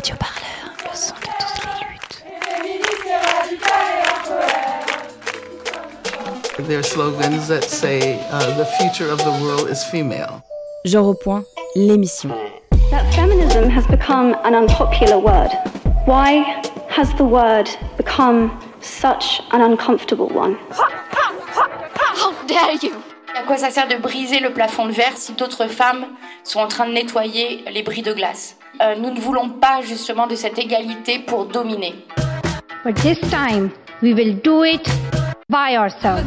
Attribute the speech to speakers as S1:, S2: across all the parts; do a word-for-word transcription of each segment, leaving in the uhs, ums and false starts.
S1: Radio Parleur, le son de toutes les luttes.
S2: There are slogans that say uh, the future of the world is female.
S1: Genre au point, l'émission.
S3: That feminism has become an unpopular word. Why has the word become such an uncomfortable one?
S4: How dare you! À quoi ça sert de briser le plafond de verre si d'autres femmes sont en train de nettoyer les bris de glace? euh, Nous ne voulons pas justement de cette égalité pour dominer.
S5: But this time, we will do it by ourselves.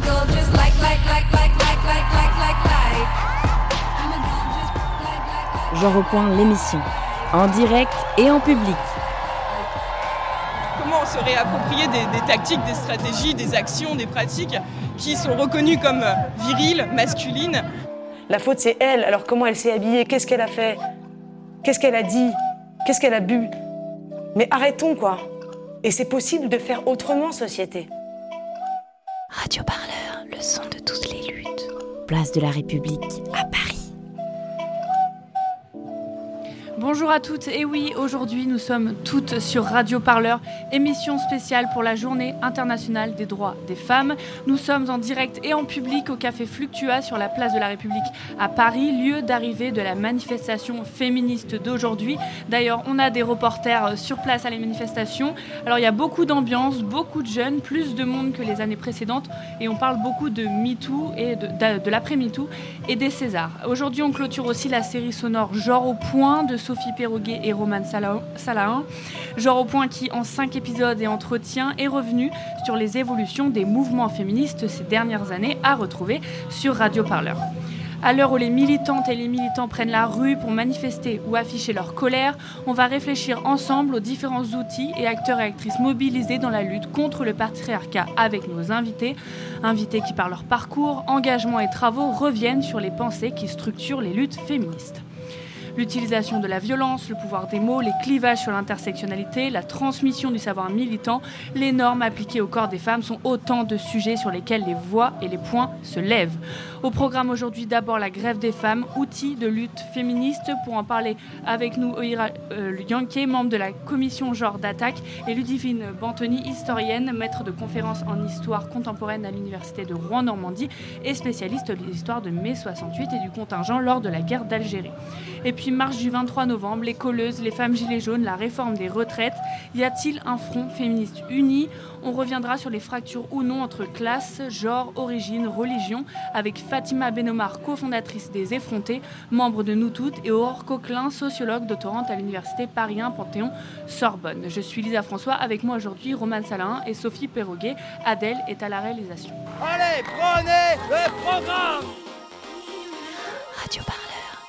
S1: Genre au point, l'émission. En direct et en public.
S6: Comment on se réapproprie des, des tactiques, des stratégies, des actions, des pratiques qui sont reconnues comme viriles, masculines.
S7: La faute, c'est elle. Alors comment elle s'est habillée? Qu'est-ce qu'elle a fait? Qu'est-ce qu'elle a dit? Qu'est-ce qu'elle a bu? Mais arrêtons, quoi. Et c'est possible de faire autrement, société.
S1: Radio Parleur, le son de toutes les luttes. Place de la République, à Paris.
S8: Bonjour à toutes, et oui, aujourd'hui nous sommes toutes sur Radio Parleur, émission spéciale pour la Journée internationale des droits des femmes. Nous sommes en direct et en public au Café Fluctua sur la place de la République à Paris, lieu d'arrivée de la manifestation féministe d'aujourd'hui. D'ailleurs, on a des reporters sur place à la manifestation. Alors il y a beaucoup d'ambiance, beaucoup de jeunes, plus de monde que les années précédentes, et on parle beaucoup de MeToo et de, de, de l'après-MeToo et des Césars. Aujourd'hui, on clôture aussi la série sonore Genre au point de Sophie Perroguet et Romane Salahin. Genre au point qui, en cinq épisodes et entretiens, est revenu sur les évolutions des mouvements féministes ces dernières années, à retrouver sur Radio Parleur. À l'heure où les militantes et les militants prennent la rue pour manifester ou afficher leur colère, on va réfléchir ensemble aux différents outils et acteurs et actrices mobilisés dans la lutte contre le patriarcat avec nos invités. Invités qui, par leur parcours, engagement et travaux, reviennent sur les pensées qui structurent les luttes féministes. L'utilisation de la violence, le pouvoir des mots, les clivages sur l'intersectionnalité, la transmission du savoir militant, les normes appliquées au corps des femmes sont autant de sujets sur lesquels les voix et les points se lèvent. Au programme aujourd'hui, d'abord la grève des femmes, outil de lutte féministe. Pour en parler avec nous, Oira euh, Yanké, membre de la commission genre d'attaque, et Ludivine Bantoni, historienne, maître de conférences en histoire contemporaine à l'université de Rouen-Normandie et spécialiste de l'histoire de mai soixante-huit et du contingent lors de la guerre d'Algérie. Et puis marche du vingt-trois novembre, les colleuses, les femmes gilets jaunes, la réforme des retraites. Y a-t-il un front féministe uni? On reviendra sur les fractures ou non entre classe, genre, origine, religion, avec Fatima Benomar, cofondatrice des Effrontés, membre de Nous Toutes, et Aurore Coquelin, sociologue doctorante à l'université Paris un Panthéon-Sorbonne. Je suis Lisa François, avec moi aujourd'hui Romane Salahin et Sophie Perroguet. Adèle est à la réalisation.
S9: Allez, prenez le programme!
S1: Radio Parleur.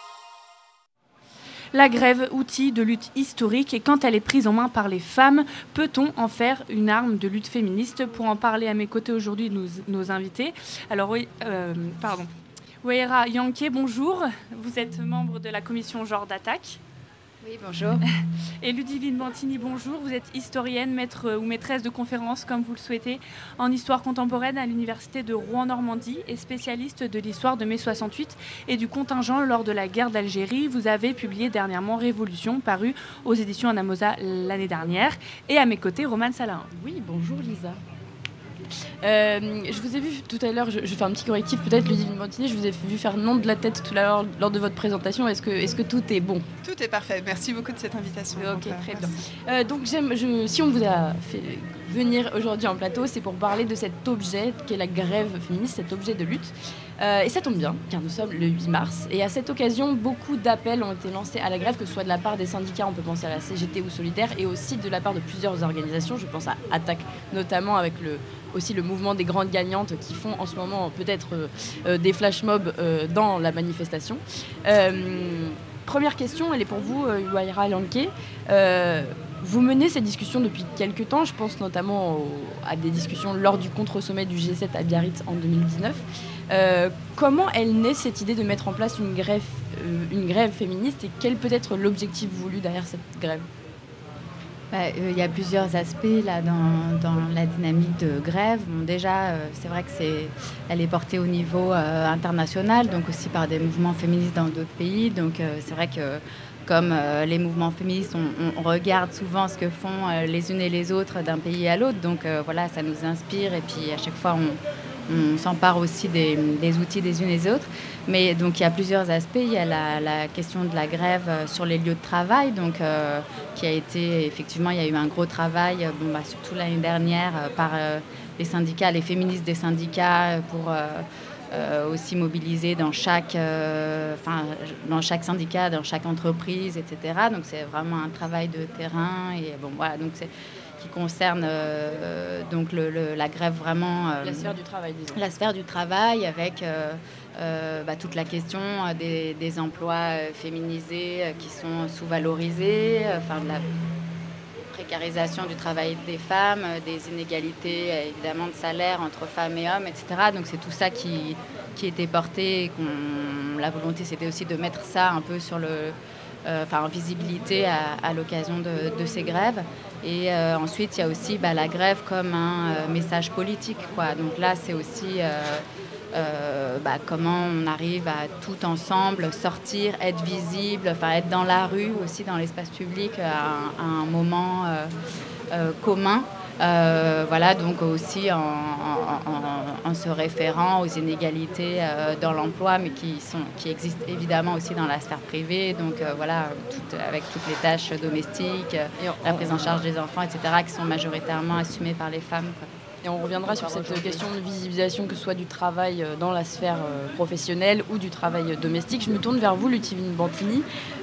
S8: La grève, outil de lutte historique, et quand elle est prise en main par les femmes, peut-on en faire une arme de lutte féministe? Pour en parler à mes côtés aujourd'hui, nos, nos invités. Alors oui, euh, pardon. Oira Yanké, bonjour. Vous êtes membre de la commission genre d'attaque.
S10: Oui, bonjour.
S8: Et Ludivine Bantini, bonjour. Vous êtes historienne, maître ou maîtresse de conférences, comme vous le souhaitez, en histoire contemporaine à l'université de Rouen-Normandie et spécialiste de l'histoire de mai soixante-huit et du contingent lors de la guerre d'Algérie. Vous avez publié dernièrement Révolution, paru aux éditions Anamosa l'année dernière. Et à mes côtés, Romane Salahin.
S10: Oui, bonjour Lisa. Euh, je vous ai vu tout à l'heure, je, je fais un petit correctif peut-être, Ludivine Bantini, je vous ai vu faire nom de la tête tout à l'heure lors de votre présentation. Est-ce que, est-ce que tout est bon?
S6: Tout est parfait, merci beaucoup de cette invitation.
S10: Ok, donc, très bien. Euh, donc j'aime, je, si on vous a fait venir aujourd'hui en plateau, c'est pour parler de cet objet qu'est la grève féministe, cet objet de lutte. Euh, et ça tombe bien, car nous sommes le huit mars. Et à cette occasion, beaucoup d'appels ont été lancés à la grève, que ce soit de la part des syndicats, on peut penser à la C G T ou Solidaire, et aussi de la part de plusieurs organisations. Je pense à Attaque, notamment avec le, aussi le mouvement des grandes gagnantes qui font en ce moment peut-être euh, des flash mobs euh, dans la manifestation. Euh, première question, elle est pour vous, euh, Oira Yanké. Euh, Vous menez ces discussions depuis quelques temps, je pense notamment au, à des discussions lors du contre-sommet du G sept à Biarritz en deux mille dix-neuf. Euh, comment elle naît cette idée de mettre en place une grève, euh, une grève féministe, et quel peut être l'objectif voulu derrière cette grève?
S11: Bah, euh, y a plusieurs aspects là, dans, dans la dynamique de grève. Bon, déjà, euh, c'est vrai que c'est, elle est portée au niveau euh, international, donc aussi par des mouvements féministes dans d'autres pays. Donc euh, c'est vrai que comme euh, les mouvements féministes, on, on regarde souvent ce que font euh, les unes et les autres d'un pays à l'autre. Donc euh, voilà, ça nous inspire et puis à chaque fois, on, on s'empare aussi des, des outils des unes et des autres. Mais donc il y a plusieurs aspects. Il y a la, la question de la grève sur les lieux de travail, donc euh, qui a été effectivement, il y a eu un gros travail, bon, bah, surtout l'année dernière, euh, par euh, les syndicats, les féministes des syndicats, pour euh, euh, aussi mobiliser dans chaque, euh, enfin, dans chaque syndicat, dans chaque entreprise, et cetera. Donc c'est vraiment un travail de terrain et bon voilà, donc c'est qui concerne euh, donc le, le, la grève vraiment euh,
S10: la sphère du travail, disons.
S11: La sphère du travail avec euh, euh, bah, toute la question des, des emplois féminisés euh, qui sont sous-valorisés, enfin de la précarisation du travail des femmes, des inégalités évidemment de salaire entre femmes et hommes, et cetera. Donc c'est tout ça qui, qui était porté et qu'on, la volonté c'était aussi de mettre ça un peu sur le, euh, enfin en visibilité à, à l'occasion de, de ces grèves. Et euh, ensuite il y a aussi bah, la grève comme un euh, message politique, quoi. Donc là c'est aussi euh, Euh, bah, comment on arrive à tout ensemble sortir, être visible, enfin être dans la rue aussi, dans l'espace public à, à un moment euh, euh, commun. Euh, voilà, donc aussi en, en, en, en se référant aux inégalités euh, dans l'emploi, mais qui, sont, qui existent évidemment aussi dans la sphère privée. Donc euh, voilà, tout, avec toutes les tâches domestiques, et on, la prise en charge des enfants, et cetera, qui sont majoritairement assumées par les femmes, quoi.
S10: Et on reviendra sur cette question de visibilisation, que ce soit du travail dans la sphère professionnelle ou du travail domestique. Je me tourne vers vous, Ludivine Bantini.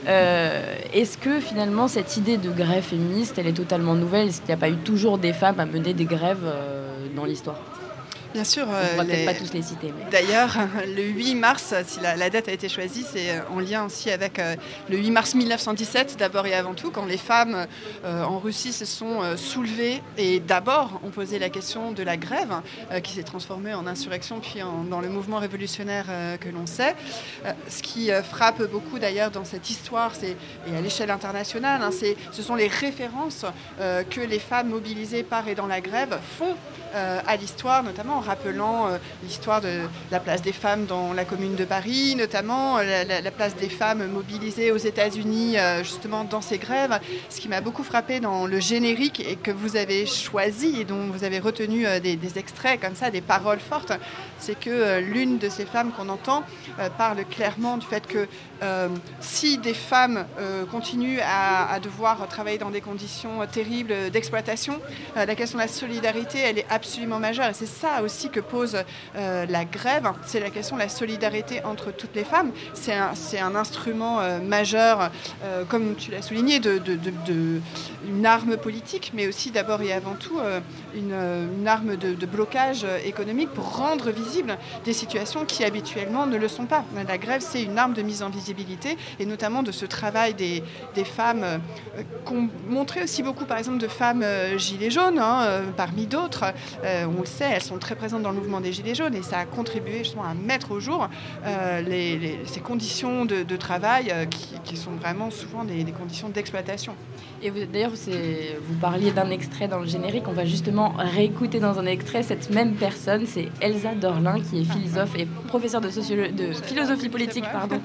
S10: Euh, est-ce que finalement cette idée de grève féministe, elle est totalement nouvelle ? Est-ce qu'il n'y a pas eu toujours des femmes à mener des grèves euh, dans l'histoire ?
S12: Bien sûr.
S10: On ne pourra
S12: les...
S10: peut-être pas tous les citer. Mais...
S12: D'ailleurs, le huit mars, si la, la date a été choisie, c'est en lien aussi avec euh, le huit mars mille neuf cent dix-sept, d'abord et avant tout, quand les femmes euh, en Russie se sont euh, soulevées et d'abord ont posé la question de la grève, euh, qui s'est transformée en insurrection, puis en, dans le mouvement révolutionnaire euh, que l'on sait. Euh, ce qui euh, frappe beaucoup d'ailleurs dans cette histoire, c'est, et à l'échelle internationale, hein, c'est, ce sont les références euh, que les femmes mobilisées par et dans la grève font euh, à l'histoire, notamment en rappelant euh, l'histoire de la place des femmes dans la Commune de Paris, notamment euh, la, la place des femmes mobilisées aux États-Unis euh, justement dans ces grèves. Ce qui m'a beaucoup frappé dans le générique et que vous avez choisi et dont vous avez retenu euh, des, des extraits comme ça, des paroles fortes, c'est que euh, l'une de ces femmes qu'on entend euh, parle clairement du fait que euh, si des femmes euh, continuent à, à devoir travailler dans des conditions euh, terribles d'exploitation, euh, la question de la solidarité, elle est absolument majeure. Et c'est ça aussi que pose euh, la grève, c'est la question de la solidarité entre toutes les femmes. C'est un, c'est un instrument euh, majeur, euh, comme tu l'as souligné, de, de, de, de, une arme politique, mais aussi d'abord et avant tout euh, une, une arme de, de blocage économique pour rendre visibles des situations qui habituellement ne le sont pas. La grève, c'est une arme de mise en visibilité, et notamment de ce travail des, des femmes euh, qu'ont montré aussi beaucoup, par exemple, de femmes euh, gilets jaunes, hein, euh, parmi d'autres. Euh, on le sait, elles sont très présentes dans le mouvement des Gilets jaunes et ça a contribué justement à mettre au jour euh, les, les, ces conditions de, de travail euh, qui, qui sont vraiment souvent des, des conditions d'exploitation.
S10: Et vous, d'ailleurs, c'est, vous parliez d'un extrait dans le générique, on va justement réécouter dans un extrait cette même personne, c'est Elsa Dorlin qui est philosophe et professeure de, sociolo- de philosophie politique pardon,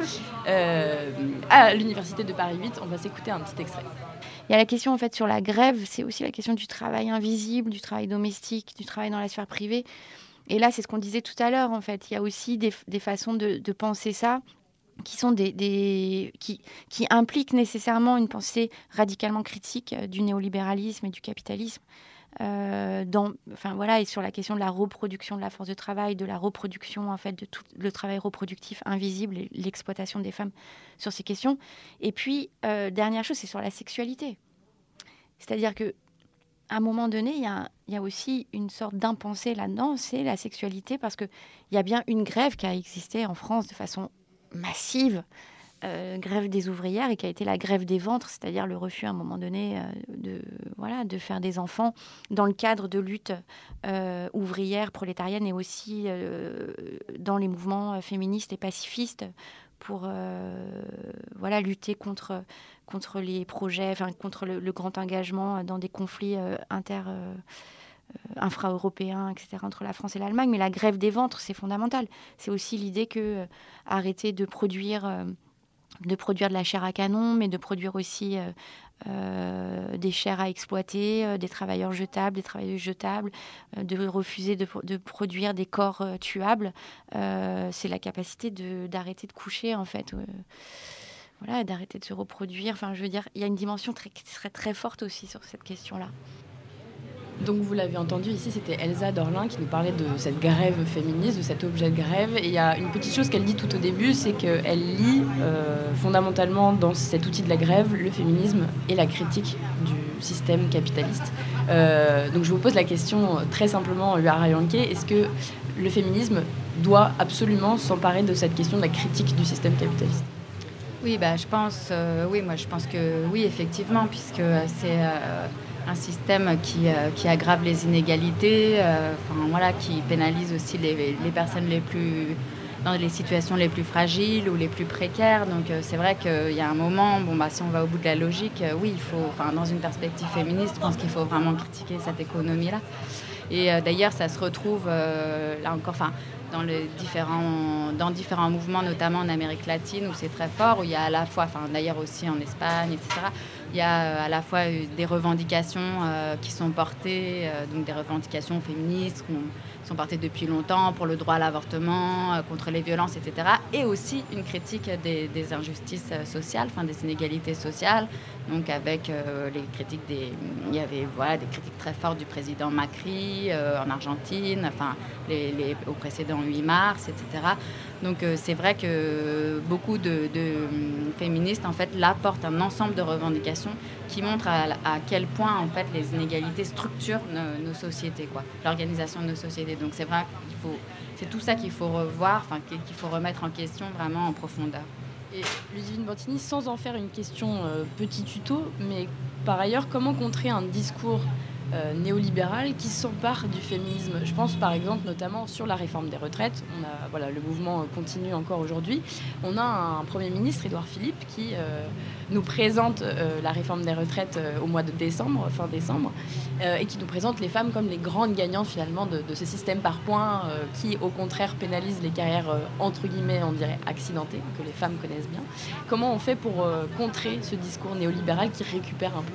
S10: euh, à l'Université de Paris huit. On va s'écouter un petit extrait.
S1: Il y a la question en fait sur la grève, c'est aussi la question du travail invisible, du travail domestique, du travail dans la sphère privée. Et là, c'est ce qu'on disait tout à l'heure, en fait. Il y a aussi des, des façons de, de penser ça qui, sont des, des, qui, qui impliquent nécessairement une pensée radicalement critique du néolibéralisme et du capitalisme. Euh, dans, enfin, voilà, et sur la question de la reproduction de la force de travail, de la reproduction en fait, de tout le travail reproductif invisible et l'exploitation des femmes sur ces questions. Et puis, euh, dernière chose, c'est sur la sexualité. C'est-à-dire que à un moment donné, il y a, il y a aussi une sorte d'impensé là-dedans, c'est la sexualité, parce qu'il y a bien une grève qui a existé en France de façon massive, euh, grève des ouvrières, et qui a été la grève des ventres, c'est-à-dire le refus à un moment donné euh, de, voilà, de faire des enfants dans le cadre de luttes euh, ouvrières, prolétariennes, et aussi euh, dans les mouvements féministes et pacifistes, pour euh, voilà, lutter contre, contre les projets, enfin, contre le, le grand engagement dans des conflits euh, inter, euh, infra-européens, et cetera, entre la France et l'Allemagne. Mais la grève des ventres, c'est fondamental. C'est aussi l'idée que euh, arrêter de produire euh, de produire de la chair à canon, mais de produire aussi euh, euh, des chairs à exploiter, euh, des travailleurs jetables, des travailleuses jetables, euh, de refuser de, de produire des corps euh, tuables. Euh, c'est la capacité de, d'arrêter de coucher, en fait. Euh, voilà, d'arrêter de se reproduire. Enfin, je veux dire, il y a une dimension très, qui serait très forte aussi sur cette question-là.
S10: Donc vous l'avez entendu ici, c'était Elsa Dorlin qui nous parlait de cette grève féministe, de cet objet de grève. Et il y a une petite chose qu'elle dit tout au début, c'est qu'elle lie euh, fondamentalement dans cet outil de la grève le féminisme et la critique du système capitaliste. Euh, donc je vous pose la question très simplement, Luara Yankee, est-ce que le féminisme doit absolument s'emparer de cette question de la critique du système capitaliste ?
S11: Oui, bah, je pense, euh, oui, moi je pense que oui, effectivement, puisque c'est euh, un système qui, euh, qui aggrave les inégalités, euh, enfin, voilà, qui pénalise aussi les, les personnes les plus, dans les situations les plus fragiles ou les plus précaires. Donc euh, c'est vrai qu'il y a un moment, bon, bah, si on va au bout de la logique, euh, oui, il faut, enfin, dans une perspective féministe, je pense qu'il faut vraiment critiquer cette économie-là. Et euh, d'ailleurs, ça se retrouve, euh, là encore, enfin, dans, les différents, dans différents mouvements, notamment en Amérique latine, où c'est très fort, où il y a à la fois, enfin d'ailleurs aussi en Espagne, et cetera, il y a à la fois des revendications euh, qui sont portées, euh, donc des revendications féministes qui sont portées depuis longtemps pour le droit à l'avortement, euh, contre les violences, et cetera, et aussi une critique des, des injustices sociales, enfin des inégalités sociales, donc avec euh, les critiques des... Il y avait voilà, des critiques très fortes du président Macri euh, en Argentine, enfin les, les, au précédent huit mars, et cetera. Donc euh, c'est vrai que beaucoup de, de féministes en fait là portent un ensemble de revendications qui montrent à, à quel point en fait les inégalités structurent nos, nos sociétés, quoi, l'organisation de nos sociétés. Donc c'est vrai qu'il faut, c'est tout ça qu'il faut revoir, enfin qu'il faut remettre en question vraiment en profondeur.
S10: Et Ludivine Bantini, sans en faire une question euh, petit tuto, mais par ailleurs, comment contrer un discours Euh, néolibéral qui s'empare du féminisme. Je pense par exemple notamment sur la réforme des retraites. On a, voilà, le mouvement continue encore aujourd'hui. On a un Premier ministre, Édouard Philippe, qui euh, nous présente euh, la réforme des retraites euh, au mois de décembre, fin décembre, euh, et qui nous présente les femmes comme les grandes gagnantes finalement de, de ce système par points euh, qui au contraire pénalise les carrières euh, entre guillemets, on dirait accidentées, que les femmes connaissent bien. Comment on fait pour euh, contrer ce discours néolibéral qui récupère un peu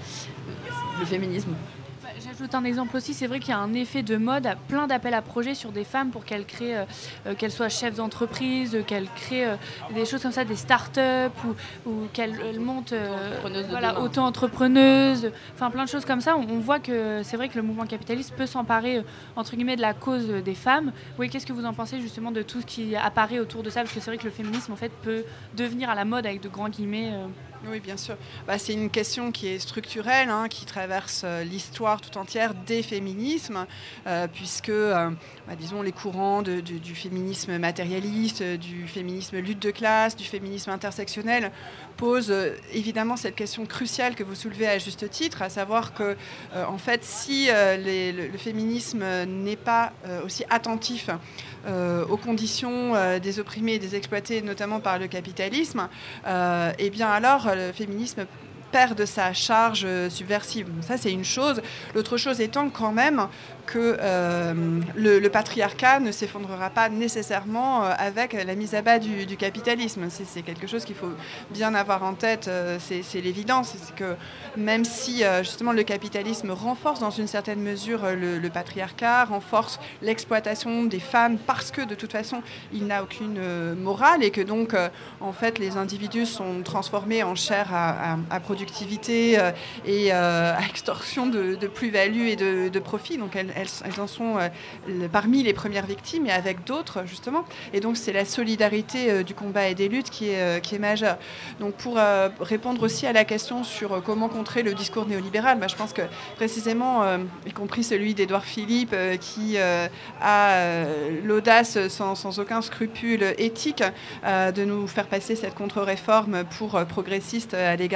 S10: euh, le féminisme ?
S8: J'ajoute un exemple aussi, c'est vrai qu'il y a un effet de mode, plein d'appels à projets sur des femmes pour qu'elles créent, euh, qu'elles soient chefs d'entreprise, qu'elles créent euh, des choses comme ça, des start-up, ou, ou qu'elles montent euh, voilà, auto-entrepreneuses, enfin plein de choses comme ça. On, on voit que c'est vrai que le mouvement capitaliste peut s'emparer, euh, entre guillemets, de la cause des femmes. Oui, qu'est-ce que vous en pensez justement de tout ce qui apparaît autour de ça ? Parce que c'est vrai que le féminisme, en fait, peut devenir à la mode avec de grands guillemets. Euh...
S12: Oui, bien sûr. Bah, c'est une question qui est structurelle, hein, qui traverse euh, l'histoire tout entière des féminismes, euh, puisque, euh, bah, disons, les courants de, de, du féminisme matérialiste, du féminisme lutte de classe, du féminisme intersectionnel posent euh, évidemment cette question cruciale que vous soulevez à juste titre, à savoir que, euh, en fait, si euh, les, le, le féminisme n'est pas euh, aussi attentif euh, aux conditions euh, des opprimés et des exploités, notamment par le capitalisme, euh, eh bien alors le féminisme perd de sa charge subversive. Ça, c'est une chose. L'autre chose étant quand même que euh, le, le patriarcat ne s'effondrera pas nécessairement avec la mise à bas du, du capitalisme. C'est, c'est quelque chose qu'il faut bien avoir en tête. C'est, c'est l'évidence. C'est que même si euh, justement le capitalisme renforce dans une certaine mesure le, le patriarcat, renforce l'exploitation des femmes parce que de toute façon il n'a aucune euh, morale et que donc euh, en fait les individus sont transformés en chair à, à, à productivité euh, et euh, à extorsion de, de plus-value et de, de profit. Donc elles, elles, elles en sont euh, le, parmi les premières victimes et avec d'autres justement. Et donc c'est la solidarité euh, du combat et des luttes qui est, euh, qui est majeure. Donc pour euh, répondre aussi à la question sur euh, comment contrer le discours néolibéral, bah, je pense que précisément, euh, y compris celui d'Édouard Philippe euh, qui euh, a euh, l'audace sans, sans aucun scrupule éthique euh, de nous faire passer cette contre-réforme pour euh, progressiste à l'égard des femmes,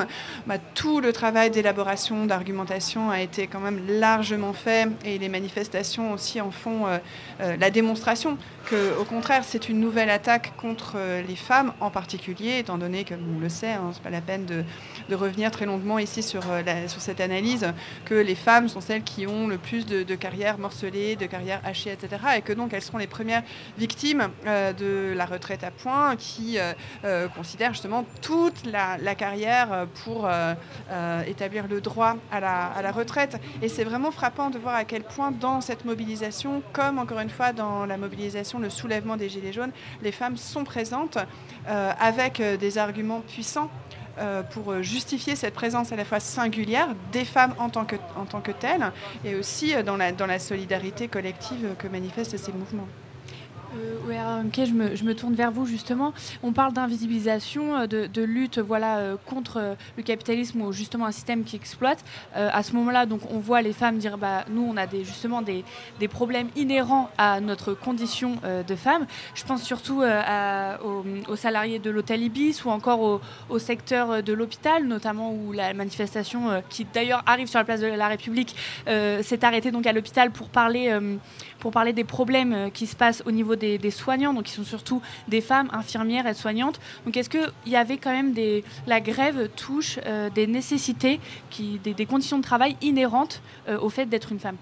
S12: femmes, bah, tout le travail d'élaboration, d'argumentation a été quand même largement fait et les manifestations aussi en font euh, euh, la démonstration qu'au contraire c'est une nouvelle attaque contre euh, les femmes en particulier, étant donné que, on le sait, hein, c'est pas la peine de, de revenir très longuement ici sur, euh, la, sur cette analyse, que les femmes sont celles qui ont le plus de, de carrières morcelées, de carrières hachées, et cetera. Et que donc elles seront les premières victimes euh, de la retraite à points qui euh, euh, considèrent justement toute la, la carrière pour euh, euh, établir le droit à la, à la retraite. Et c'est vraiment frappant de voir à quel point dans cette mobilisation, comme encore une fois dans la mobilisation, le soulèvement des Gilets jaunes, les femmes sont présentes euh, avec euh, des arguments puissants euh, pour justifier cette présence à la fois singulière des femmes en tant que, en tant que telles et aussi euh, dans, la, dans la solidarité collective que manifestent ces mouvements.
S8: Euh, ouais, ok, je me, je me tourne vers vous justement. On parle d'invisibilisation, de, de lutte, voilà, euh, contre euh, le capitalisme ou justement un système qui exploite. Euh, à ce moment-là, donc, on voit les femmes dire, bah, nous, on a des, justement des, des problèmes inhérents à notre condition euh, de femme. Je pense surtout euh, à, aux, aux salariés de l'hôtel Ibis ou encore au, au secteur de l'hôpital, notamment où la manifestation, euh, qui d'ailleurs arrive sur la place de la République, euh, s'est arrêtée donc à l'hôpital pour parler, euh, pour parler des problèmes euh, qui se passent au niveau des Des, des soignants, donc qui sont surtout des femmes infirmières, aides-soignantes. Donc est-ce qu'il y avait quand même des... La grève touche euh, des nécessités, qui, des, des conditions de travail inhérentes euh, au fait d'être une femme?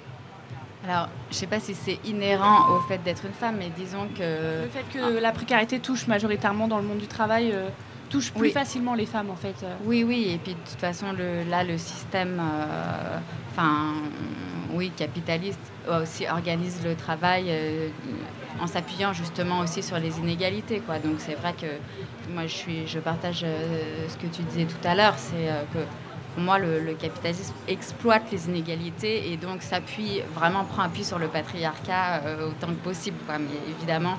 S11: Alors, je ne sais pas si c'est inhérent au fait d'être une femme, mais disons que...
S8: Le fait que ah. la précarité touche majoritairement dans le monde du travail euh, touche plus
S11: oui.
S8: facilement les femmes, en fait.
S11: Oui, oui, et puis de toute façon, le, là, le système... Enfin... Euh, oui, capitaliste aussi organise le travail euh, en s'appuyant justement aussi sur les inégalités, quoi. Donc c'est vrai que moi je suis, je partage euh, ce que tu disais tout à l'heure, c'est euh, que pour moi le, le capitalisme exploite les inégalités et donc s'appuie vraiment prend appui sur le patriarcat euh, autant que possible, quoi. Mais évidemment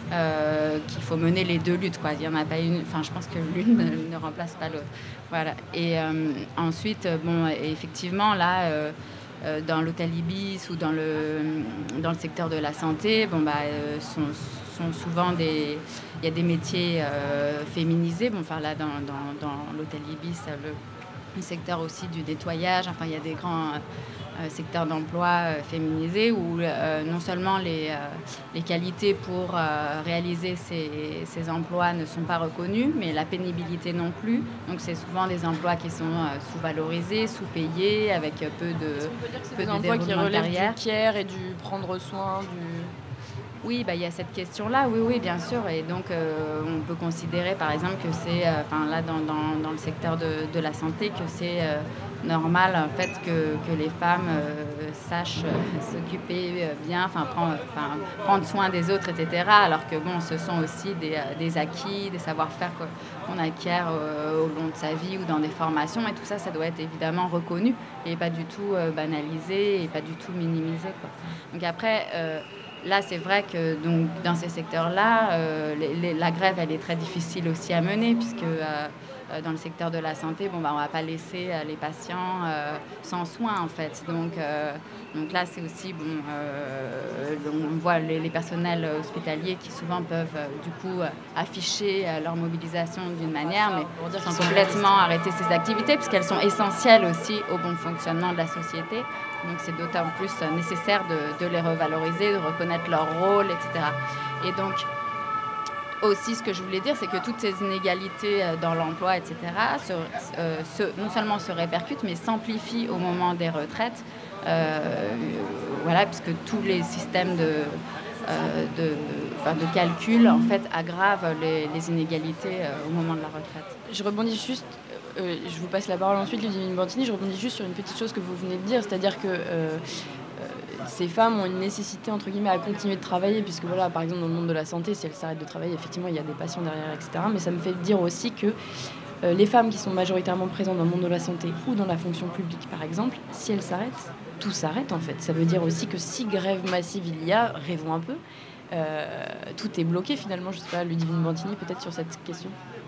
S11: euh, qu'il faut mener les deux luttes, quoi. Il y en a pas une, enfin je pense que l'une ne, ne remplace pas l'autre, voilà. Et euh, ensuite bon effectivement là. Euh, dans l'hôtel Ibis ou dans le, dans le secteur de la santé, bon, bah, euh, sont, sont souvent des... Il y a des métiers euh, féminisés. Bon, enfin, là, dans, dans, dans l'hôtel Ibis, le, le secteur aussi du nettoyage, enfin, il y a des grands euh, secteurs d'emploi euh, féminisés où euh, non seulement les, euh, les qualités pour euh, réaliser ces, ces emplois ne sont pas reconnues, mais la pénibilité non plus. Donc, c'est souvent des emplois qui sont euh, sous-valorisés, sous-payés, avec peu de...
S10: Est-ce qu'on peut dire que c'est
S11: peu
S10: des
S11: de
S10: emplois qui relèvent
S11: carrière.
S10: du care et du prendre soin, du...
S11: Oui, bah, il y a cette question-là, oui, oui, bien sûr. Et donc, euh, on peut considérer, par exemple, que c'est, enfin, euh, là, dans, dans, dans le secteur de, de la santé, que c'est euh, normal, en fait, que, que les femmes euh, sachent euh, s'occuper bien, enfin, prendre, prendre soin des autres, et cetera. Alors que, bon, ce sont aussi des, des acquis, des savoir-faire qu'on acquiert euh, au long de sa vie ou dans des formations. Et tout ça, ça doit être évidemment reconnu et pas du tout euh, banalisé et pas du tout minimisé, quoi. Donc après... Euh, Là, c'est vrai que donc, dans ces secteurs-là, euh, les, les, la grève, elle est très difficile aussi à mener, puisque euh, dans le secteur de la santé, bon, bah, on ne va pas laisser euh, les patients euh, sans soins, en fait. Donc, euh, donc là, c'est aussi, bon, euh, on voit les, les personnels hospitaliers qui souvent peuvent, euh, du coup, euh, afficher euh, leur mobilisation d'une manière, mais sans complètement arrêter ces activités, puisqu'elles sont essentielles aussi au bon fonctionnement de la société. Donc c'est d'autant plus nécessaire de, de les revaloriser, de reconnaître leur rôle, et cetera. Et donc, aussi, ce que je voulais dire, c'est que toutes ces inégalités dans l'emploi, et cetera, se, euh, se, non seulement se répercutent, mais s'amplifient au moment des retraites. Euh, voilà, puisque tous les systèmes de, euh, de, enfin, de calcul, en fait, aggravent les, les inégalités euh, au moment de la retraite.
S10: Je rebondis juste... Euh, je vous passe la parole ensuite, Ludivine Bantini. Je rebondis juste sur une petite chose que vous venez de dire, c'est-à-dire que euh, euh, ces femmes ont une nécessité, entre guillemets, à continuer de travailler, puisque, voilà, par exemple, dans le monde de la santé, si elles s'arrêtent de travailler, effectivement, il y a des patients derrière, et cetera. Mais ça me fait dire aussi que euh, les femmes qui sont majoritairement présentes dans le monde de la santé ou dans la fonction publique, par exemple, si elles s'arrêtent, tout s'arrête, en fait. Ça veut dire aussi que si grève massive il y a, rêvons un peu, euh, tout est bloqué, finalement. Je ne sais pas, Ludivine Bantini, peut-être sur cette question.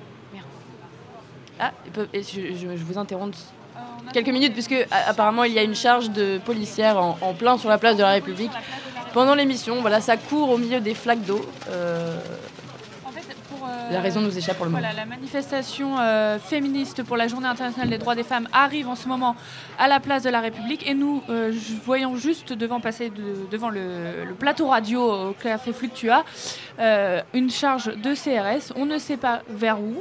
S10: Ah, je, je, je vous interromps quelques minutes, puisque apparemment il y a une charge de policière en, en plein sur la place de la République. Pendant l'émission, voilà, ça court au milieu des flaques d'eau. Euh...
S8: En fait, pour, euh,
S10: la raison nous échappe pour le moment.
S8: Voilà, la manifestation euh, féministe pour la Journée internationale des droits des femmes arrive en ce moment à la place de la République et nous euh, voyons juste devant passer de, devant le, le plateau radio au Café Fluctua euh, une charge de C R S. On ne sait pas vers où.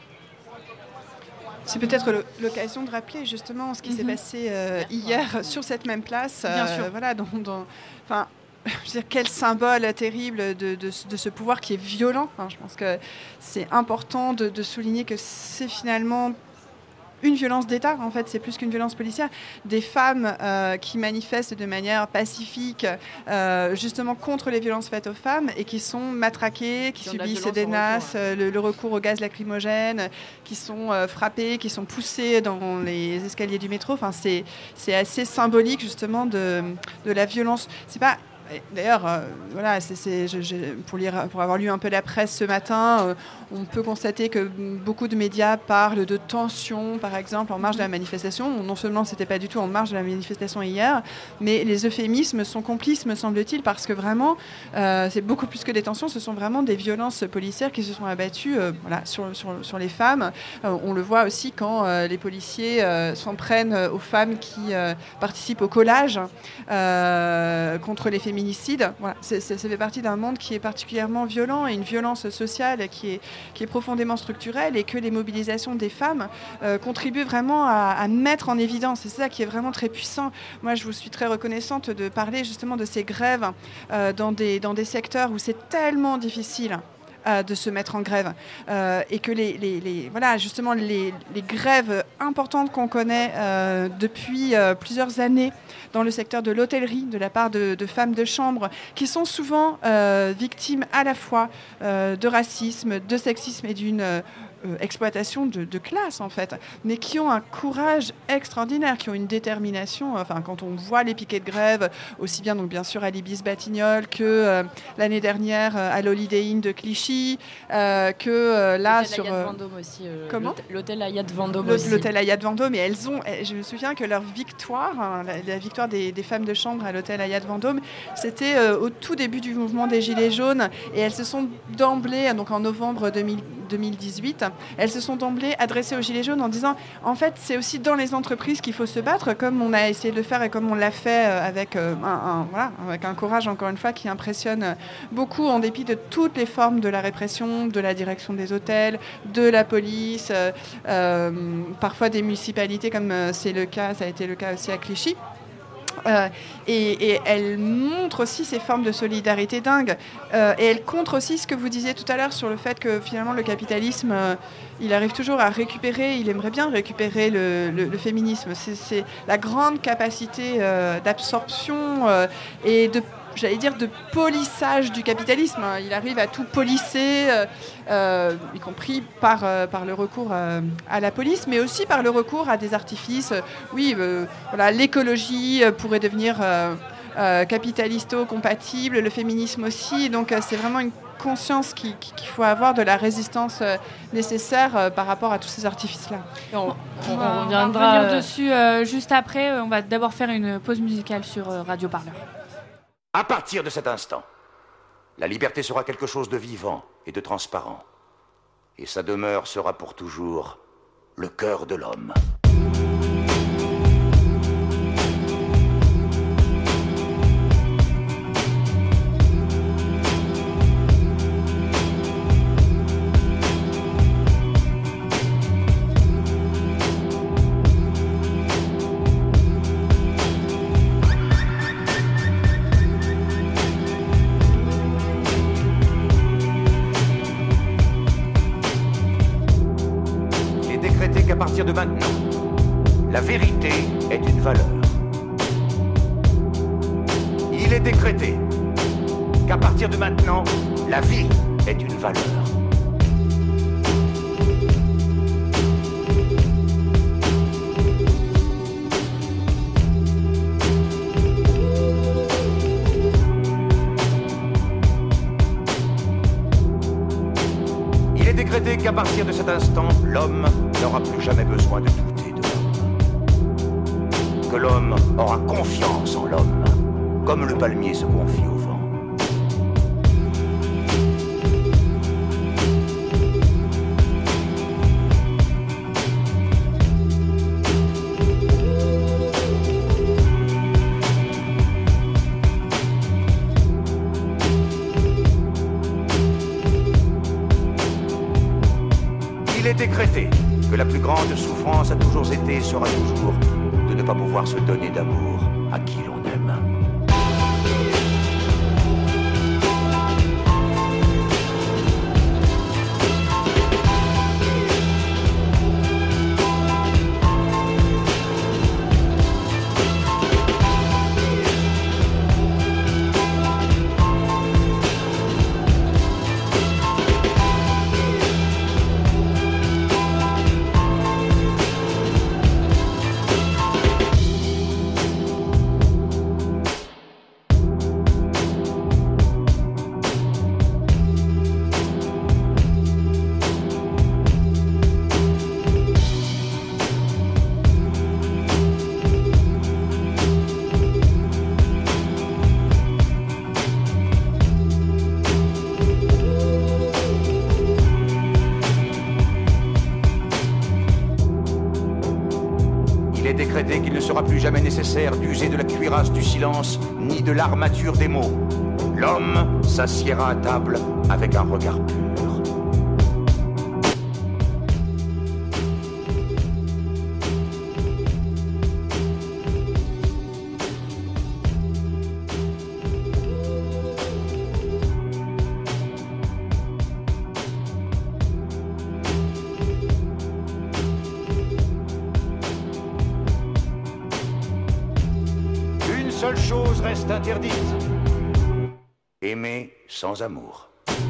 S12: C'est peut-être le, l'occasion de rappeler justement ce qui mm-hmm. s'est passé euh, hier sur cette même place.
S8: Bien euh, sûr.
S12: Voilà, dans, dans, enfin, je veux dire, quel symbole terrible de, de, de ce pouvoir qui est violent. Enfin, je pense que c'est important de, de souligner que c'est finalement une violence d'État, en fait, c'est plus qu'une violence policière. Des femmes euh, qui manifestent de manière pacifique, euh, justement contre les violences faites aux femmes, et qui sont matraquées, qui, qui subissent des nasses, euh, le, le recours au gaz lacrymogène, qui sont euh, frappées, qui sont poussées dans les escaliers du métro. Enfin, c'est, c'est assez symbolique, justement, de, de la violence. C'est pas... D'ailleurs, euh, voilà, c'est, c'est, je, je, pour, lire, pour avoir lu un peu la presse ce matin, euh, on peut constater que beaucoup de médias parlent de tensions, par exemple, en marge de la manifestation. Non seulement c'était pas du tout en marge de la manifestation hier, mais les euphémismes sont complices, me semble-t-il, parce que vraiment, euh, c'est beaucoup plus que des tensions, ce sont vraiment des violences policières qui se sont abattues euh, voilà, sur, sur, sur les femmes. Euh, on le voit aussi quand euh, les policiers euh, s'en prennent aux femmes qui euh, participent au collage euh, contre les féminicides. Voilà, c'est, c'est, ça fait partie d'un monde qui est particulièrement violent et une violence sociale qui est, qui est profondément structurelle, et que les mobilisations des femmes euh, contribuent vraiment à, à mettre en évidence. Et c'est ça qui est vraiment très puissant. Moi, je vous suis très reconnaissante de parler justement de ces grèves euh, dans, des, dans des secteurs où c'est tellement difficile Euh, de se mettre en grève euh, et que les, les, les voilà justement les, les grèves importantes qu'on connaît euh, depuis euh, plusieurs années dans le secteur de l'hôtellerie de la part de, de femmes de chambre qui sont souvent euh, victimes à la fois euh, de racisme, de sexisme et d'une euh, Euh, exploitation de, de classe en fait, mais qui ont un courage extraordinaire, qui ont une détermination. Enfin, quand on voit les piquets de grève, aussi bien donc bien sûr à l'Ibis-Batignolles que euh, l'année dernière euh, à l'Holiday Inn de Clichy, euh, que euh, là
S10: l'hôtel
S12: sur
S10: Hayat Vendôme aussi. Euh,
S12: comment
S10: l'hôtel Hayat Vendôme
S12: L'hôtel,
S10: aussi.
S12: l'hôtel Hayat Vendôme, et elles ont. Je me souviens que leur victoire, hein, la, la victoire des, des femmes de chambre à l'hôtel Hayat Vendôme, c'était euh, au tout début du mouvement des Gilets jaunes, et elles se sont d'emblée, donc en novembre deux mille dix-huit, elles se sont d'emblée adressées aux Gilets jaunes en disant en fait c'est aussi dans les entreprises qu'il faut se battre, comme on a essayé de le faire et comme on l'a fait avec, euh, un, un, voilà, avec un courage encore une fois qui impressionne beaucoup en dépit de toutes les formes de la répression, de la direction des hôtels, de la police, euh, euh, parfois des municipalités comme euh, c'est le cas, ça a été le cas aussi à Clichy. Euh, et, et elle montre aussi ces formes de solidarité dingue. Euh, et elle contre aussi ce que vous disiez tout à l'heure sur le fait que finalement le capitalisme, euh, il arrive toujours à récupérer, il aimerait bien récupérer le, le, le féminisme. C'est, c'est la grande capacité euh, d'absorption euh, et de j'allais dire de polissage du capitalisme. Il arrive à tout polisser, euh, euh, y compris par, euh, par le recours euh, à la police, mais aussi par le recours à des artifices. Oui, euh, voilà, l'écologie pourrait devenir euh, euh, capitalisto-compatible, le féminisme aussi. Donc euh, c'est vraiment une conscience qui, qui, qu'il faut avoir de la résistance euh, nécessaire euh, par rapport à tous ces artifices-là.
S8: On, on, on, on reviendra revenir dessus euh, juste après. On va d'abord faire une pause musicale sur euh, Radio Parleur.
S13: À partir de cet instant, la liberté sera quelque chose de vivant et de transparent. Et sa demeure sera pour toujours le cœur de l'homme. À partir de maintenant, la vérité est une valeur. Il est décrété qu'à partir de maintenant, la vie est une valeur. Il est décrété qu'à partir de cet instant, l'homme n'aura plus jamais besoin de douter de l'homme. Que l'homme aura confiance en l'homme, comme le palmier se confie au vent. est décrété que la plus grande souffrance a toujours été et sera toujours de ne pas pouvoir se donner d'amour à qui l'on aime. Qu'il ne sera plus jamais nécessaire d'user de la cuirasse du silence ni de l'armature des mots. L'homme s'assiera à table avec un regard pur. Seule chose reste interdite. Aimer sans amour.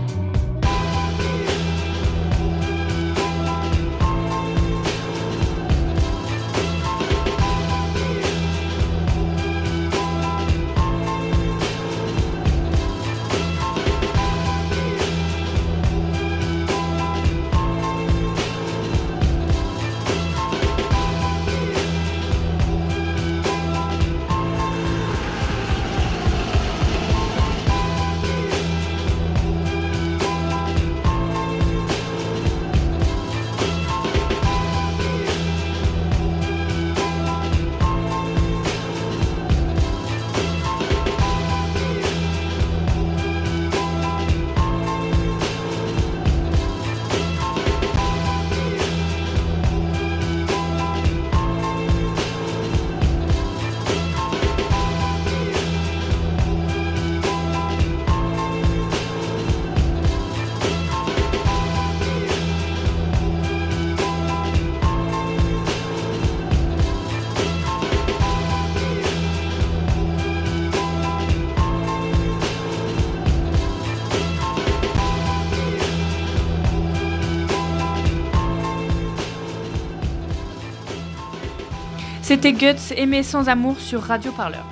S8: C'était Guts, Aimer sans amour sur Radio Parleur.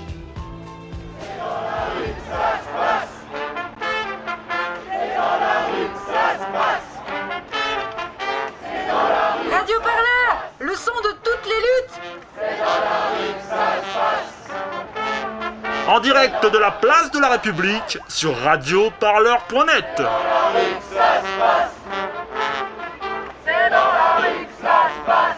S14: Radio Parleur, le son de toutes les luttes. C'est dans la rue que ça se passe.
S15: En direct de la place de la République sur radio parleur point net.
S14: C'est dans la rue que ça se passe. C'est dans la rue que ça se passe.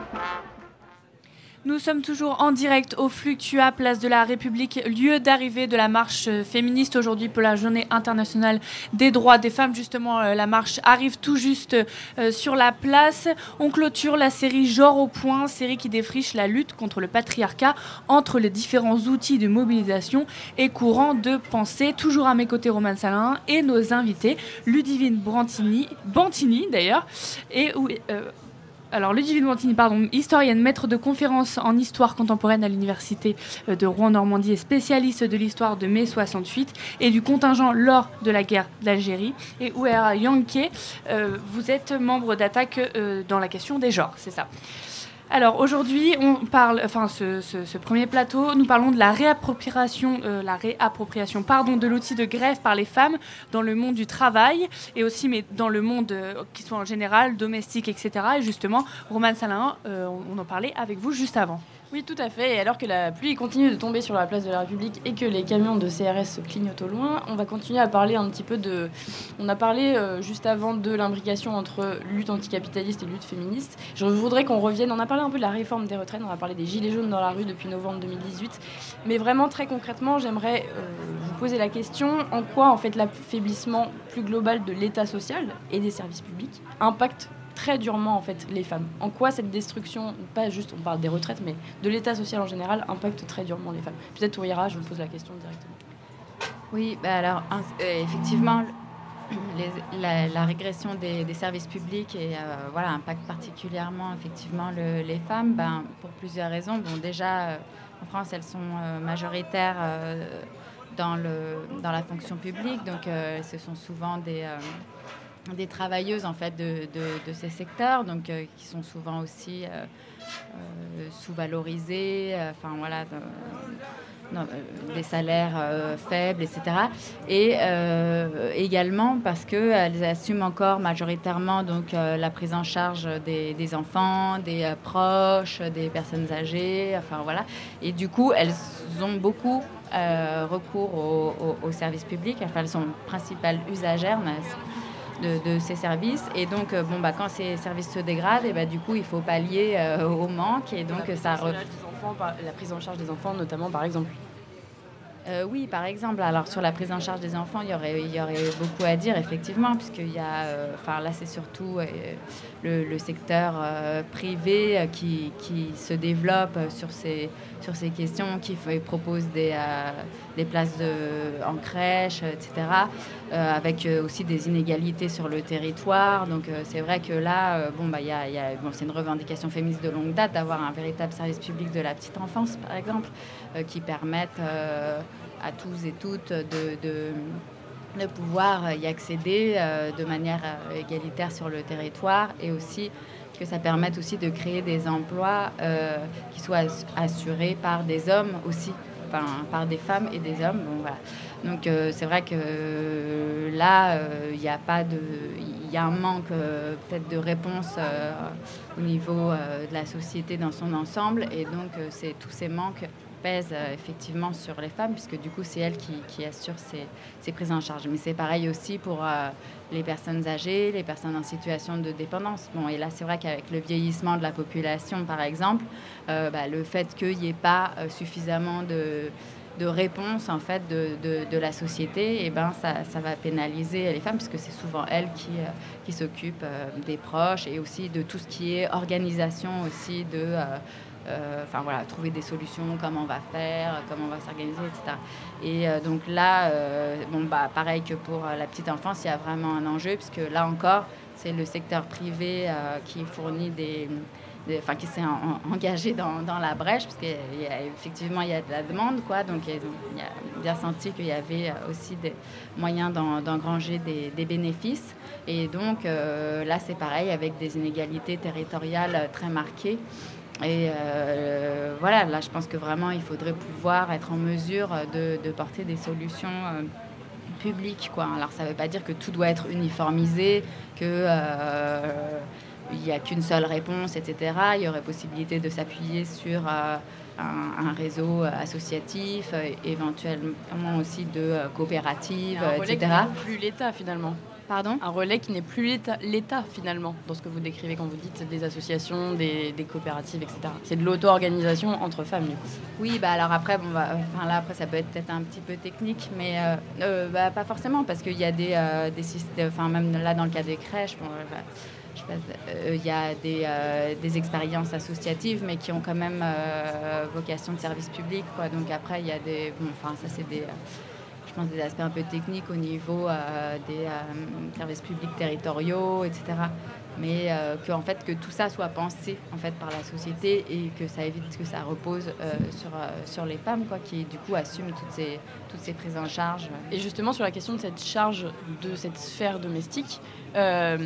S8: Nous sommes toujours en direct au Fluctua, place de la République, lieu d'arrivée de la marche féministe aujourd'hui pour la journée internationale des droits des femmes. Justement, la marche arrive tout juste sur la place. On clôture la série Genre au point, série qui défriche la lutte contre le patriarcat entre les différents outils de mobilisation et courants de pensée. Toujours à mes côtés, Romane Salin et nos invités, Ludivine Brantini, Bantini d'ailleurs, et euh, Alors, Ludivine Bantini, pardon, historienne, maître de conférences en histoire contemporaine à l'université de Rouen-Normandie et spécialiste de l'histoire de mai soixante-huit et du contingent lors de la guerre d'Algérie. Et Ouera Yanké, euh, vous êtes membre d'Attaque euh, dans la question des genres, c'est ça. Alors aujourd'hui, on parle, enfin ce, ce, ce premier plateau, nous parlons de la réappropriation, euh, la réappropriation, pardon, de l'outil de grève par les femmes dans le monde du travail et aussi, mais dans le monde euh, qui soit en général domestique, et cetera. Et justement, Romane Salin, euh, on, on en parlait avec vous juste avant.
S10: Oui, tout à fait. Et alors que la pluie continue de tomber sur la place de la République et que les camions de C R S se clignotent au loin, on va continuer à parler un petit peu de... On a parlé euh, juste avant de l'imbrication entre lutte anticapitaliste et lutte féministe. Je voudrais qu'on revienne... On a parlé un peu de la réforme des retraites, on a parlé des gilets jaunes dans la rue depuis novembre deux mille dix-huit. Mais vraiment, très concrètement, j'aimerais euh, vous poser la question en quoi, en fait, l'affaiblissement plus global de l'État social et des services publics impacte très durement en fait les femmes. En quoi cette destruction, pas juste on parle des retraites, mais de l'état social en général, impacte très durement les femmes. Peut-être Ouira, je vous pose la question directement.
S11: Oui, bah alors euh, effectivement, les, la, la régression des, des services publics et euh, voilà impacte particulièrement effectivement le, les femmes, ben, pour plusieurs raisons. Bon, déjà euh, en France, elles sont euh, majoritaires euh, dans le dans la fonction publique, donc euh, ce sont souvent des euh, des travailleuses en fait de, de, de ces secteurs, donc euh, qui sont souvent aussi euh, euh, sous-valorisées, enfin euh, voilà. De, Non, euh, des salaires euh, faibles, et cetera. Et euh, également parce qu'elles assument encore majoritairement donc, euh, la prise en charge des, des enfants, des euh, proches, des personnes âgées, enfin voilà. Et du coup, elles ont beaucoup euh, recours aux au, au services publics, enfin elles sont principales usagères de, de ces services. Et donc, euh, bon, bah, quand ces services se dégradent, et bah, du coup, il faut pallier euh, au manque. Et donc, ça... Re...
S10: La prise en charge des enfants, notamment, par exemple.
S11: Euh, oui, par exemple. Alors, sur la prise en charge des enfants, il y aurait, il y aurait beaucoup à dire, effectivement, puisqu'il y a... Euh, enfin, là, c'est surtout euh, le, le secteur euh, privé euh, qui, qui se développe sur ces, sur ces questions, qui fait, propose des, euh, des places de, en crèche, et cetera, euh, avec euh, aussi des inégalités sur le territoire. Donc, euh, c'est vrai que là, euh, bon, bah, y a, y a, bon, c'est une revendication féministe de longue date d'avoir un véritable service public de la petite enfance, par exemple, euh, qui permettent... Euh, à tous et toutes de, de, de pouvoir y accéder euh, de manière euh, égalitaire sur le territoire, et aussi que ça permette aussi de créer des emplois euh, qui soient assurés par des hommes aussi, enfin, par des femmes et des hommes. Bon, voilà. Donc euh, c'est vrai que euh, là, il euh, n'y a pas de... Il y a un manque euh, peut-être de réponse euh, au niveau euh, de la société dans son ensemble, et donc euh, c'est, tous ces manques pèse euh, effectivement sur les femmes, puisque du coup c'est elles qui, qui assurent ces, ces prises en charge. Mais c'est pareil aussi pour euh, les personnes âgées, les personnes en situation de dépendance. Bon, et là c'est vrai qu'avec le vieillissement de la population par exemple, euh, bah, le fait qu'il n'y ait pas euh, suffisamment de, de réponses en fait de, de, de la société, et ben ça, ça va pénaliser les femmes, puisque c'est souvent elles qui, euh, qui s'occupent euh, des proches, et aussi de tout ce qui est organisation aussi de... Euh, Enfin euh, voilà, trouver des solutions, comment on va faire, comment on va s'organiser, et cetera. Et euh, donc là, euh, bon, bah, pareil que pour euh, la petite enfance, il y a vraiment un enjeu, puisque là encore, c'est le secteur privé euh, qui fournit des... des enfin, qui s'est en, engagé dans, dans la brèche, parce qu'effectivement, il y a de la demande, quoi. Donc, il y a bien senti qu'il y avait aussi des moyens d'en, d'engranger des, des bénéfices. Et donc, euh, là, c'est pareil, avec des inégalités territoriales très marquées. Et euh, voilà, là, je pense que vraiment, il faudrait pouvoir être en mesure de, de porter des solutions euh, publiques, quoi. Alors, ça ne veut pas dire que tout doit être uniformisé, que... Euh, il n'y a qu'une seule réponse, et cetera. Il y aurait possibilité de s'appuyer sur euh, un, un réseau associatif, euh, éventuellement aussi de euh, coopératives,
S10: un relais
S11: et cetera.
S10: Qui n'est plus l'État, finalement.
S11: Pardon ?
S10: Un relais qui n'est plus l'État, l'État, finalement, dans ce que vous décrivez quand vous dites des associations, des, des coopératives, et cetera. C'est de l'auto-organisation entre femmes, du coup.
S11: Oui, bah alors après, bon, bah, enfin, là, après, ça peut être peut-être un petit peu technique, mais euh, euh, bah, pas forcément, parce qu'il y a des, euh, des systèmes, enfin, même là, dans le cas des crèches, bon, bah, il euh, y a des, euh, des expériences associatives, mais qui ont quand même euh, vocation de service public, quoi. Donc après, il y a des... Bon, enfin, ça, c'est des... Euh, je pense des aspects un peu techniques au niveau euh, des euh, services publics territoriaux, et cetera. Mais euh, que, en fait, que tout ça soit pensé en fait, par la société, et que ça évite que ça repose euh, sur, euh, sur les femmes, quoi, qui, du coup, assument toutes ces, toutes ces prises en charge.
S10: Et justement, sur la question de cette charge de cette sphère domestique... Euh,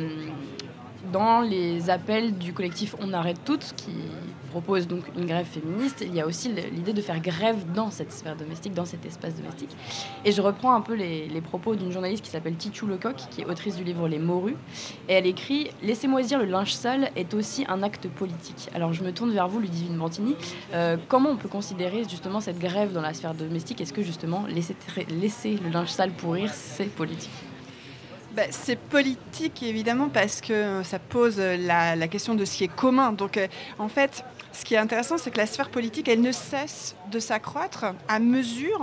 S10: Dans les appels du collectif On arrête toutes, qui propose donc une grève féministe, il y a aussi l'idée de faire grève dans cette sphère domestique, dans cet espace domestique. Et je reprends un peu les, les propos d'une journaliste qui s'appelle Tichou Lecoq, qui est autrice du livre Les Morues. Et elle écrit « Laisser moisir le linge sale est aussi un acte politique ». Alors je me tourne vers vous, Ludivine Bantini. Euh, comment on peut considérer justement cette grève dans la sphère domestique ? Est-ce que justement laisser, laisser le linge sale pourrir, c'est politique ?
S12: Ben, c'est politique, évidemment, parce que ça pose la, la question de ce qui est commun. Donc, euh, en fait, ce qui est intéressant, c'est que la sphère politique, elle ne cesse de s'accroître à mesure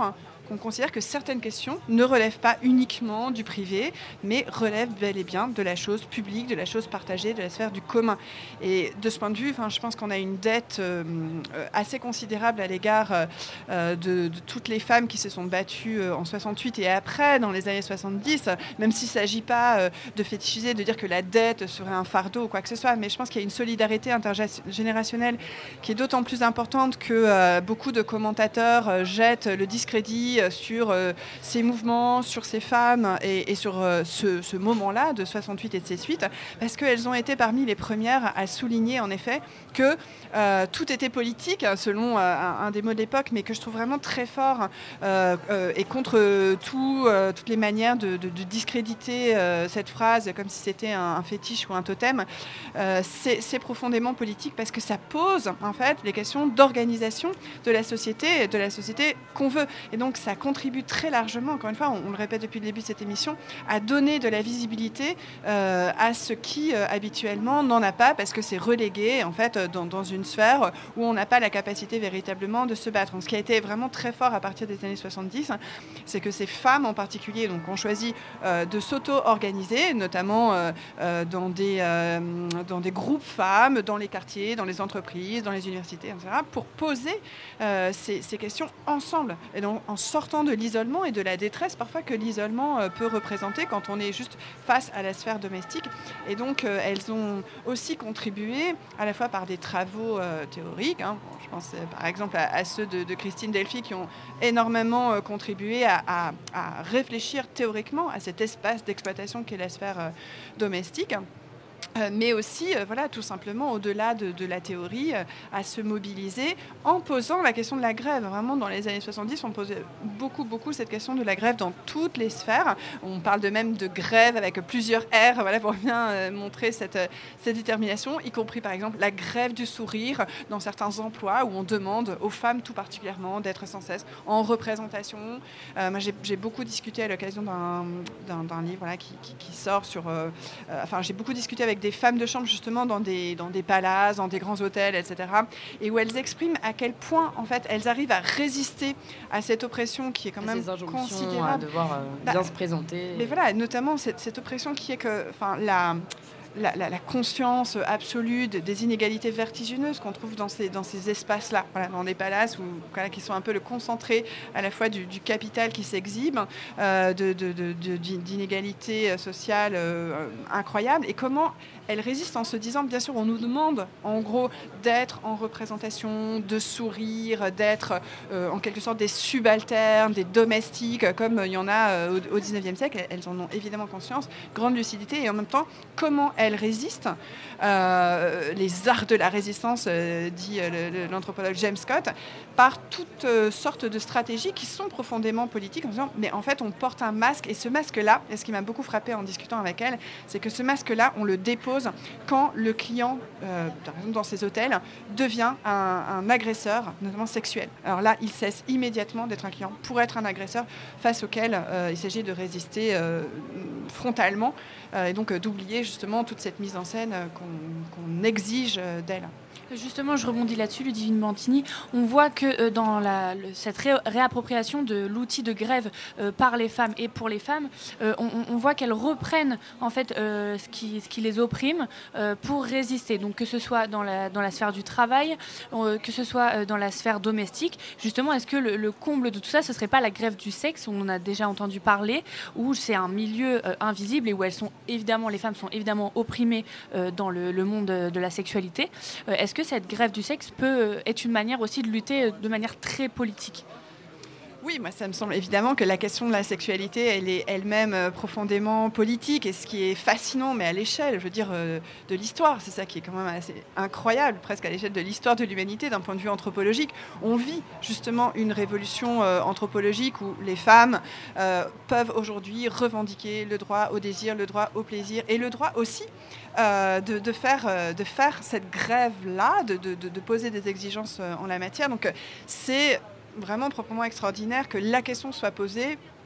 S12: qu'on considère que certaines questions ne relèvent pas uniquement du privé, mais relèvent bel et bien de la chose publique, de la chose partagée, de la sphère du commun. Et de ce point de vue, je pense qu'on a une dette euh, assez considérable à l'égard euh, de, de toutes les femmes qui se sont battues euh, en soixante-huit et après, dans les années soixante-dix, même s'il ne s'agit pas euh, de fétichiser, de dire que la dette serait un fardeau ou quoi que ce soit, mais je pense qu'il y a une solidarité intergénérationnelle qui est d'autant plus importante que euh, beaucoup de commentateurs euh, jettent le discrédit euh, sur euh, ces mouvements, sur ces femmes et, et sur euh, ce, ce moment-là de soixante-huit et de ses suites, parce qu'elles ont été parmi les premières à souligner en effet que euh, tout était politique, selon euh, un, un des mots de l'époque, mais que je trouve vraiment très fort euh, euh, et contre tout, euh, toutes les manières de, de, de discréditer euh, cette phrase comme si c'était un, un fétiche ou un totem. Euh, c'est, c'est profondément politique parce que ça pose en fait les questions d'organisation de la société, de la société qu'on veut. Et donc ça contribue très largement, encore une fois, on, on le répète depuis le début de cette émission, à donner de la visibilité euh, à ce qui euh, habituellement n'en a pas, parce que c'est relégué en fait dans, dans une sphère où on n'a pas la capacité véritablement de se battre. Donc, ce qui a été vraiment très fort à partir des années soixante-dix, c'est que ces femmes en particulier donc, ont choisi euh, de s'auto-organiser, notamment euh, euh, dans, des, euh, dans des groupes femmes, dans les quartiers, dans les entreprises, dans les universités, et cetera, pour poser euh, ces, ces questions ensemble. Et donc, en sortant de l'isolement et de la détresse parfois que l'isolement euh, peut représenter quand on est juste face à la sphère domestique. Et donc, euh, elles ont aussi contribué, à la fois par des travaux euh, théoriques, hein. Bon, je pense euh, par exemple à, à ceux de, de Christine Delphi qui ont énormément euh, contribué à, à, à réfléchir théoriquement à cet espace d'exploitation qu'est la sphère euh, domestique. Euh, mais aussi, euh, voilà, tout simplement, au-delà de, de la théorie, euh, à se mobiliser en posant la question de la grève. Vraiment, dans les années soixante-dix, on posait beaucoup, beaucoup cette question de la grève dans toutes les sphères. On parle de même de grève avec plusieurs R, voilà, pour bien euh, montrer cette, cette détermination, y compris, par exemple, la grève du sourire dans certains emplois où on demande aux femmes, tout particulièrement, d'être sans cesse en représentation. Euh, moi, j'ai, j'ai beaucoup discuté à l'occasion d'un, d'un, d'un livre voilà, qui, qui, qui sort sur... Euh, euh, enfin, j'ai beaucoup discuté avec des femmes de chambre justement dans des, dans des palaces, dans des grands hôtels, et cetera. Et où elles expriment à quel point en fait elles arrivent à résister à cette oppression qui est quand même considérable.
S10: À devoir euh,
S12: bah,
S10: bien se présenter.
S12: Mais voilà, notamment cette, cette oppression qui est que, enfin, la La, la, la conscience absolue de, des inégalités vertigineuses qu'on trouve dans ces, dans ces espaces-là, voilà, dans des palaces où, voilà, qui sont un peu le concentré à la fois du, du capital qui s'exhibe, euh, de, de, de, de, d'inégalités sociales euh, incroyables, et comment elles résistent en se disant, bien sûr, on nous demande en gros d'être en représentation, de sourire, d'être euh, en quelque sorte des subalternes, des domestiques, comme il y en a euh, au, au dix-neuvième siècle, elles en ont évidemment conscience, grande lucidité, et en même temps, comment elles résistent, euh, les arts de la résistance, euh, dit euh, le, l'anthropologue James Scott, par toutes euh, sortes de stratégies qui sont profondément politiques, en disant, mais en fait on porte un masque, et ce masque-là, et ce qui m'a beaucoup frappé en discutant avec elle, c'est que ce masque-là, on le dépose quand le client, euh, par exemple dans ces hôtels, devient un, un agresseur, notamment sexuel. Alors là, il cesse immédiatement d'être un client pour être un agresseur face auquel euh, il s'agit de résister euh, frontalement, euh, et donc euh, d'oublier justement toute cette mise en scène euh, qu'on, qu'on exige euh, d'elle.
S8: Justement, je rebondis là-dessus, Ludivine Bantini. On voit que euh, dans la, le, cette ré, réappropriation de l'outil de grève euh, par les femmes et pour les femmes, euh, on, on voit qu'elles reprennent en fait euh, ce, qui, ce qui les opprime euh, pour résister. Donc que ce soit dans la, dans la sphère du travail, euh, que ce soit euh, dans la sphère domestique. Justement, est-ce que le, le comble de tout ça, ce serait pas la grève du sexe, on en a déjà entendu parler, où c'est un milieu euh, invisible et où elles sont évidemment, les femmes sont évidemment opprimées euh, dans le, le monde de la sexualité. Euh, est-ce que cette grève du sexe peut être une manière aussi de lutter de manière très politique ?
S12: Oui, moi ça me semble évidemment que la question de la sexualité, elle est elle-même euh, profondément politique, et ce qui est fascinant, mais à l'échelle, je veux dire, euh, de l'histoire, c'est ça qui est quand même assez incroyable, presque à l'échelle de l'histoire de l'humanité, d'un point de vue anthropologique. On vit justement une révolution euh, anthropologique où les femmes euh, peuvent aujourd'hui revendiquer le droit au désir, le droit au plaisir, et le droit aussi euh, de, de, faire, euh, de faire cette grève-là, de, de, de poser des exigences euh, en la matière. Donc euh, c'est vraiment proprement extraordinaire que la question soit posée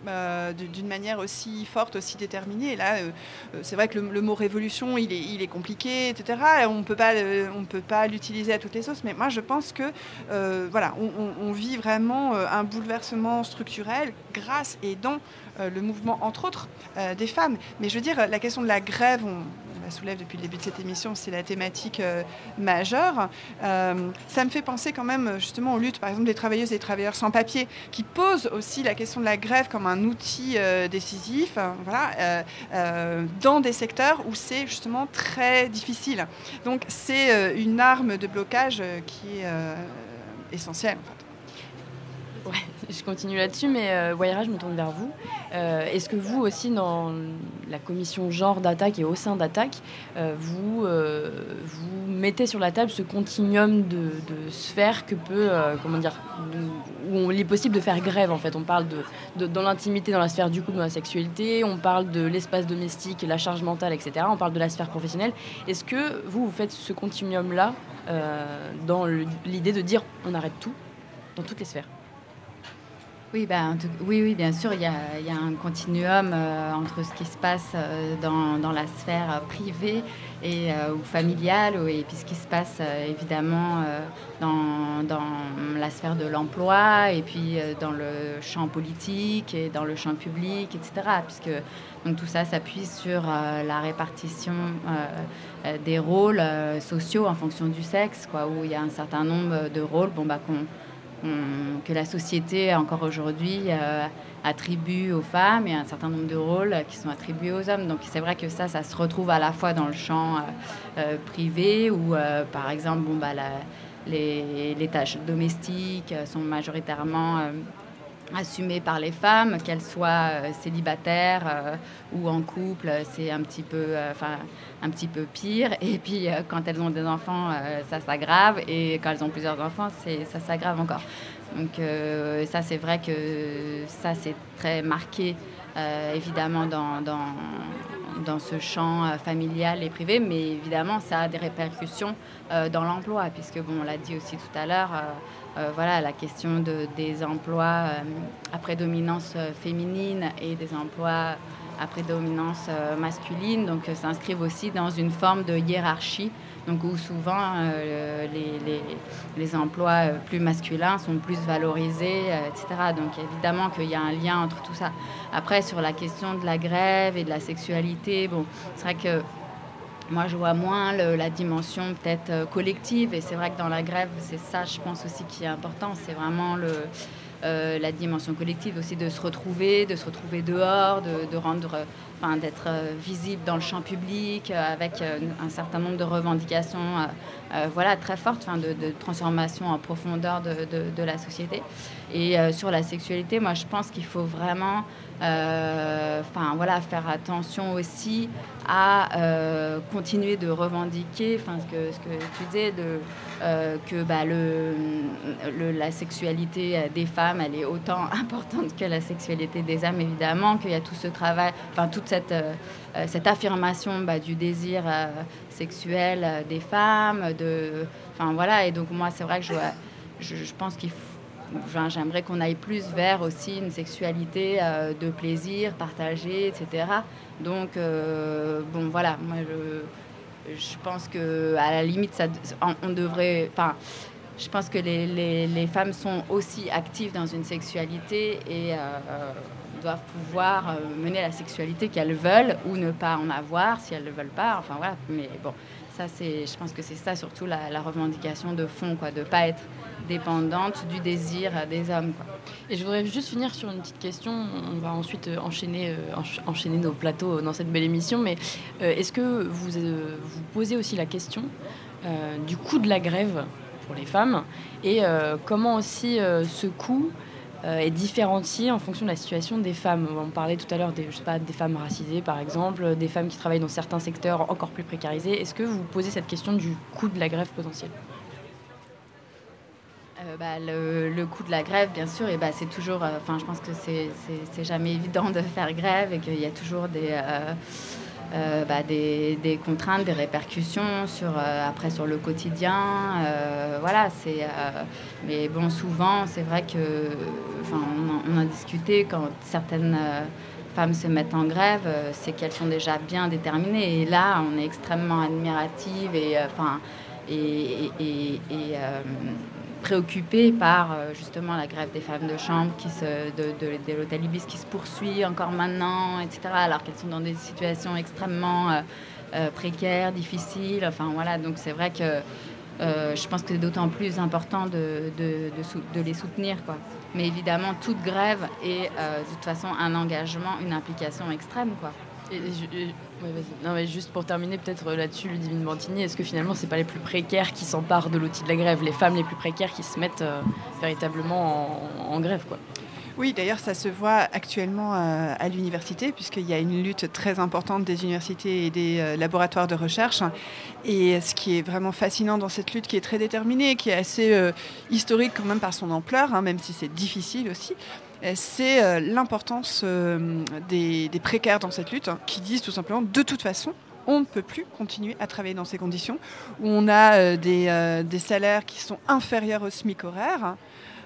S12: euh, d'une manière aussi forte, aussi déterminée. Et là, euh, c'est vrai que le, le mot révolution, il est, il est compliqué, et cetera. On peut pas, euh, on peut pas l'utiliser à toutes les sauces, mais moi, je pense que euh, voilà, on, on, on vit vraiment un bouleversement structurel grâce et dans euh, le mouvement, entre autres, euh, des femmes. Mais je veux dire, la question de la grève, on, on la soulève depuis le début de cette émission, c'est la thématique euh, majeure. Euh, ça me fait penser quand même justement aux luttes, par exemple, des travailleuses et des travailleurs sans papier, qui posent aussi la question de la grève comme un outil euh, décisif, euh, voilà, euh, euh, dans des secteurs où c'est justement très difficile. Donc c'est euh, une arme de blocage euh, qui est euh, essentielle, en fait.
S10: Ouais, je continue là-dessus, mais euh, Waira, je me tourne vers vous. Euh, est-ce que vous aussi, dans la commission genre d'Attaque et au sein d'Attaque, euh, vous, euh, vous mettez sur la table ce continuum de, de sphères que peut, euh, comment dire, où on, il est possible de faire grève, en fait. On parle de, de, dans l'intimité, dans la sphère du couple, dans la sexualité, on parle de l'espace domestique, la charge mentale, et cetera. On parle de la sphère professionnelle. Est-ce que vous, vous faites ce continuum-là euh, dans le, l'idée de dire on arrête tout, dans toutes les sphères ?
S11: Oui, ben, oui, oui, bien sûr, il y a, il y a un continuum euh, entre ce qui se passe euh, dans, dans la sphère privée et, euh, ou familiale, et puis ce qui se passe euh, évidemment euh, dans, dans la sphère de l'emploi, et puis euh, dans le champ politique et dans le champ public, et cetera. Puisque donc, tout ça s'appuie sur euh, la répartition euh, des rôles euh, sociaux en fonction du sexe, quoi, où il y a un certain nombre de rôles bon, bah, qu'on que la société, encore aujourd'hui, euh, attribue aux femmes, et un certain nombre de rôles qui sont attribués aux hommes. Donc c'est vrai que ça, ça se retrouve à la fois dans le champ euh, euh, privé, où, euh, par exemple, bon, bah, la, les, les tâches domestiques sont majoritairement euh, assumées par les femmes, qu'elles soient euh, célibataires euh, ou en couple, c'est un petit peu, euh, enfin, un petit peu pire. Et puis euh, quand elles ont des enfants, euh, ça s'aggrave, et quand elles ont plusieurs enfants, c'est, ça s'aggrave encore. Donc euh, ça, c'est vrai que ça, c'est très marqué, euh, évidemment, dans, dans, dans ce champ euh, familial et privé, mais évidemment, ça a des répercussions euh, dans l'emploi, puisque, bon, on l'a dit aussi tout à l'heure, euh, Euh, voilà, la question de, des emplois euh, à prédominance euh, féminine et des emplois à prédominance euh, masculine, donc euh, s'inscrivent aussi dans une forme de hiérarchie, donc où souvent euh, les, les, les emplois euh, plus masculins sont plus valorisés, euh, et cetera. Donc évidemment qu'il y a un lien entre tout ça. Après, sur la question de la grève et de la sexualité, bon, c'est vrai que moi, je vois moins le, la dimension peut-être euh, collective, et c'est vrai que dans la grève, c'est ça, je pense aussi, qui est important. C'est vraiment le, euh, la dimension collective aussi, de se retrouver, de se retrouver dehors, de, de rendre, enfin, d'être euh, visible dans le champ public, euh, avec euh, un certain nombre de revendications, euh, euh, voilà, très fortes, enfin, de, de transformation en profondeur de, de, de la société. Et euh, sur la sexualité, moi, je pense qu'il faut vraiment, euh, enfin, voilà, faire attention aussi à euh, continuer de revendiquer, enfin, ce que, ce que tu disais, de, euh, que bah, le, le, la sexualité des femmes, elle est autant importante que la sexualité des hommes, évidemment, qu'il y a tout ce travail, enfin, toute cette, euh, cette affirmation bah, du désir euh, sexuel euh, des femmes, de, enfin, voilà, et donc moi, c'est vrai que je, je, je pense qu'il faut, Enfin, j'aimerais qu'on aille plus vers aussi une sexualité euh, de plaisir, partagée, et cetera. Donc, euh, bon, voilà, moi, je, je pense qu'à la limite, ça, on devrait... Enfin, je pense que les, les, les femmes sont aussi actives dans une sexualité et euh, doivent pouvoir euh, mener la sexualité qu'elles veulent ou ne pas en avoir si elles ne le veulent pas. Enfin, voilà, mais bon, ça, c'est, je pense que c'est ça surtout la, la revendication de fond, quoi, de ne pas être dépendante du désir des hommes, quoi.
S10: Et je voudrais juste finir sur une petite question. On va ensuite enchaîner, euh, enchaîner nos plateaux dans cette belle émission. Mais euh, est-ce que vous euh, vous posez aussi la question euh, du coût de la grève pour les femmes et euh, comment aussi euh, ce coût euh, est différencié en fonction de la situation des femmes? On parlait tout à l'heure des, je sais pas, des femmes racisées, par exemple, des femmes qui travaillent dans certains secteurs encore plus précarisés. Est-ce que vous posez cette question du coût de la grève potentielle?
S11: Euh, bah, le, le coût de la grève, bien sûr, et bah, c'est toujours, enfin, euh, je pense que c'est, c'est, c'est jamais évident de faire grève et qu'il y a toujours des, euh, euh, bah, des, des contraintes, des répercussions sur, euh, après sur le quotidien. Euh, voilà, c'est, euh, mais bon, souvent, c'est vrai que, enfin, on, on a discuté quand certaines euh, femmes se mettent en grève, euh, c'est qu'elles sont déjà bien déterminées. Et là, on est extrêmement admirative et, enfin, euh, et, et, et, et euh, préoccupée par euh, justement la grève des femmes de chambre qui se, de, de, de l'hôtel Ibis qui se poursuit encore maintenant, et cetera. Alors qu'elles sont dans des situations extrêmement euh, euh, précaires, difficiles. Enfin voilà, donc c'est vrai que euh, je pense que c'est d'autant plus important de, de, de, sou- de les soutenir, quoi. Mais évidemment, toute grève est euh, de toute façon un engagement, une implication extrême, quoi.
S10: Et, et, et, ouais, vas-y. Non, mais juste pour terminer peut-être là-dessus, Ludivine Bantigny, est-ce que finalement c'est pas les plus précaires qui s'emparent de l'outil de la grève, les femmes les plus précaires qui se mettent euh, véritablement en, en grève, quoi?
S12: Oui, d'ailleurs, ça se voit actuellement à, à l'université, puisqu'il y a une lutte très importante des universités et des euh, laboratoires de recherche. Et ce qui est vraiment fascinant dans cette lutte, qui est très déterminée, qui est assez euh, historique quand même par son ampleur, hein, même si c'est difficile aussi, c'est euh, l'importance euh, des, des précaires dans cette lutte, hein, qui disent tout simplement, de toute façon, on ne peut plus continuer à travailler dans ces conditions, où on a euh, des, euh, des salaires qui sont inférieurs au SMIC horaire, hein.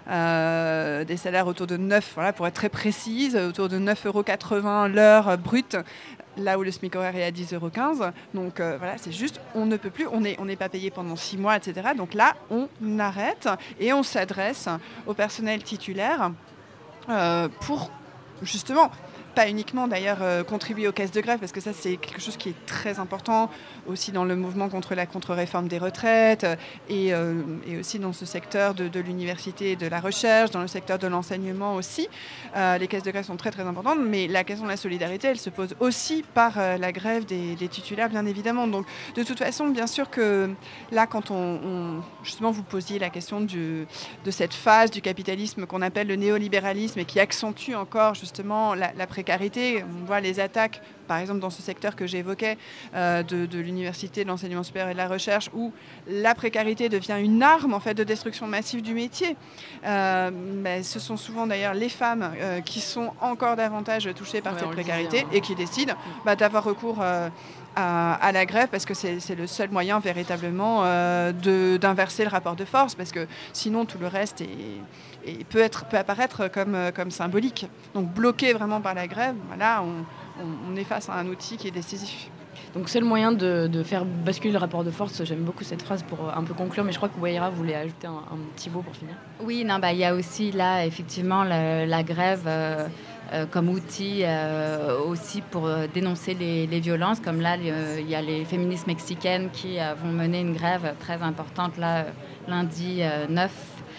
S12: Euh, des salaires autour de neuf, voilà, pour être très précise, autour de neuf euros quatre-vingts l'heure brute, là où le SMIC horaire est à dix euros quinze. Donc euh, voilà, c'est juste, on ne peut plus, on n'est on n'est pas payé pendant six mois, et cetera. Donc là, on arrête et on s'adresse au personnel titulaire euh, pour justement, pas uniquement d'ailleurs euh, contribuer aux caisses de grève, parce que ça c'est quelque chose qui est très important aussi dans le mouvement contre la contre-réforme des retraites euh, et, euh, et aussi dans ce secteur de, de l'université et de la recherche, dans le secteur de l'enseignement aussi. Euh, les caisses de grève sont très très importantes, mais la question de la solidarité, elle se pose aussi par euh, la grève des, des titulaires, bien évidemment. Donc de toute façon, bien sûr que là, quand on, on justement vous posiez la question du, de cette phase du capitalisme qu'on appelle le néolibéralisme et qui accentue encore justement la, la précarité, on voit les attaques, par exemple dans ce secteur que j'évoquais, euh, de, de l'université, de l'enseignement supérieur et de la recherche, où la précarité devient une arme en fait de destruction massive du métier. Euh, ben, ce sont souvent d'ailleurs les femmes euh, qui sont encore davantage touchées par ouais, cette précarité disait, hein. et qui décident bah, d'avoir recours euh, à, à la grève parce que c'est, c'est le seul moyen véritablement euh, de, d'inverser le rapport de force, parce que sinon tout le reste est, est, peut, être, peut apparaître comme, comme symbolique. Donc bloqué vraiment par la grève, voilà, on, on, on est face à un outil qui est décisif.
S10: Donc c'est le moyen de, de faire basculer le rapport de force. J'aime beaucoup cette phrase pour un peu conclure, mais je crois que Waira voulait ajouter un, un petit mot pour finir.
S11: Oui, non, bah, y a aussi là effectivement la, la grève euh, euh, comme outil euh, aussi pour euh, dénoncer les, les violences. Comme là, il euh, y a les féministes mexicaines qui euh, vont mener une grève très importante là, lundi euh, neuf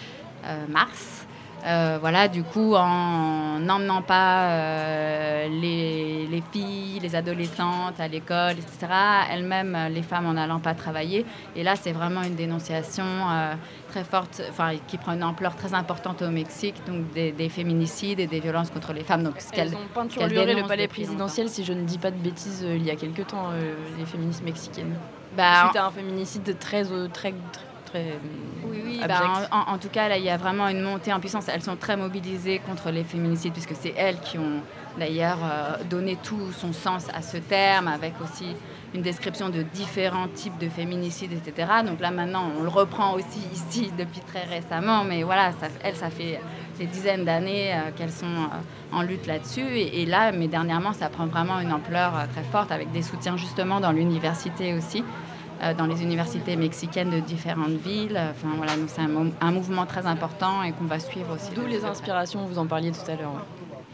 S11: mars. Euh, voilà, du coup, en n'emmenant pas euh, les, les filles, les adolescentes à l'école, et cetera, elles-mêmes, les femmes en n'allant pas travailler. Et là, c'est vraiment une dénonciation euh, très forte, enfin, qui prend une ampleur très importante au Mexique, donc des, des féminicides et des violences contre les femmes. Donc, ce
S10: Elles ont peinturluré le palais présidentiel, si je ne dis pas de bêtises, euh, il y a quelque temps, euh, les féministes mexicaines. Bah, suite en... à un féminicide très... Euh, très, très
S11: Oui, oui bah en, en, en tout cas, là, il y a vraiment une montée en puissance. Elles sont très mobilisées contre les féminicides, puisque c'est elles qui ont d'ailleurs euh, donné tout son sens à ce terme, avec aussi une description de différents types de féminicides, et cetera. Donc là, maintenant, on le reprend aussi ici depuis très récemment, mais voilà, ça, elles, ça fait des dizaines d'années euh, qu'elles sont euh, en lutte là-dessus. Et, et là, mais dernièrement, ça prend vraiment une ampleur euh, très forte, avec des soutiens justement dans l'université aussi. Dans les universités mexicaines de différentes villes. Enfin, voilà, donc c'est un, un mouvement très important et qu'on va suivre aussi.
S10: D'où les inspirations, vous en parliez tout à l'heure. Ouais.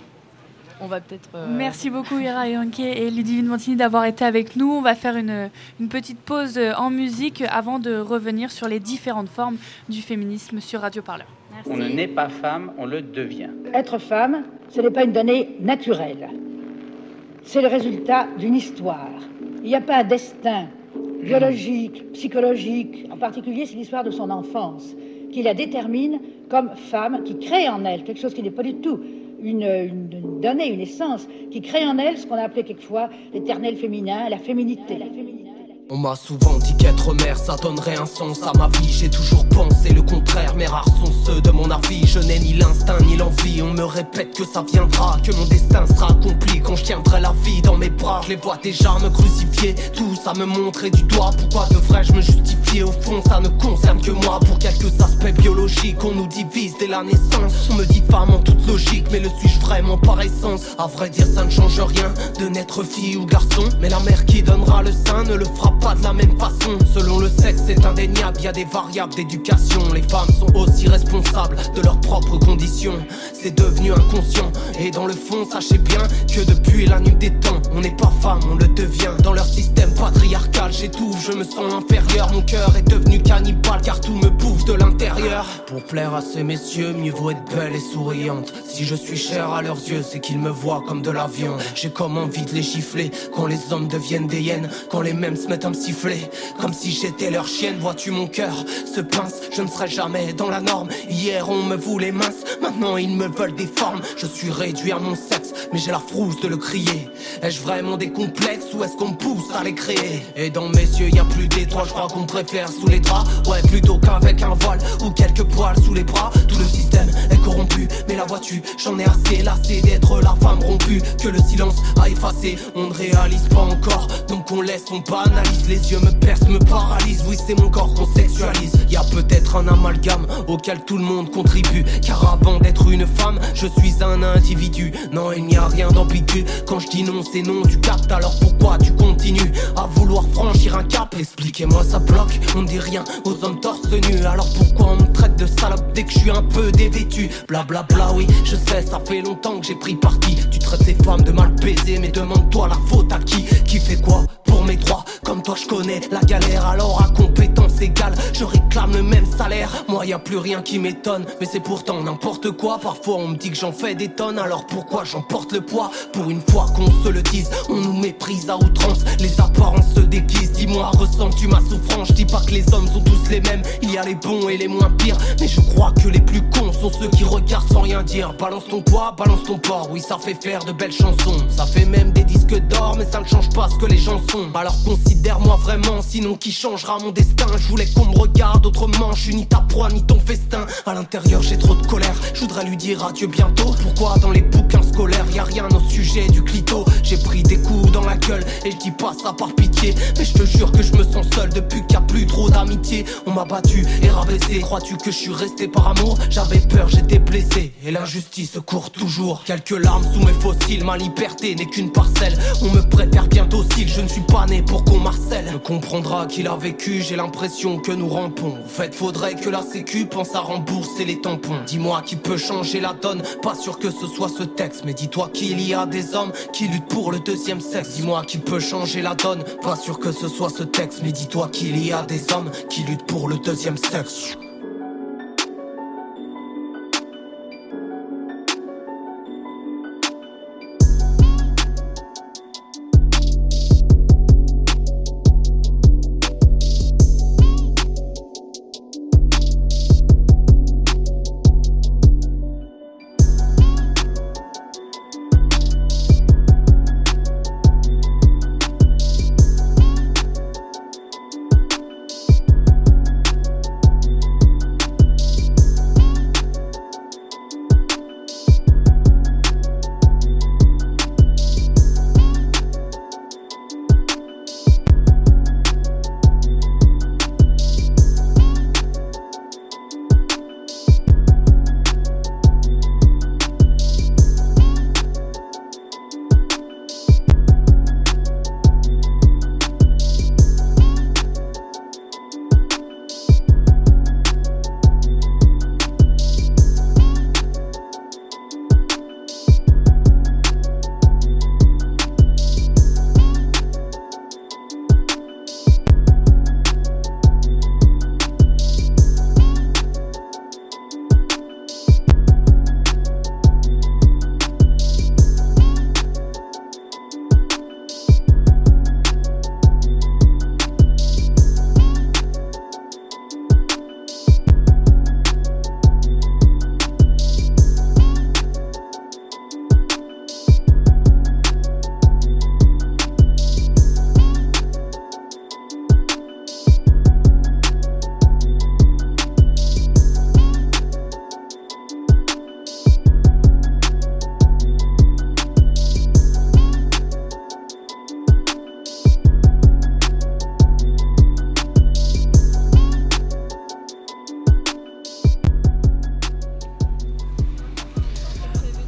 S10: On va peut-être... Euh...
S8: Merci beaucoup Ira Yankee et Ludivine Bantigny d'avoir été avec nous. On va faire une, une petite pause en musique avant de revenir sur les différentes formes du féminisme sur Radio Parleur.
S16: Merci. On ne naît pas femme, on le devient.
S17: Être femme, ce n'est pas une donnée naturelle. C'est le résultat d'une histoire. Il n'y a pas un destin biologique, psychologique, en particulier c'est l'histoire de son enfance, qui la détermine comme femme, qui crée en elle quelque chose qui n'est pas du tout une, une, une donnée, une essence, qui crée en elle ce qu'on a appelé quelquefois l'éternel féminin, la féminité. La féminité.
S18: On m'a souvent dit qu'être mère ça donnerait un sens à ma vie. J'ai toujours pensé le contraire, mais rares sont ceux de mon la vie. Je n'ai ni l'instinct ni l'envie. On me répète que ça viendra, que mon destin sera accompli quand je tiendrai la vie dans mes bras. Je les vois déjà me crucifier, tous à me montrer du doigt. Pourquoi devrais-je me justifier? Au fond ça ne concerne que moi. Pour quelques aspects biologiques on nous divise dès la naissance. On me dit femme en toute logique, mais le suis-je vraiment par essence? À vrai dire ça ne change rien de naître fille ou garçon, mais la mère qui donnera le sein ne le fera pas de la même façon. Selon le sexe c'est indéniable, y a des variables d'éducation. Les femmes sont aussi responsables de leurs propres conditions. C'est devenu inconscient, et dans le fond sachez bien que depuis la nuit des temps on n'est pas femme, on le devient. Dans leur système patriarcal j'étouffe, je me sens inférieur. Mon cœur est devenu cannibale car tout me bouffe de l'intérieur. Pour plaire à ces messieurs, mieux vaut être belle et souriante. Si je suis cher à leurs yeux, c'est qu'ils me voient comme de la viande. J'ai comme envie de les gifler quand les hommes deviennent des hyènes, quand les mêmes se mettent à me siffler comme si j'étais leur chienne. Vois-tu mon cœur se pince, je ne serai jamais dans la norme. Hier on me voulait mince, maintenant ils me veulent des formes. Je suis réduit à mon sexe, mais j'ai la frousse de le crier. Ai-je vraiment des complexes ou est-ce qu'on me pousse à les créer? Et dans mes yeux y a plus d'étoiles, je crois qu'on préfère sous les draps. Ouais, plutôt qu'avec un voile ou quelques poils sous les bras. Tout le système est corrompu, mais la vois-tu, j'en ai assez lassé d'être la femme rompue que le silence a effacé. On ne réalise pas encore, donc on laisse, on banalise. Les yeux me percent, me paralysent, oui c'est mon corps qu'on sexualise. Y a peut-être un amalgame auquel tout le monde contribue, car avant d'être une femme, je suis un individu. Non, il n'y a rien d'ambigu, quand je dis non c'est non, tu captes. Alors pourquoi tu continues à vouloir franchir un cap? Expliquez-moi ça bloque, on ne dit rien aux hommes torse nu. Alors pourquoi on me traite de salope dès que je suis un peu dévêtu? Blablabla, bla bla, oui je sais ça fait longtemps que j'ai pris parti. Tu traites les femmes de mal baisées, mais demande-toi la faute à qui? Qui fait quoi pour mes droits? Comme toi je connais la galère, alors à compétence égale je réclame le même salaire. Moi y a plus rien qui m'étonne, mais c'est pourtant n'importe quoi. Parfois on me dit que j'en fais des tonnes, alors pourquoi j'en porte le poids? Pour une fois qu'on se le dise, on nous méprise à outrance. Les apparences se déguisent, dis-moi ressens-tu ma souffrance? Je dis pas que les hommes sont tous les mêmes, il y a les bons et les moins pires, mais je crois que les plus cons sont ceux qui regardent sans rien dire. Balance ton poids, balance ton porc, oui ça fait faire de belles chansons. Ça fait même des disques d'or, mais ça ne change pas ce que les gens sont. Alors considère-moi vraiment, sinon qui changera mon destin? Je voulais qu'on me regarde autrement, je suis ni ta proie ni ton festin. À l'intérieur j'ai trop de colère, je voudrais lui dire adieu bientôt. Pourquoi dans les bouquins scolaires y a rien au sujet du clito? J'ai pris des coups dans la gueule et je dis pas ça par pitié, mais je te jure que je me sens seul depuis qu'il y a plus trop d'amitié. On m'a battu et rabaissé, crois-tu que je suis resté par amour? J'avais peur, j'étais blessé et l'injustice court toujours. Quelques larmes sous mes fossiles, ma liberté n'est qu'une parcelle. On me préfère bien docile, je ne suis pas né pour qu'on marcelle. Me comprendra qu'il a vécu, j'ai l'impression que nous rampons. En fait faudrait que la sécu pense à rembourser les tampons. Dis-moi qui peut changer la donne, pas sûr que ce soit ce texte, mais dis-toi qu'il y a des hommes qui luttent pour le deuxième sexe. Dis-moi qui peut changer la donne, pas sûr que ce soit ce texte, mais dis-toi qu'il y a des hommes qui luttent pour le deuxième sexe.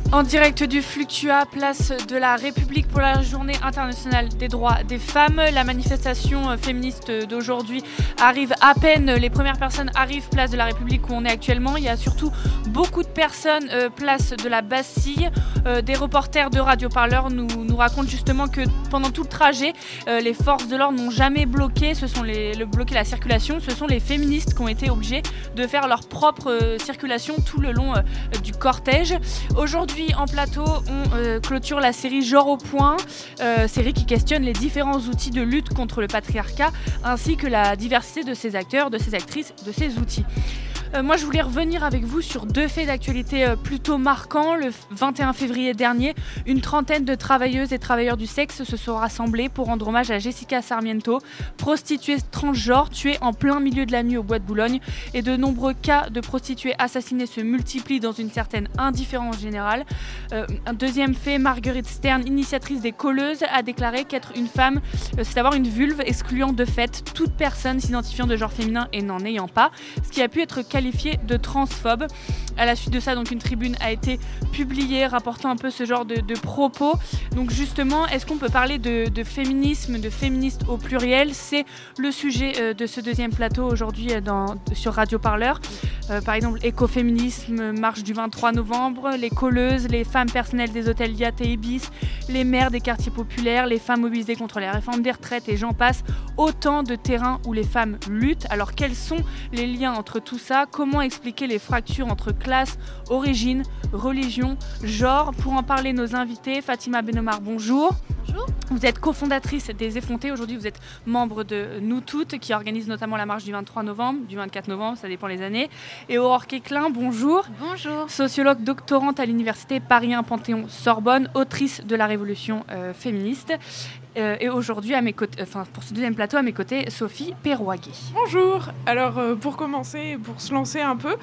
S8: En direct du Fluctua, place de la République pour la Journée internationale des droits des femmes. La manifestation féministe d'aujourd'hui arrive à peine. Les premières personnes arrivent place de la République où on est actuellement. Il y a surtout beaucoup de personnes euh, place de la Bastille. Euh, des reporters de Radio Parleur nous, nous racontent justement que pendant tout le trajet, euh, les forces de l'ordre n'ont jamais bloqué, ce sont les, le, bloqué la circulation. Ce sont les féministes qui ont été obligées de faire leur propre euh, circulation tout le long euh, du cortège. Aujourd'hui, en plateau, on euh, clôture la série Genre au point, euh, série qui questionne les différents outils de lutte contre le patriarcat ainsi que la diversité de ses acteurs, de ses actrices, de ses outils. Euh, moi, je voulais revenir avec vous sur deux faits d'actualité euh, plutôt marquants. Le vingt et un février dernier, une trentaine de travailleuses et travailleurs du sexe se sont rassemblés pour rendre hommage à Jessica Sarmiento, prostituée transgenre tuée en plein milieu de la nuit au Bois de Boulogne. Et de nombreux cas de prostituées assassinées se multiplient dans une certaine indifférence générale. Euh, un deuxième fait, Marguerite Stern, initiatrice des Colleuses, a déclaré qu'être une femme, euh, c'est avoir une vulve, excluant de fait toute personne s'identifiant de genre féminin et n'en ayant pas, ce qui a pu être qualifié de transphobe. À la suite de ça, donc, une tribune a été publiée rapportant un peu ce genre de, de propos. Donc justement, est-ce qu'on peut parler de, de féminisme, de féministes au pluriel ? C'est le sujet euh, de ce deuxième plateau aujourd'hui euh, dans, sur Radio Parleur. Euh, par exemple, écoféminisme, marche du vingt-trois novembre, les colleuses, les femmes personnelles des hôtels Hyatt et Ibis, les maires des quartiers populaires, les femmes mobilisées contre les réformes des retraites et j'en passe. Autant de terrains où les femmes luttent. Alors quels sont les liens entre tout ça ? Comment expliquer les fractures entre classe, origine, religion, genre ? Pour en parler, nos invités, Fatima Benomar, bonjour.
S19: Bonjour.
S8: Vous êtes cofondatrice des Effrontés. Aujourd'hui, vous êtes membre de Nous Toutes, qui organise notamment la marche du vingt-trois novembre, du vingt-quatre novembre, ça dépend les années. Et Aurore Quéclin, bonjour.
S19: Bonjour.
S8: Sociologue doctorante à l'université Paris un Panthéon-Sorbonne, autrice de la Révolution euh, féministe. Euh, et aujourd'hui, à mes côtés, enfin, pour ce deuxième plateau, à mes côtés, Sophie Perroguet.
S20: Bonjour. Alors, euh, pour commencer, pour se lancer un peu,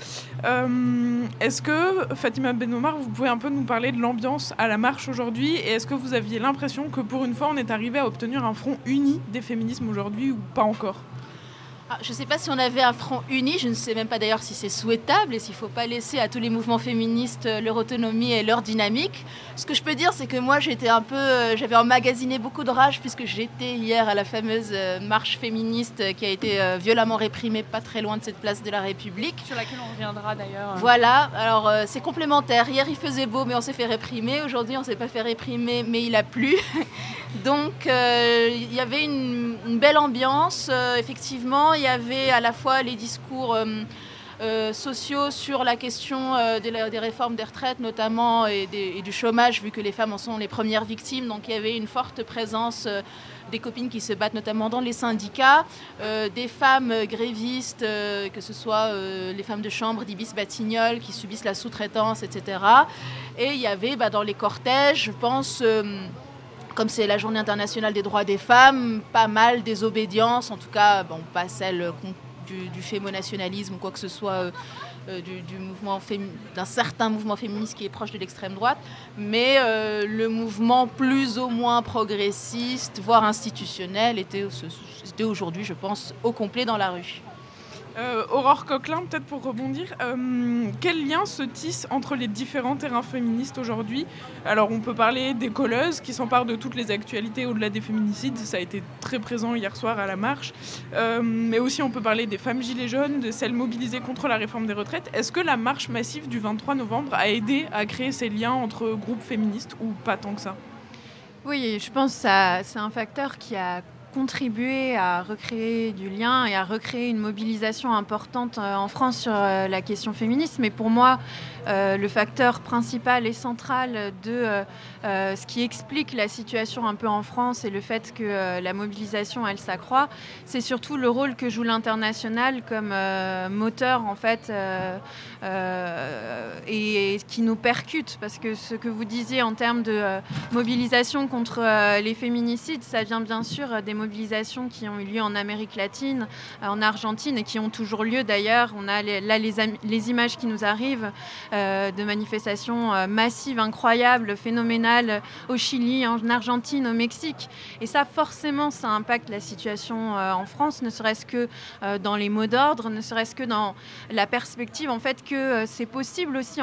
S20: euh, est-ce que, Fatima Benomar, vous pouvez un peu nous parler de l'ambiance à la marche aujourd'hui ? Et est-ce que vous aviez l'impression que pour une fois, on est arrivé à obtenir un front uni des féminismes aujourd'hui ou pas encore ?
S19: Ah, je ne sais pas si on avait un front uni, je ne sais même pas d'ailleurs si c'est souhaitable et s'il ne faut pas laisser à tous les mouvements féministes leur autonomie et leur dynamique. Ce que je peux dire, c'est que moi, j'étais un peu, euh, j'avais emmagasiné beaucoup de rage puisque j'étais hier à la fameuse euh, marche féministe qui a été euh, violemment réprimée pas très loin de cette place de la République.
S8: Sur laquelle on reviendra d'ailleurs.
S19: Voilà, alors euh, c'est complémentaire. Hier, il faisait beau, mais on s'est fait réprimer. Aujourd'hui, on ne s'est pas fait réprimer, mais il a plu. Donc, il euh, y avait une, une belle ambiance, euh, effectivement. Il y avait à la fois les discours euh, euh, sociaux sur la question euh, des, des réformes des retraites notamment et, des, et du chômage, vu que les femmes en sont les premières victimes. Donc il y avait une forte présence euh, des copines qui se battent notamment dans les syndicats, euh, des femmes grévistes, euh, que ce soit euh, les femmes de chambre d'Ibis Batignolles qui subissent la sous-traitance, et cetera. Et il y avait bah, dans les cortèges, je pense... Euh, Comme c'est la Journée internationale des droits des femmes, pas mal désobédience, en tout cas, bon, pas celle du, du fémonationalisme ou quoi que ce soit, euh, du, du mouvement fémi- d'un certain mouvement féministe qui est proche de l'extrême droite, mais euh, le mouvement plus ou moins progressiste, voire institutionnel, était, était aujourd'hui, je pense, au complet dans la rue.
S20: Euh, Aurore Coquelin, peut-être pour rebondir, euh, quel lien se tisse entre les différents terrains féministes aujourd'hui ? Alors on peut parler des colleuses qui s'emparent de toutes les actualités au-delà des féminicides, ça a été très présent hier soir à la marche, euh, mais aussi on peut parler des femmes gilets jaunes, de celles mobilisées contre la réforme des retraites. Est-ce que la marche massive du vingt-trois novembre a aidé à créer ces liens entre groupes féministes ou pas tant que ça ?
S10: Oui, je pense que ça, c'est un facteur qui a contribuer à recréer du lien et à recréer une mobilisation importante en France sur la question féministe. Mais pour moi, euh, le facteur principal et central de euh, euh, ce qui explique la situation un peu en France et le fait que euh, la mobilisation, elle s'accroît, c'est surtout le rôle que joue l'international comme euh, moteur, en fait, euh, euh, et, et qui nous percute. Parce que ce que vous disiez en termes de euh, mobilisation contre euh, les féminicides, ça vient bien sûr des mobilisations qui ont eu lieu en Amérique latine, en Argentine et qui ont toujours lieu d'ailleurs. On a les, là les, les images qui nous arrivent euh, de manifestations euh, massives, incroyables, phénoménales au Chili, en Argentine, au Mexique. Et ça, forcément, ça impacte la situation euh, en France, ne serait-ce que euh, dans les mots d'ordre, ne serait-ce que dans la perspective en fait que euh, c'est possible aussi en France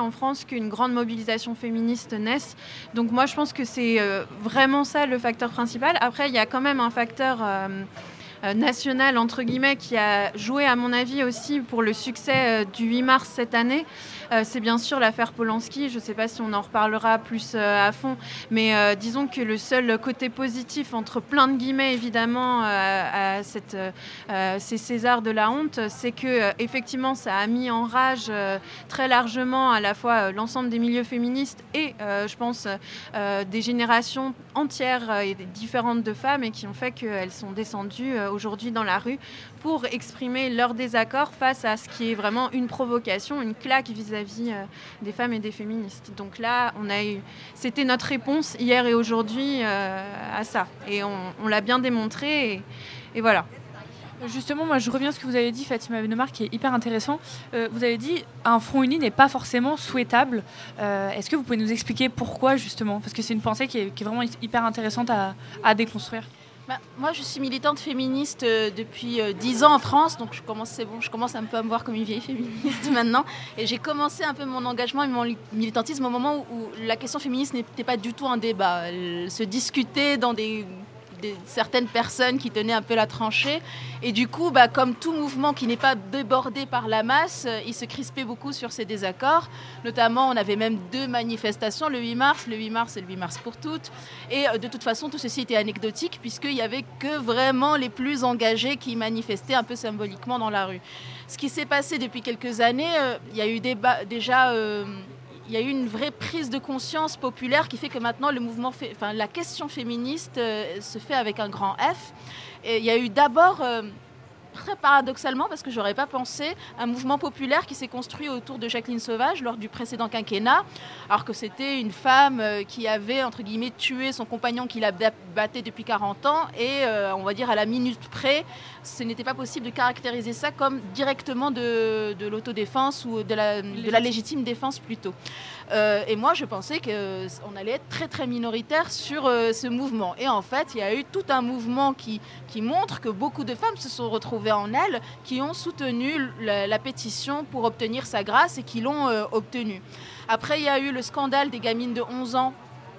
S21: ce qu'une grande mobilisation féministe naisse. Donc moi, je pense que c'est euh, vraiment ça le facteur principal. Après, il y a quand même un facteur euh, euh, national, entre guillemets, qui a joué, à mon avis, aussi pour le succès euh, du huit mars cette année. Euh, c'est bien sûr l'affaire Polanski. Je ne sais pas si on en reparlera plus euh, à fond, mais euh, disons que le seul côté positif, entre plein de guillemets évidemment, euh, à cette, euh, ces Césars de la honte, c'est que euh, effectivement ça a mis en rage euh, très largement à la fois euh, l'ensemble des milieux féministes et euh, je pense euh, des générations entières euh, et différentes de femmes, et qui ont fait qu'elles sont descendues euh, aujourd'hui dans la rue pour exprimer leur désaccord face à ce qui est vraiment une provocation, une claque vis-à-vis euh, des femmes et des féministes. Donc là, on a eu, c'était notre réponse hier et aujourd'hui euh, à ça. Et on, on l'a bien démontré. Et, et voilà.
S8: Justement, moi je reviens à ce que vous avez dit, Fatima Benomar, qui est hyper intéressant. Euh, vous avez dit un front uni n'est pas forcément souhaitable. Euh, est-ce que vous pouvez nous expliquer pourquoi, justement ? Parce que c'est une pensée qui est, qui est vraiment hyper intéressante à, à déconstruire.
S19: Bah, moi, je suis militante féministe euh, depuis euh, dix ans en France, donc je commence, c'est bon, je commence un peu à me voir comme une vieille féministe maintenant. Et j'ai commencé un peu mon engagement et mon militantisme au moment où, où la question féministe n'était pas du tout un débat. Elle se discutait dans des... Des, certaines personnes qui tenaient un peu la tranchée, et du coup bah, comme tout mouvement qui n'est pas débordé par la masse, euh, il se crispait beaucoup sur ces désaccords. Notamment, on avait même deux manifestations le huit mars, le huit mars et le huit mars pour toutes, et euh, de toute façon tout ceci était anecdotique puisqu'il n'y avait que vraiment les plus engagés qui manifestaient un peu symboliquement dans la rue. Ce qui s'est passé depuis quelques années, euh, il y a eu débat, déjà euh, il y a eu une vraie prise de conscience populaire qui fait que maintenant le mouvement, fait, enfin, la question féministe euh, se fait avec un grand F. Et il y a eu d'abord, euh, très paradoxalement, parce que je n'aurais pas pensé, un mouvement populaire qui s'est construit autour de Jacqueline Sauvage lors du précédent quinquennat, alors que c'était une femme euh, qui avait, entre guillemets, tué son compagnon qui la battait depuis quarante ans, et euh, on va dire à la minute près, ce n'était pas possible de caractériser ça comme directement de, de l'autodéfense ou de la, de la légitime défense plutôt. Euh, et moi, je pensais qu'on allait être très très minoritaire sur euh, ce mouvement. Et en fait, il y a eu tout un mouvement qui, qui montre que beaucoup de femmes se sont retrouvées en elle, qui ont soutenu la, la pétition pour obtenir sa grâce et qui l'ont euh, obtenue. Après, il y a eu le scandale des gamines de onze ans,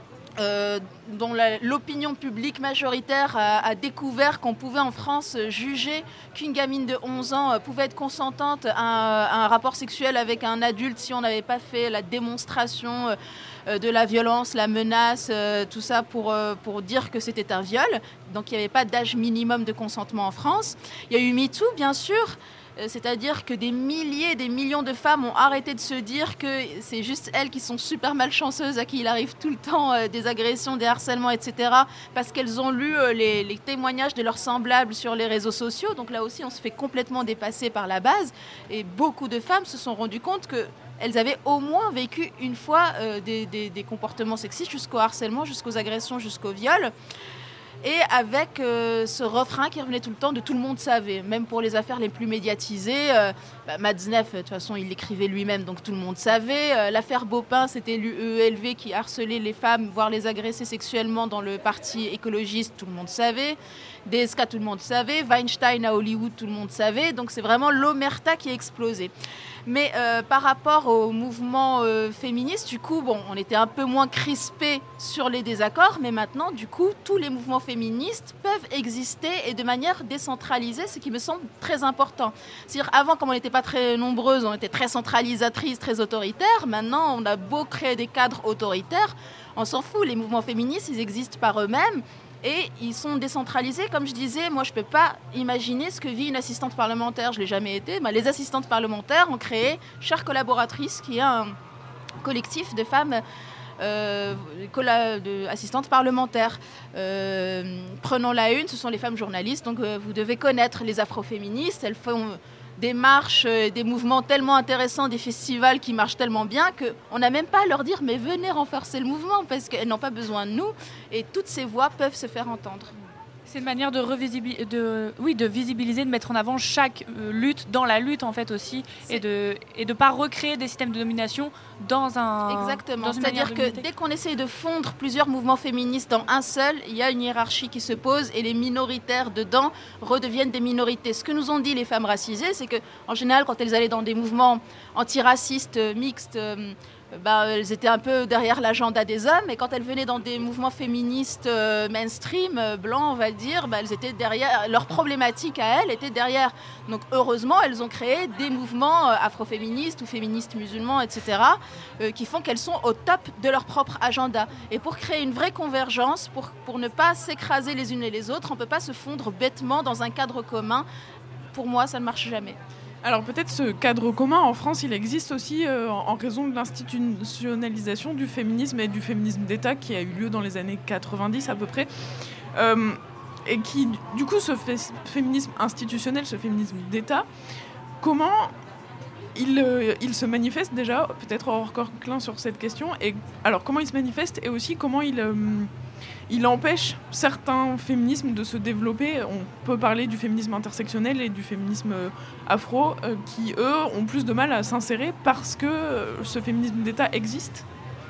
S19: Euh, dont la, l'opinion publique majoritaire a, a découvert qu'on pouvait en France juger qu'une gamine de onze ans pouvait être consentante à un, à un rapport sexuel avec un adulte si on n'avait pas fait la démonstration euh, de la violence, la menace, euh, tout ça pour, euh, pour dire que c'était un viol. Donc il n'y avait pas d'âge minimum de consentement en France. Il y a eu MeToo, bien sûr. C'est-à-dire que des milliers, des millions de femmes ont arrêté de se dire que c'est juste elles qui sont super malchanceuses, à qui il arrive tout le temps euh, des agressions, des harcèlements, et cetera, parce qu'elles ont lu euh, les, les témoignages de leurs semblables sur les réseaux sociaux. Donc là aussi, on se fait complètement dépasser par la base. Et beaucoup de femmes se sont rendues compte qu'elles avaient au moins vécu une fois euh, des, des, des comportements sexistes, jusqu'au harcèlement, jusqu'aux agressions, jusqu'au viol. Et avec euh, ce refrain qui revenait tout le temps de tout le monde savait, même pour les affaires les plus médiatisées. Euh, bah, Matzneff, de toute façon, il l'écrivait lui-même, donc tout le monde savait. Euh, l'affaire Baupin, c'était l'U E L V qui harcelait les femmes, voire les agressait sexuellement dans le parti écologiste, tout le monde savait. D S K, tout le monde savait. Weinstein à Hollywood, tout le monde savait. Donc c'est vraiment l'omerta qui a explosé. Mais euh, par rapport au mouvement euh, féministe, du coup, bon, on était un peu moins crispés sur les désaccords, mais maintenant, du coup, tous les mouvements féministes peuvent exister et de manière décentralisée, ce qui me semble très important. C'est-à-dire, avant, comme on n'était pas très nombreuses, on était très centralisatrices, très autoritaires. Maintenant, on a beau créer des cadres autoritaires, on s'en fout. Les mouvements féministes, ils existent par eux-mêmes. Et ils sont décentralisés. Comme je disais, moi, je ne peux pas imaginer ce que vit une assistante parlementaire. Je ne l'ai jamais été. Bah, les assistantes parlementaires ont créé Chères collaboratrices, qui est un collectif de femmes euh, colla- de assistantes parlementaires. Euh, prenons la une, ce sont les femmes journalistes. Donc, euh, vous devez connaître les afroféministes. Elles font des marches, des mouvements tellement intéressants, des festivals qui marchent tellement bien qu'on n'a même pas à leur dire « mais venez renforcer le mouvement » parce qu'elles n'ont pas besoin de nous et toutes ces voix peuvent se faire entendre.
S8: C'est une manière de, revisibiliser, de, oui, de visibiliser, de mettre en avant chaque euh, lutte dans la lutte en fait aussi, c'est... et de et de pas recréer des systèmes de domination dans un.
S19: Exactement.
S8: Dans une
S19: C'est-à-dire que dès qu'on essaye de fondre plusieurs mouvements féministes dans un seul, il y a une hiérarchie qui se pose et les minoritaires dedans redeviennent des minorités. Ce que nous ont dit les femmes racisées, c'est que en général, quand elles allaient dans des mouvements antiracistes mixtes. Euh, bah, elles étaient un peu derrière l'agenda des hommes, et quand elles venaient dans des mouvements féministes euh, mainstream, euh, blancs, on va dire, bah, elles étaient derrière, leurs problématiques à elles étaient derrière. Donc heureusement, elles ont créé des mouvements euh, afroféministes ou féministes musulmans, et cetera, euh, qui font qu'elles sont au top de leur propre agenda. Et pour créer une vraie convergence, pour, pour ne pas s'écraser les unes et les autres, on ne peut pas se fondre bêtement dans un cadre commun. Pour moi, ça ne marche jamais.
S20: Alors peut-être ce cadre commun en France, il existe aussi euh, en raison de l'institutionnalisation du féminisme et du féminisme d'État qui a eu lieu dans les années quatre-vingt-dix à peu près. Euh, et qui, du coup, ce f- féminisme institutionnel, ce féminisme d'État, comment il, euh, il se manifeste déjà, peut-être Aurore Coquelin sur cette question, et alors comment il se manifeste et aussi comment il... Euh, Il empêche certains féminismes de se développer. On peut parler du féminisme intersectionnel et du féminisme afro, euh, qui, eux, ont plus de mal à s'insérer parce que euh, ce féminisme d'État existe.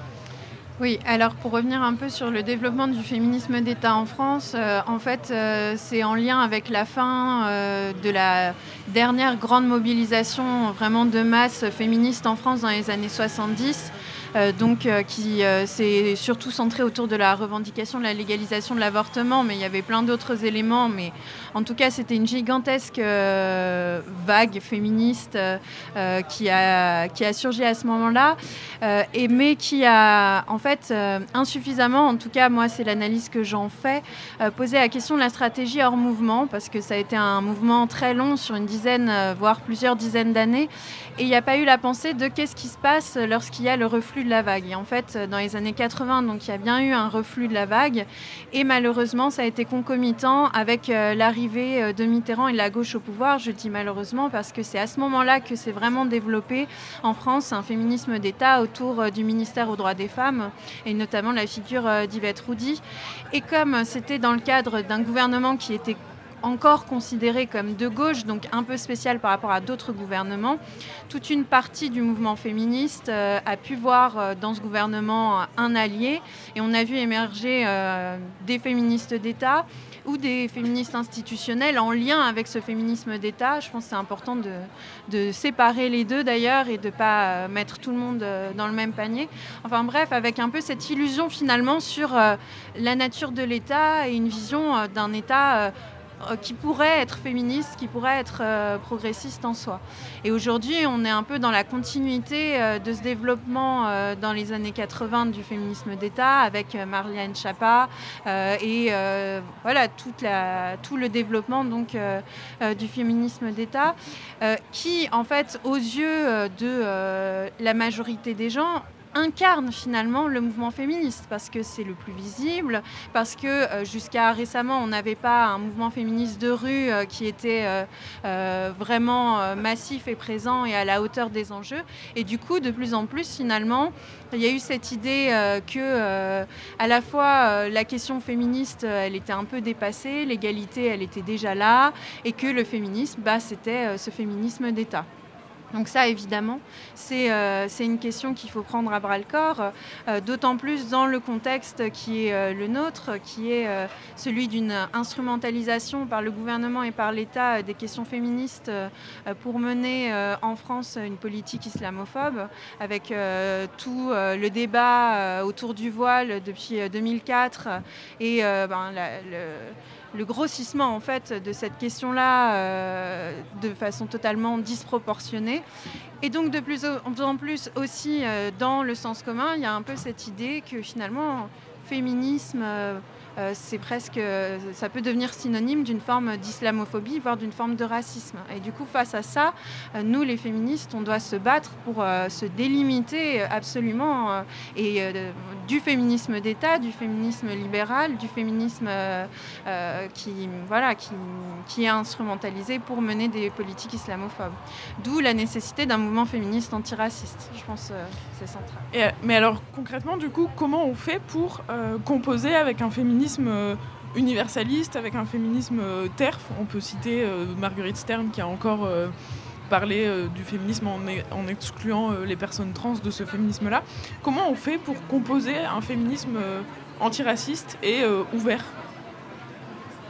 S21: Oui, alors pour revenir un peu sur le développement du féminisme d'État en France, euh, en fait, euh, c'est en lien avec la fin euh, de la dernière grande mobilisation vraiment de masse féministe en France dans les années soixante-dix. Euh, donc euh, qui euh, s'est surtout centré autour de la revendication de la légalisation de l'avortement, mais il y avait plein d'autres éléments. Mais en tout cas, c'était une gigantesque euh, vague féministe euh, qui, a, qui a surgi à ce moment-là, euh, et, mais qui a en fait euh, insuffisamment, en tout cas moi c'est l'analyse que j'en fais, euh, posé la question de la stratégie hors mouvement, parce que ça a été un mouvement très long sur une dizaine, euh, voire plusieurs dizaines d'années, et il n'y a pas eu la pensée de qu'est-ce qui se passe lorsqu'il y a le reflux de la vague. Et en fait, dans les années quatre-vingts, donc il y a bien eu un reflux de la vague, et malheureusement, ça a été concomitant avec euh, l'arrivée de Mitterrand et de la gauche au pouvoir. Je dis malheureusement parce que c'est à ce moment-là que s'est vraiment développé en France un féminisme d'État autour euh, du ministère aux droits des femmes, et notamment la figure euh, d'Yvette Roudy. Et comme c'était dans le cadre d'un gouvernement qui était encore considéré comme de gauche, donc un peu spécial par rapport à d'autres gouvernements, toute une partie du mouvement féministe euh, a pu voir euh, dans ce gouvernement un allié, et on a vu émerger euh, des féministes d'État ou des féministes institutionnels en lien avec ce féminisme d'État. Je pense que c'est important de, de séparer les deux d'ailleurs, et de ne pas mettre tout le monde dans le même panier. Enfin bref, avec un peu cette illusion finalement sur euh, la nature de l'État et une vision euh, d'un État euh, qui pourrait être féministe, qui pourrait être euh, progressiste en soi. Et aujourd'hui, on est un peu dans la continuité euh, de ce développement euh, dans les années quatre-vingts du féminisme d'État, avec euh, Marlène Schiappa euh, et euh, voilà, toute la, tout le développement donc, euh, euh, du féminisme d'État, euh, qui, en fait, aux yeux de euh, la majorité des gens, incarne finalement le mouvement féministe, parce que c'est le plus visible, parce que euh, jusqu'à récemment on n'avait pas un mouvement féministe de rue euh, qui était euh, euh, vraiment euh, massif et présent et à la hauteur des enjeux, et du coup de plus en plus finalement il y a eu cette idée euh, que euh, à la fois euh, la question féministe euh, elle était un peu dépassée, l'égalité elle était déjà là, et que le féminisme bah, c'était euh, ce féminisme d'État. Donc ça, évidemment, c'est, euh, c'est une question qu'il faut prendre à bras-le-corps, euh, d'autant plus dans le contexte qui est euh, le nôtre, qui est euh, celui d'une instrumentalisation par le gouvernement et par l'État euh, des questions féministes euh, pour mener euh, en France une politique islamophobe, avec euh, tout euh, le débat euh, autour du voile depuis euh, deux mille quatre et euh, ben, la, le... le grossissement en fait de cette question-là euh, de façon totalement disproportionnée. Et donc de plus en plus aussi euh, dans le sens commun, il y a un peu cette idée que finalement féminisme euh, euh, c'est presque, euh, ça peut devenir synonyme d'une forme d'islamophobie, voire d'une forme de racisme. Et du coup, face à ça, euh, nous, les féministes, on doit se battre pour euh, se délimiter absolument euh, et euh, du féminisme d'État, du féminisme libéral, du féminisme euh, euh, qui, voilà, qui, qui est instrumentalisé pour mener des politiques islamophobes. D'où la nécessité d'un mouvement féministe antiraciste. Je pense que euh, c'est central.
S20: Et, mais alors, concrètement, du coup, comment on fait pour euh, composer avec un féminisme euh, universaliste, avec un féminisme euh, TERF? On peut citer euh, Marguerite Stern qui a encore euh, parlé euh, du féminisme en, en excluant euh, les personnes trans de ce féminisme-là. Comment on fait pour composer un féminisme euh, antiraciste et euh, ouvert?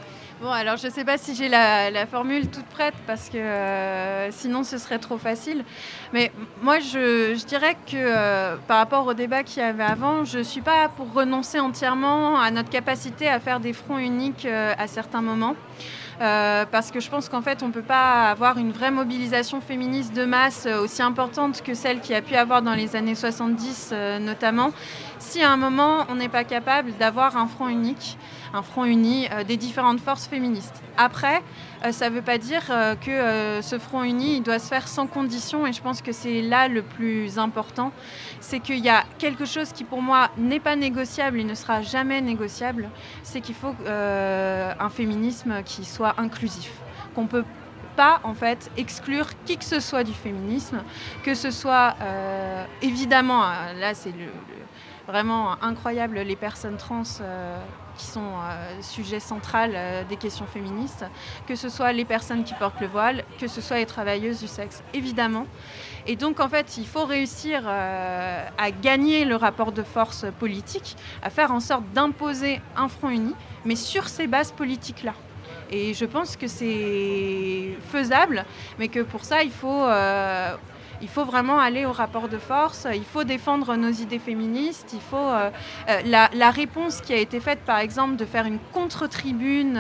S21: Bon, alors je ne sais pas si j'ai la, la formule toute prête parce que euh, sinon ce serait trop facile. Mais moi, je, je dirais que euh, par rapport au débat qu'il y avait avant, je ne suis pas pour renoncer entièrement à notre capacité à faire des fronts uniques euh, à certains moments. Euh, parce que je pense qu'en fait, on ne peut pas avoir une vraie mobilisation féministe de masse euh, aussi importante que celle qu'il y a pu avoir dans les années soixante-dix euh, notamment, si à un moment, on n'est pas capable d'avoir un front unique, un front uni euh, des différentes forces féministes. Après, euh, ça ne veut pas dire euh, que euh, ce front uni il doit se faire sans condition, et je pense que c'est là le plus important, c'est qu'il y a quelque chose qui pour moi n'est pas négociable et ne sera jamais négociable, c'est qu'il faut euh, un féminisme qui soit inclusif, qu'on peut pas en fait exclure qui que ce soit du féminisme, que ce soit euh, évidemment, là c'est le, le, vraiment incroyable, les personnes trans euh, qui sont euh, sujet central euh, des questions féministes, que ce soit les personnes qui portent le voile, que ce soit les travailleuses du sexe, évidemment. Et donc, en fait, il faut réussir euh, à gagner le rapport de force politique, à faire en sorte d'imposer un front uni, mais sur ces bases politiques-là. Et je pense que c'est faisable, mais que pour ça, il faut... Euh, Il faut vraiment aller au rapport de force, il faut défendre nos idées féministes, il faut... Euh, euh, la, la réponse qui a été faite, par exemple, de faire une contre-tribune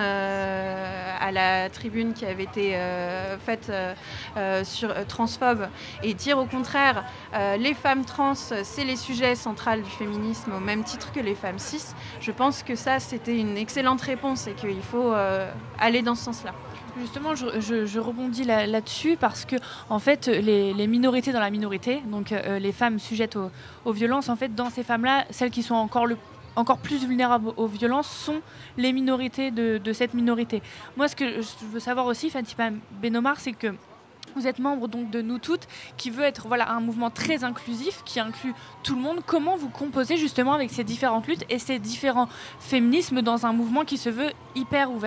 S21: euh, à la tribune qui avait été euh, faite euh, euh, sur euh, transphobe, et dire au contraire, euh, les femmes trans, c'est les sujets centraux du féminisme au même titre que les femmes cis, je pense que ça, c'était une excellente réponse et qu'il faut euh, aller dans ce sens-là.
S8: Justement, je, je, je rebondis là, là-dessus parce que, en fait, les, les minorités dans la minorité, donc euh, les femmes sujettes aux, aux violences, en fait, dans ces femmes-là, celles qui sont encore, le, encore plus vulnérables aux violences sont les minorités de, de cette minorité. Moi, ce que je veux savoir aussi, Fatima Benomar, c'est que vous êtes membre donc de Nous Toutes, qui veut être voilà, un mouvement très inclusif, qui inclut tout le monde. Comment vous composez justement avec ces différentes luttes et ces différents féminismes dans un mouvement qui se veut hyper ouvert ?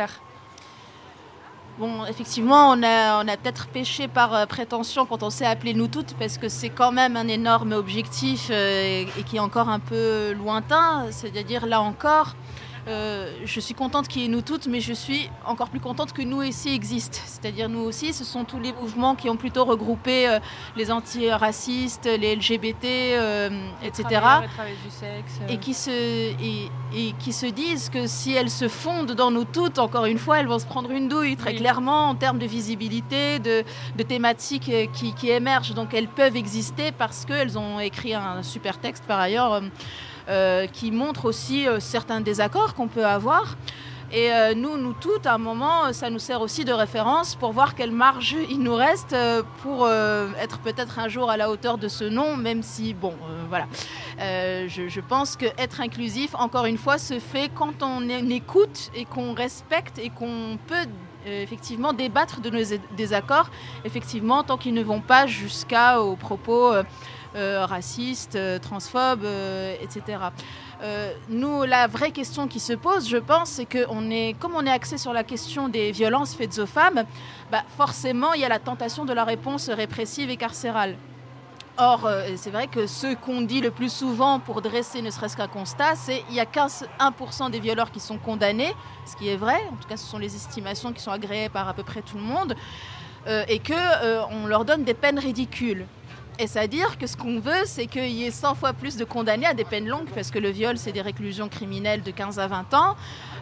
S19: Bon, effectivement, on a, on a peut-être péché par euh, prétention quand on s'est appelé Nous Toutes, parce que c'est quand même un énorme objectif euh, et, et qui est encore un peu lointain. C'est-à-dire, là encore, euh, je suis contente qu'il y ait Nous Toutes, mais je suis encore plus contente que nous ici existent. C'est-à-dire, nous aussi, ce sont tous les mouvements qui ont plutôt regroupé euh, les antiracistes, les L G B T, euh, et cetera.
S8: Les travailleurs du sexe.
S19: Et qui se... Et, et qui se disent que si elles se fondent dans Nous Toutes, encore une fois, elles vont se prendre une douille, très oui. clairement, en termes de visibilité, de, de thématiques qui, qui émergent. Donc elles peuvent exister parce qu'elles ont écrit un super texte, par ailleurs, euh, qui montre aussi euh, certains désaccords qu'on peut avoir. Et euh, nous, nous toutes, à un moment, ça nous sert aussi de référence pour voir quelle marge il nous reste euh, pour euh, être peut-être un jour à la hauteur de ce nom, même si, bon, euh, voilà. Euh, je, je pense qu'être inclusif, encore une fois, se fait quand on écoute et qu'on respecte et qu'on peut euh, effectivement débattre de nos désaccords, effectivement, tant qu'ils ne vont pas jusqu'aux propos euh, euh, racistes, euh, transphobes, euh, et cetera. Euh, nous, la vraie question qui se pose, je pense, c'est que on est, comme on est axé sur la question des violences faites aux femmes, bah forcément, il y a la tentation de la réponse répressive et carcérale. Or, euh, c'est vrai que ce qu'on dit le plus souvent pour dresser ne serait-ce qu'un constat, c'est qu'il y a un pour cent des violeurs qui sont condamnés, ce qui est vrai, en tout cas ce sont les estimations qui sont agréées par à peu près tout le monde, euh, et qu'on euh, leur donne des peines ridicules. Et c'est-à-dire que ce qu'on veut, c'est qu'il y ait cent fois plus de condamnés à des peines longues, parce que le viol, c'est des réclusions criminelles de quinze à vingt ans,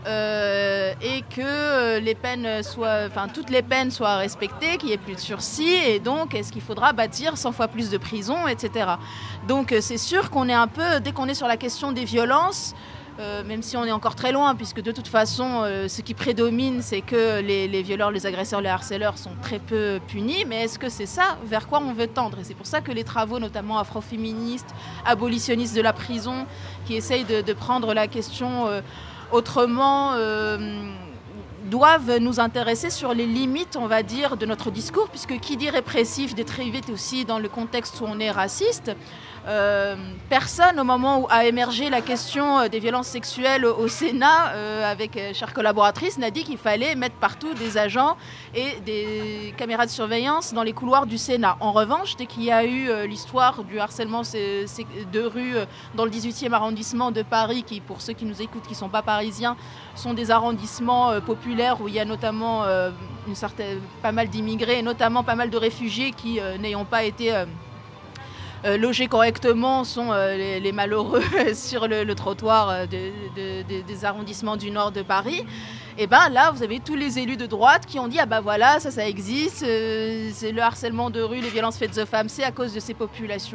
S19: euh, et que les peines soient, enfin, toutes les peines soient respectées, qu'il n'y ait plus de sursis, et donc est-ce qu'il faudra bâtir cent fois plus de prisons, et cetera. Donc c'est sûr qu'on est un peu, dès qu'on est sur la question des violences, Euh, même si on est encore très loin, puisque de toute façon, euh, ce qui prédomine, c'est que les, les violeurs, les agresseurs, les harceleurs sont très peu punis. Mais est-ce que c'est ça vers quoi on veut tendre ? Et c'est pour ça que les travaux, notamment afroféministes, abolitionnistes de la prison, qui essayent de, de prendre la question euh, autrement, euh, doivent nous intéresser sur les limites, on va dire, de notre discours, puisque qui dit répressif dit très vite aussi dans le contexte où on est raciste. Euh, personne, au moment où a émergé la question des violences sexuelles au Sénat, euh, avec euh, chère collaboratrice, n'a dit qu'il fallait mettre partout des agents et des caméras de surveillance dans les couloirs du Sénat. En revanche, dès qu'il y a eu euh, l'histoire du harcèlement de rue euh, dans le dix-huitième arrondissement de Paris, qui, pour ceux qui nous écoutent, qui ne sont pas parisiens, sont des arrondissements euh, populaires, populaire où il y a notamment euh, une certaine, pas mal d'immigrés et notamment pas mal de réfugiés qui, euh, n'ayant pas été euh, euh, logés correctement, sont euh, les, les malheureux sur le, le trottoir de, de, de, des arrondissements du nord de Paris. Et bien là, vous avez tous les élus de droite qui ont dit « Ah ben voilà, ça, ça existe, euh, c'est le harcèlement de rue, les violences faites aux femmes, c'est à cause de ces populations-là. »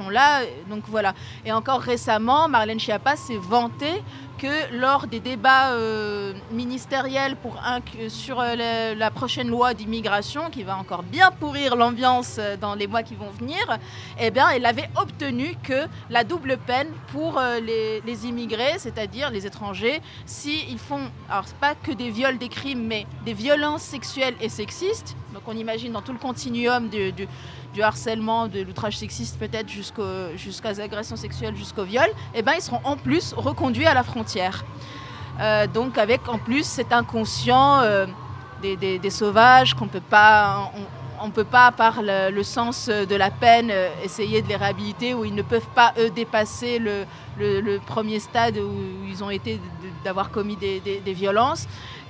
S19: Donc voilà. Et encore récemment, Marlène Schiappa s'est vantée que lors des débats euh, ministériels pour un, sur euh, la, la prochaine loi d'immigration, qui va encore bien pourrir l'ambiance dans les mois qui vont venir, eh bien, elle avait obtenu que la double peine pour euh, les, les immigrés, c'est-à-dire les étrangers, s'ils font, alors c'est pas que des viols, des crimes, mais des violences sexuelles et sexistes, donc on imagine dans tout le continuum du, du du harcèlement, de l'outrage sexiste peut-être jusqu'au, jusqu'aux agressions sexuelles, jusqu'au viol, eh ben, ils seront en plus reconduits à la frontière. Euh, donc avec en plus cet inconscient euh, des, des, des sauvages qu'on peut pas, on ne peut pas par le, le sens de la peine euh, essayer de les réhabiliter, où ils ne peuvent pas eux dépasser le, le, le premier stade où ils ont été d'avoir commis des, des, des violences.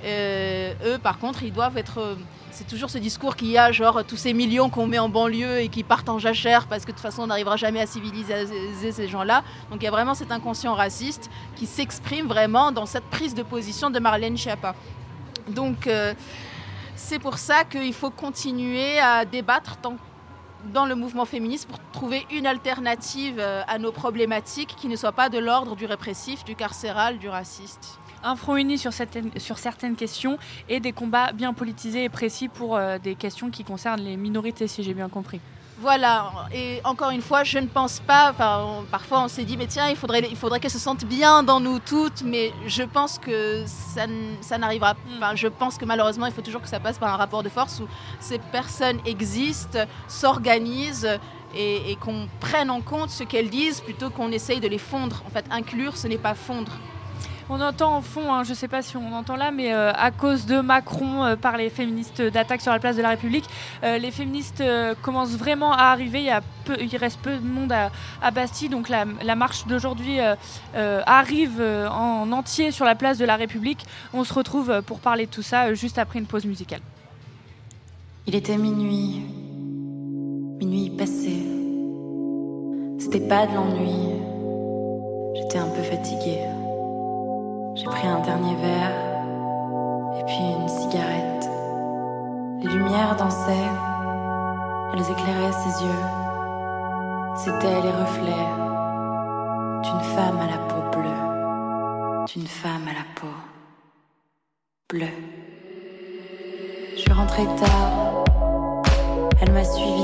S19: Euh, eux par contre ils doivent être... C'est toujours ce discours qu'il y a, genre tous ces millions qu'on met en banlieue et qui partent en jachère parce que de toute façon on n'arrivera jamais à civiliser ces gens-là. Donc il y a vraiment cet inconscient raciste qui s'exprime vraiment dans cette prise de position de Marlène Schiappa. Donc euh, c'est pour ça qu'il faut continuer à débattre tant dans le mouvement féministe pour trouver une alternative à nos problématiques qui ne soit pas de l'ordre du répressif, du carcéral, du raciste.
S8: Un front uni sur certaines, sur certaines questions et des combats bien politisés et précis pour euh, des questions qui concernent les minorités, si j'ai bien compris.
S19: Voilà, et encore une fois, je ne pense pas, enfin, on, parfois on s'est dit, mais tiens, il faudrait, il faudrait qu'elles se sentent bien dans nous toutes, mais je pense que ça, ça n'arrivera pas. Enfin, je pense que malheureusement, il faut toujours que ça passe par un rapport de force où ces personnes existent, s'organisent, et, et qu'on prenne en compte ce qu'elles disent plutôt qu'on essaye de les fondre. En fait, inclure, ce n'est pas fondre.
S8: On entend en fond, hein, je ne sais pas si on entend là, mais euh, à cause de Macron, euh, par les féministes d'attaque sur la place de la République, euh, les féministes euh, commencent vraiment à arriver. Il, y a peu, il reste peu de monde à, à Bastille, donc la, la marche d'aujourd'hui euh, euh, arrive euh, en entier sur la place de la République. On se retrouve pour parler de tout ça euh, juste après une pause musicale.
S2: Il était minuit, minuit passé. C'était pas de l'ennui, j'étais un peu fatiguée. J'ai pris un dernier verre et puis une cigarette. Les lumières dansaient, elles éclairaient ses yeux. C'étaient les reflets d'une femme à la peau bleue, d'une femme à la peau bleue. Je suis rentrée tard, elle m'a suivie.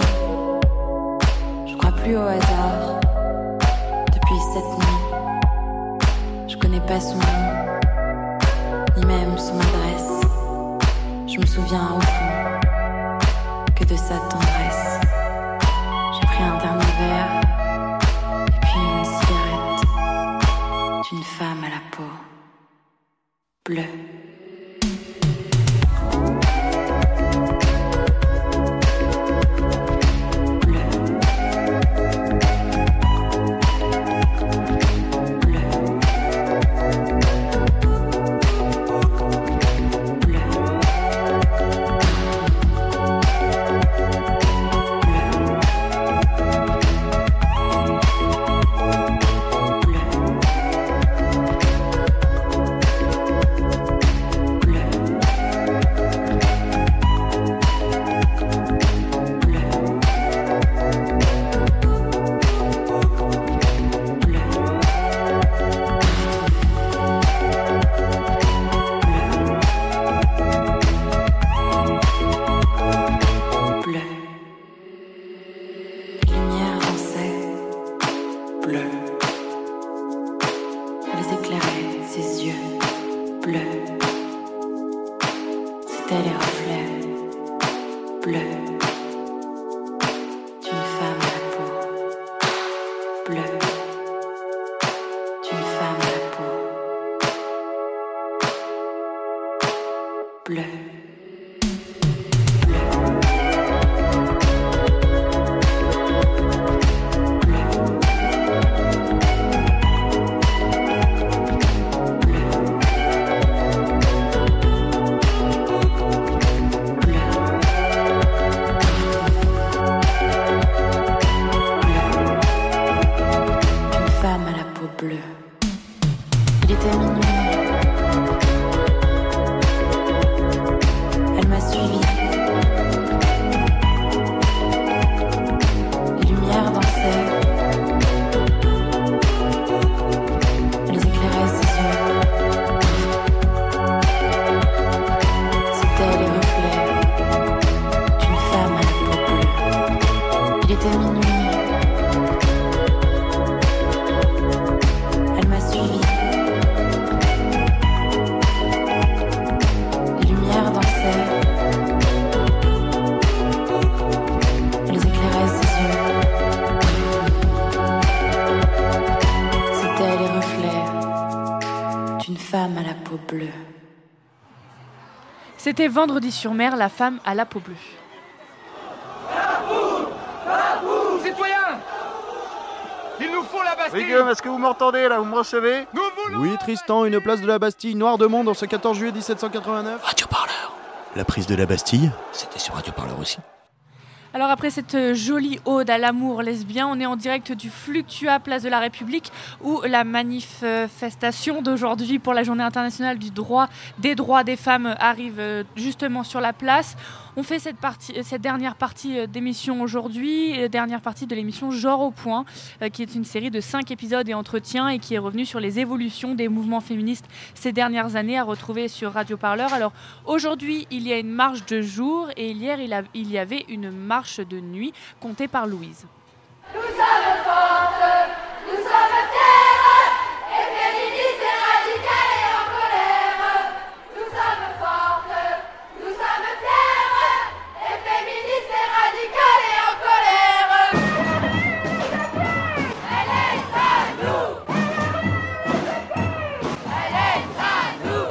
S2: Je crois plus au hasard depuis cette nuit. Je connais pas son nom, ni même son adresse. Je me souviens au fond que de sa tendresse. J'ai pris un dernier verre et puis une cigarette d'une femme à la peau bleue. bleue. Il était minuit. Elle m'a suivi. Les lumières dansaient. Elles éclairaient ses yeux. C'était les reflets d'une femme à la peau bleue. Il était minuit. Elle m'a suivi. Les lumières dansaient. Elles éclairaient ses yeux. C'était les reflets d'une femme à la peau bleue.
S8: C'était Vendredi sur mer, la femme à la peau bleue.
S9: Citoyens, il nous faut la Bastille.
S3: Oui, Guillaume, est-ce que vous m'entendez là? Vous me recevez?
S22: Oui, Tristan, une place de la Bastille, noir de monde, en ce quatorze juillet dix-sept cent quatre-vingt-neuf.
S23: Radio Parleur. La prise de la Bastille, c'était sur Radio Parleur aussi.
S8: Alors après cette jolie ode à l'amour lesbien, on est en direct du Fluctua, place de la République, où la manifestation d'aujourd'hui pour la Journée internationale du droit des droits des femmes arrive justement sur la place. On fait cette, partie, cette dernière partie d'émission aujourd'hui, dernière partie de l'émission Genre au point, euh, qui est une série de cinq épisodes et entretiens et qui est revenue sur les évolutions des mouvements féministes ces dernières années, à retrouver sur Radio Parleur. Alors aujourd'hui, il y a une marche de jour et hier, il, a, il y avait une marche de nuit comptée par Louise.
S14: Nous sommes fortes, nous sommes fières, et féministes et radicales et en colère. Nous sommes fortes, nous sommes fières, et féministes et radicales et en colère. Elle est à nous. Elle est à nous.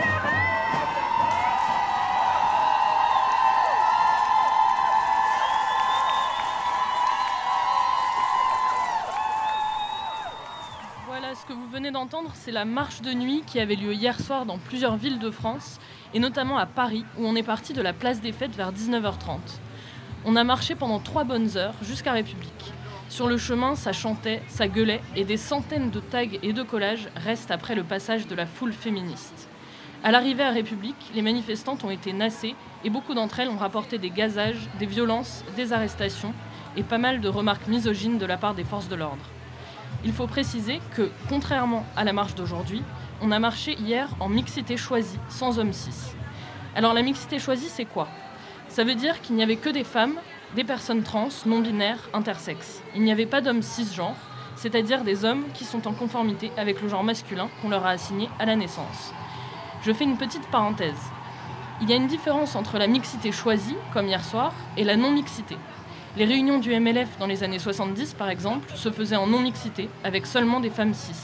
S10: Voilà, ce que vous venez d'entendre, c'est la marche de nuit qui avait lieu hier soir dans plusieurs villes de France, et notamment à Paris, où on est parti de la place des Fêtes vers dix-neuf heures trente. On a marché pendant trois bonnes heures jusqu'à République. Sur le chemin, ça chantait, ça gueulait, et des centaines de tags et de collages restent après le passage de la foule féministe. À l'arrivée à République, les manifestantes ont été nassées, et beaucoup d'entre elles ont rapporté des gazages, des violences, des arrestations, et pas mal de remarques misogynes de la part des forces de l'ordre. Il faut préciser que, contrairement à la marche d'aujourd'hui, on a marché hier en mixité choisie, sans hommes cis. Alors la mixité choisie, c'est quoi? Ça veut dire qu'il n'y avait que des femmes, des personnes trans, non-binaires, intersexes. Il n'y avait pas d'hommes cisgenres, c'est-à-dire des hommes qui sont en conformité avec le genre masculin qu'on leur a assigné à la naissance. Je fais une petite parenthèse. Il y a une différence entre la mixité choisie, comme hier soir, et la non-mixité. Les réunions du M L F dans les années soixante-dix, par exemple, se faisaient en non-mixité, avec seulement des femmes cis.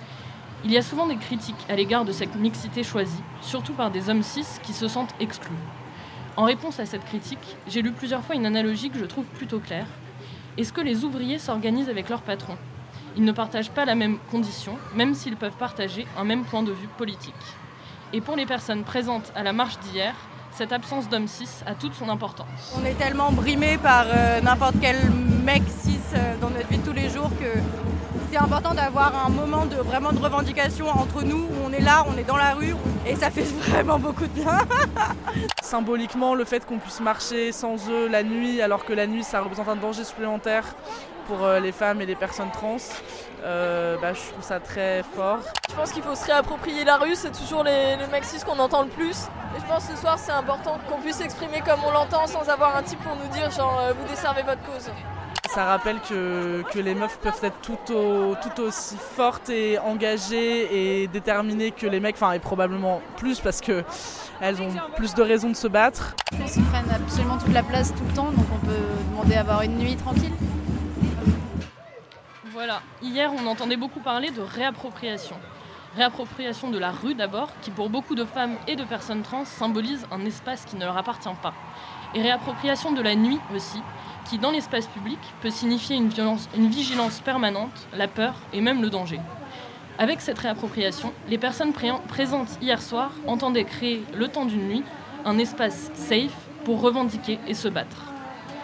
S10: Il y a souvent des critiques à l'égard de cette mixité choisie, surtout par des hommes cis qui se sentent exclus. En réponse à cette critique, j'ai lu plusieurs fois une analogie que je trouve plutôt claire. Est-ce que les ouvriers s'organisent avec leurs patrons? Ils ne partagent pas la même condition, même s'ils peuvent partager un même point de vue politique. Et pour les personnes présentes à la marche d'hier, cette absence d'hommes cis a toute son importance.
S24: On est tellement brimé par euh, n'importe quel mec cis euh, dans notre vie de tous les jours que c'est important d'avoir un moment de vraiment de revendication entre nous, où on est là, on est dans la rue, et ça fait vraiment beaucoup de bien.
S25: Symboliquement, le fait qu'on puisse marcher sans eux la nuit, alors que la nuit ça représente un danger supplémentaire pour euh, les femmes et les personnes trans, euh, bah, je trouve ça très fort.
S26: Je pense qu'il faut se réapproprier la rue, c'est toujours les, les mecs cis qu'on entend le plus. Et je pense que ce soir c'est important qu'on puisse s'exprimer comme on l'entend sans avoir un type pour nous dire genre euh, vous desservez votre cause.
S25: Ça rappelle que, que les meufs peuvent être tout, au, tout aussi fortes et engagées et déterminées que les mecs, enfin et probablement plus parce qu'elles ont plus de raisons de se battre.
S27: Ils prennent absolument toute la place tout le temps, donc on peut demander à avoir une nuit tranquille.
S10: Voilà, hier on entendait beaucoup parler de réappropriation. Réappropriation de la rue d'abord, qui pour beaucoup de femmes et de personnes trans symbolise un espace qui ne leur appartient pas. Et réappropriation de la nuit aussi, qui dans l'espace public peut signifier une, violence, une vigilance permanente, la peur et même le danger. Avec cette réappropriation, les personnes pré- présentes hier soir entendaient créer, le temps d'une nuit, un espace safe pour revendiquer et se battre.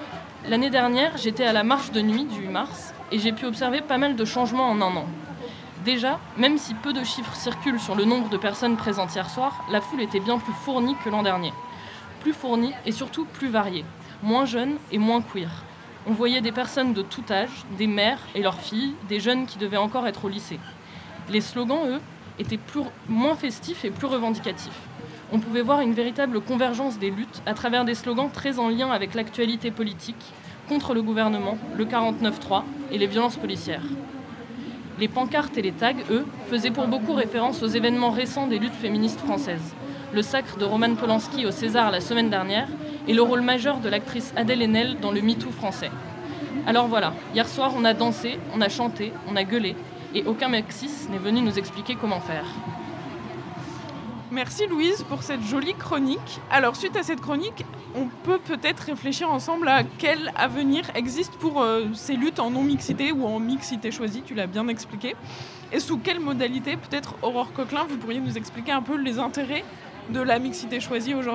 S10: L'année dernière, j'étais à la marche de nuit du huit mars et j'ai pu observer pas mal de changements en un an.
S1: Déjà, même si peu de chiffres circulent sur le nombre de personnes présentes hier soir, la foule était bien plus fournie que l'an dernier. Plus fournie et surtout plus variée, moins jeunes et moins queer. On voyait des personnes de tout âge, des mères et leurs filles, des jeunes qui devaient encore être au lycée. Les slogans, eux, étaient plus, moins festifs et plus revendicatifs. On pouvait voir une véritable convergence des luttes à travers des slogans très en lien avec l'actualité politique, contre le gouvernement, le quarante-neuf trois et les violences policières. Les pancartes et les tags, eux, faisaient pour beaucoup référence aux événements récents des luttes féministes françaises. Le sacre de Roman Polanski au César la semaine dernière et le rôle majeur de l'actrice Adèle Haenel dans le MeToo français. Alors voilà, hier soir on a dansé, on a chanté, on a gueulé et aucun Maxis n'est venu nous expliquer comment faire.
S20: Merci Louise pour cette jolie chronique. Alors suite à cette chronique, on peut peut-être réfléchir ensemble à quel avenir existe pour euh, ces luttes en non-mixité ou en mixité choisie, tu l'as bien expliqué. Et sous quelle modalité, peut-être Aurore Coquelin, vous pourriez nous expliquer un peu les intérêts de la mixité choisie aujourd'hui ?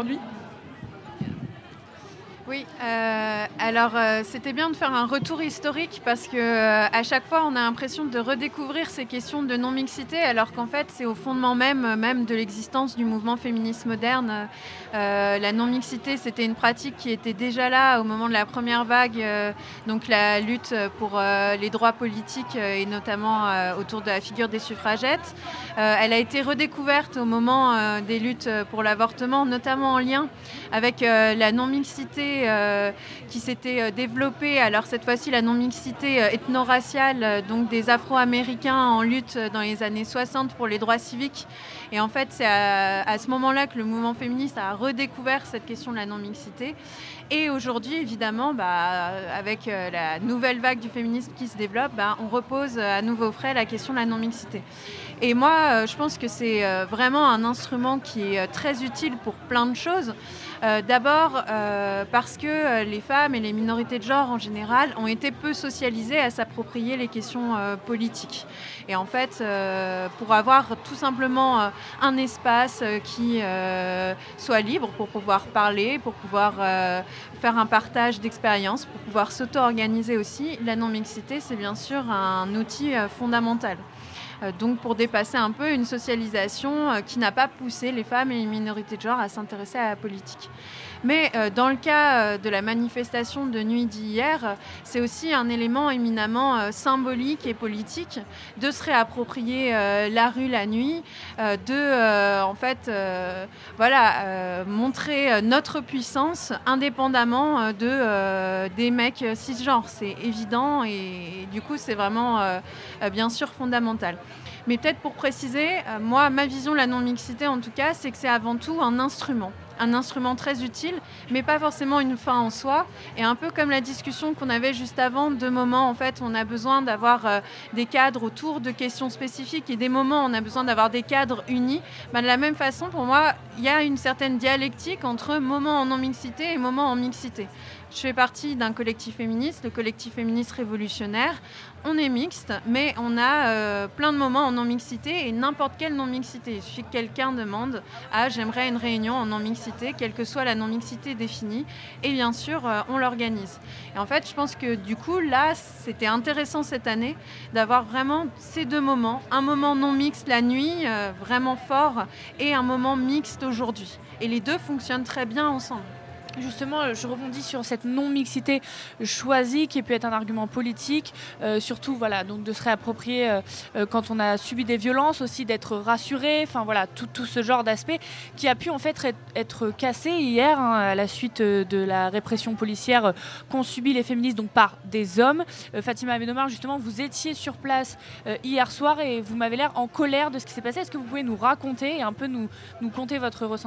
S21: Oui, euh, alors euh, c'était bien de faire un retour historique parce que euh, à chaque fois on a l'impression de redécouvrir ces questions de non-mixité alors qu'en fait c'est au fondement même, même de l'existence du mouvement féministe moderne. Euh, la non-mixité c'était une pratique qui était déjà là au moment de la première vague, euh, donc la lutte pour euh, les droits politiques euh, et notamment euh, autour de la figure des suffragettes. Euh, elle a été redécouverte au moment euh, des luttes pour l'avortement, notamment en lien avec euh, la non-mixité Euh, qui s'était euh, développée, alors cette fois-ci la non-mixité euh, ethno-raciale, euh, donc des Afro-Américains en lutte dans les années soixante pour les droits civiques. Et en fait, c'est à, à ce moment-là que le mouvement féministe a redécouvert cette question de la non-mixité. Et aujourd'hui, évidemment, bah, avec euh, la nouvelle vague du féminisme qui se développe, bah, on repose à nouveau frais la question de la non-mixité. Et moi, euh, je pense que c'est euh, vraiment un instrument qui est euh, très utile pour plein de choses. Euh, d'abord euh, parce que euh, les femmes et les minorités de genre en général ont été peu socialisées à s'approprier les questions euh, politiques. Et en fait, euh, pour avoir tout simplement euh, un espace euh, qui euh, soit libre pour pouvoir parler, pour pouvoir euh, faire un partage d'expériences, pour pouvoir s'auto-organiser aussi, la non-mixité, c'est bien sûr un outil euh, fondamental. Donc pour dépasser un peu une socialisation qui n'a pas poussé les femmes et les minorités de genre à s'intéresser à la politique. Mais euh, dans le cas euh, de la manifestation de nuit d'hier, c'est aussi un élément éminemment euh, symbolique et politique de se réapproprier euh, la rue la nuit, euh, de euh, en fait, euh, voilà, euh, montrer notre puissance indépendamment euh, de, euh, des mecs cisgenres. C'est évident et, et du coup c'est vraiment euh, bien sûr fondamental. Mais peut-être pour préciser, euh, moi, ma vision de la non-mixité, en tout cas, c'est que c'est avant tout un instrument. Un instrument très utile, mais pas forcément une fin en soi. Et un peu comme la discussion qu'on avait juste avant, deux moments, en fait, on a besoin d'avoir euh, des cadres autour de questions spécifiques et des moments, on a besoin d'avoir des cadres unis. Ben, de la même façon, pour moi, il y a une certaine dialectique entre moments en non-mixité et moments en mixité. Je fais partie d'un collectif féministe, le collectif féministe révolutionnaire. On est mixte, mais on a euh, plein de moments en non-mixité et n'importe quelle non-mixité. Il suffit que quelqu'un demande « Ah, j'aimerais une réunion en non-mixité », quelle que soit la non-mixité définie. Et bien sûr, euh, on l'organise. Et en fait, je pense que du coup, là, c'était intéressant cette année d'avoir vraiment ces deux moments. Un moment non-mixte la nuit, euh, vraiment fort, et un moment mixte aujourd'hui. Et les deux fonctionnent très bien ensemble.
S8: Justement, je rebondis sur cette non-mixité choisie qui peut être un argument politique, euh, surtout voilà, donc de se réapproprier euh, euh, quand on a subi des violences, aussi d'être rassuré, enfin voilà, tout, tout ce genre d'aspect qui a pu en fait être, être cassé hier hein, à la suite euh, de la répression policière euh, qu'ont subi les féministes donc par des hommes. Euh, Fatima Benomar, justement, vous étiez sur place euh, hier soir et vous m'avez l'air en colère de ce qui s'est passé. Est-ce que vous pouvez nous raconter et un peu nous, nous conter votre ressenti ?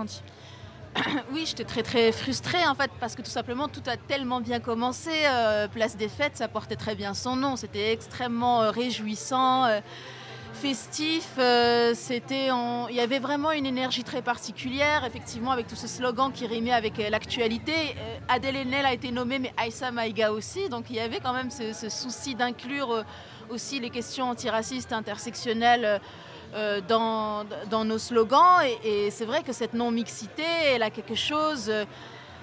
S19: Oui, j'étais très très frustrée en fait parce que tout simplement tout a tellement bien commencé. Euh, Place des Fêtes, ça portait très bien son nom. C'était extrêmement euh, réjouissant, euh, festif. Euh, c'était, en... il y avait vraiment une énergie très particulière, effectivement, avec tout ce slogan qui rimait avec euh, l'actualité. Euh, Adèle Haenel a été nommée, mais Aïssa Maïga aussi. Donc il y avait quand même ce, ce souci d'inclure euh, aussi les questions antiracistes, intersectionnelles. Euh, Euh, dans, dans nos slogans et, et c'est vrai que cette non-mixité elle a quelque chose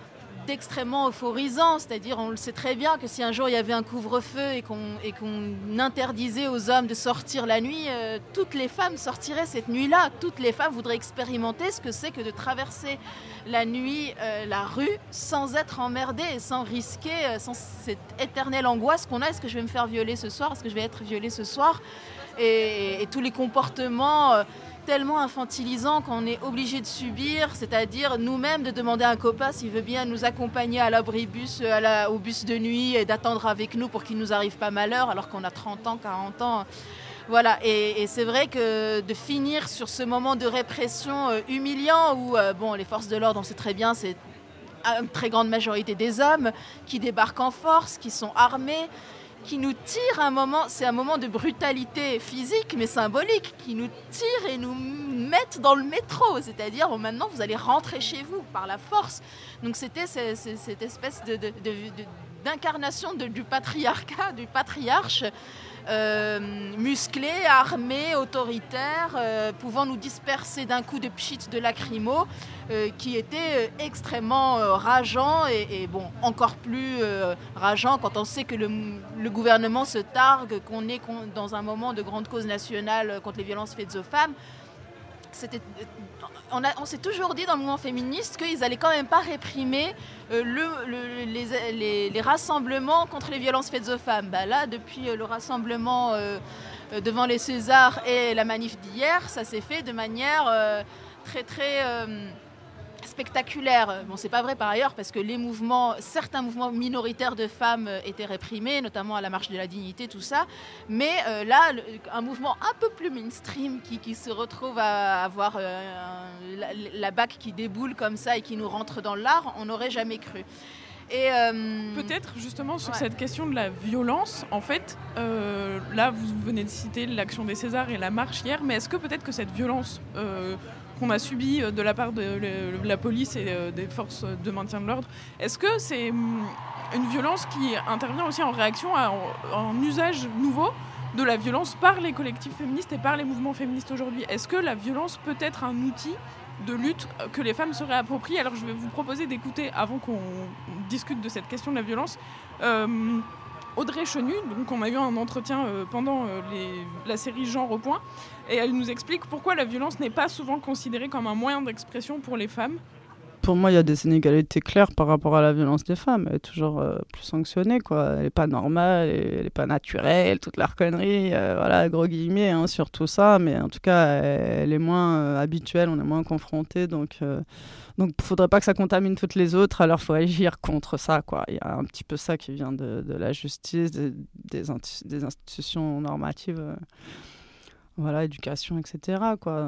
S19: d'extrêmement euphorisant, c'est-à-dire on le sait très bien que si un jour il y avait un couvre-feu et qu'on, et qu'on interdisait aux hommes de sortir la nuit, euh, toutes les femmes sortiraient cette nuit-là, toutes les femmes voudraient expérimenter ce que c'est que de traverser la nuit, euh, la rue, sans être emmerdées et sans risquer, euh, sans cette éternelle angoisse qu'on a, est-ce que je vais me faire violer ce soir, est-ce que je vais être violée ce soir, et, et, et tous les comportements euh, tellement infantilisant qu'on est obligé de subir, c'est-à-dire nous-mêmes de demander à un copain s'il veut bien nous accompagner à l'abribus, à la, au bus de nuit et d'attendre avec nous pour qu'il ne nous arrive pas malheur alors qu'on a trente ans, quarante ans. Voilà, et, et c'est vrai que de finir sur ce moment de répression euh, humiliant où euh, bon, les forces de l'ordre, on sait très bien, c'est une très grande majorité des hommes qui débarquent en force, qui sont armés, qui nous tire un moment, c'est un moment de brutalité physique mais symbolique, qui nous tire et nous mettent dans le métro, c'est-à-dire bon, maintenant vous allez rentrer chez vous par la force. Donc c'était cette, cette espèce de, de, de, de, d'incarnation de, du patriarcat, du patriarche, euh, musclé, armé, autoritaire, euh, pouvant nous disperser d'un coup de pchit de lacrymo, euh, qui était euh, extrêmement euh, rageant et, et bon, encore plus euh, rageant quand on sait que le, le gouvernement se targue qu'on est dans un moment de grande cause nationale contre les violences faites aux femmes. C'était, on, a, on s'est toujours dit dans le mouvement féministe qu'ils n'allaient quand même pas réprimer euh, le, le, les, les, les rassemblements contre les violences faites aux femmes. Bah là, depuis euh, le rassemblement euh, devant les Césars et la manif d'hier, ça s'est fait de manière euh, très très euh, spectaculaire. Bon, c'est pas vrai par ailleurs parce que les mouvements, certains mouvements minoritaires de femmes étaient réprimés, notamment à la marche de la dignité, tout ça. Mais euh, là, le, un mouvement un peu plus mainstream qui, qui se retrouve à avoir euh, un, la, la B A C qui déboule comme ça et qui nous rentre dans l'art, on n'aurait jamais cru. Et euh...
S20: peut-être justement sur
S19: ouais.
S20: cette question de la violence, en fait, euh, là vous venez de citer l'action des Césars et la marche hier, mais est-ce que peut-être que cette violence euh, qu'on a subie de la part de la police et des forces de maintien de l'ordre, est-ce que c'est une violence qui intervient aussi en réaction à un usage nouveau de la violence par les collectifs féministes et par les mouvements féministes aujourd'hui? Est-ce que la violence peut être un outil de lutte que les femmes se réapproprient? Alors je vais vous proposer d'écouter, avant qu'on discute de cette question de la violence, euh, Audrey Chenu, donc on a eu un entretien euh, pendant euh, les, la série Genre au point, et elle nous explique pourquoi la violence n'est pas souvent considérée comme un moyen d'expression pour les femmes.
S4: Pour moi, il y a des inégalités claires par rapport à la violence des femmes. Elle est toujours euh, plus sanctionnée, quoi. Elle n'est pas normale, elle n'est pas naturelle, toute la connerie, euh, voilà, gros guillemets, hein, sur tout ça. Mais en tout cas, elle, elle est moins euh, habituelle, on est moins confrontés. Donc, euh, donc, il ne faudrait pas que ça contamine toutes les autres. Alors, il faut agir contre ça, quoi. Il y a un petit peu ça qui vient de, de la justice, des, des, inti- des institutions normatives, euh, voilà, éducation, et cetera, quoi.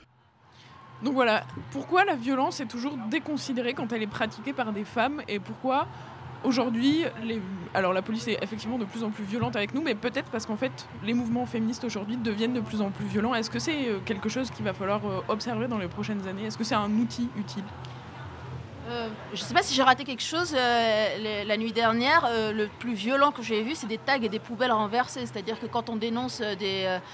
S20: Donc voilà, pourquoi la violence est toujours déconsidérée quand elle est pratiquée par des femmes et pourquoi aujourd'hui, les... alors la police est effectivement de plus en plus violente avec nous, mais peut-être parce qu'en fait les mouvements féministes aujourd'hui deviennent de plus en plus violents. Est-ce que c'est quelque chose qu'il va falloir observer dans les prochaines années? Est-ce que c'est un outil utile?
S19: Euh, je ne sais pas si j'ai raté quelque chose. Euh, les, la nuit dernière, euh, le plus violent que j'ai vu, c'est des tags et des poubelles renversées. C'est-à-dire que quand on dénonce des... Euh,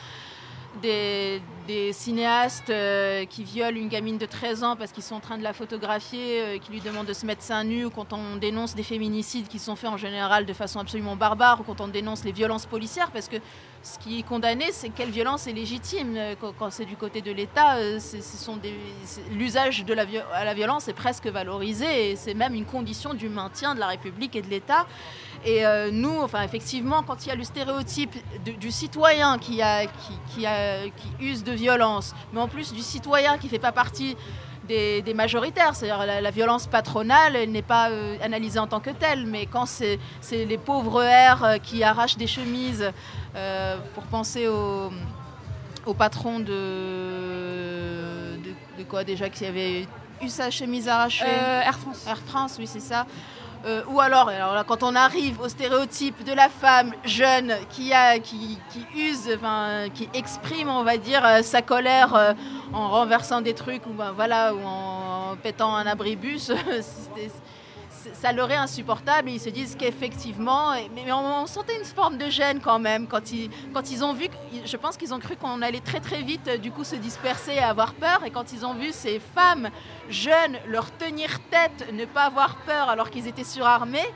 S19: Des, des cinéastes euh, qui violent une gamine de treize ans parce qu'ils sont en train de la photographier, euh, qui lui demandent de se mettre seins nus, ou quand on dénonce des féminicides qui sont faits en général de façon absolument barbare, ou quand on dénonce les violences policières, parce que ce qui est condamné, c'est quelle violence est légitime. Quand, quand c'est du côté de l'État, euh, c'est, ce sont des, c'est, l'usage de la, à la violence est presque valorisé, et c'est même une condition du maintien de la République et de l'État. Et euh, nous, enfin, effectivement, quand il y a le stéréotype de, du citoyen qui, a, qui, qui, a, qui use de violence, mais en plus du citoyen qui ne fait pas partie des, des majoritaires, c'est-à-dire la, la violence patronale, elle n'est pas euh, analysée en tant que telle, mais quand c'est, c'est les pauvres R euh, qui arrachent des chemises euh, pour penser au, au patron de, de, de quoi déjà, qui avait eu sa chemise arrachée
S8: euh, Air France.
S19: Air France, oui, c'est ça. Euh, ou alors, alors là, quand on arrive au stéréotype de la femme jeune qui, a, qui, qui use, enfin, qui exprime, on va dire, euh, sa colère euh, en renversant des trucs ou, ben, voilà, ou en, en pétant un abribus, c'est, ça leur est insupportable et ils se disent qu'effectivement, mais on, on sentait une forme de gêne quand même quand ils, quand ils ont vu, je pense qu'ils ont cru qu'on allait très très vite du coup se disperser et avoir peur, et quand ils ont vu ces femmes jeunes leur tenir tête, ne pas avoir peur alors qu'ils étaient surarmés,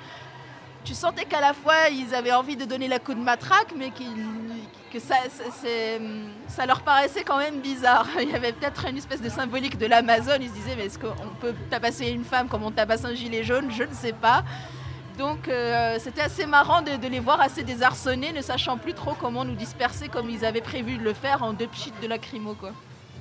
S19: tu sentais qu'à la fois ils avaient envie de donner la coup de matraque, mais qu'ils, que ça, ça, c'est, ça leur paraissait quand même bizarre. Il y avait peut-être une espèce de symbolique de l'Amazone. Ils se disaient, mais est-ce qu'on peut tabasser une femme comme on tabasse un gilet jaune ? Je ne sais pas. Donc euh, c'était assez marrant de, de les voir assez désarçonnés, ne sachant plus trop comment nous disperser comme ils avaient prévu de le faire en deux pchits de lacrymo, quoi.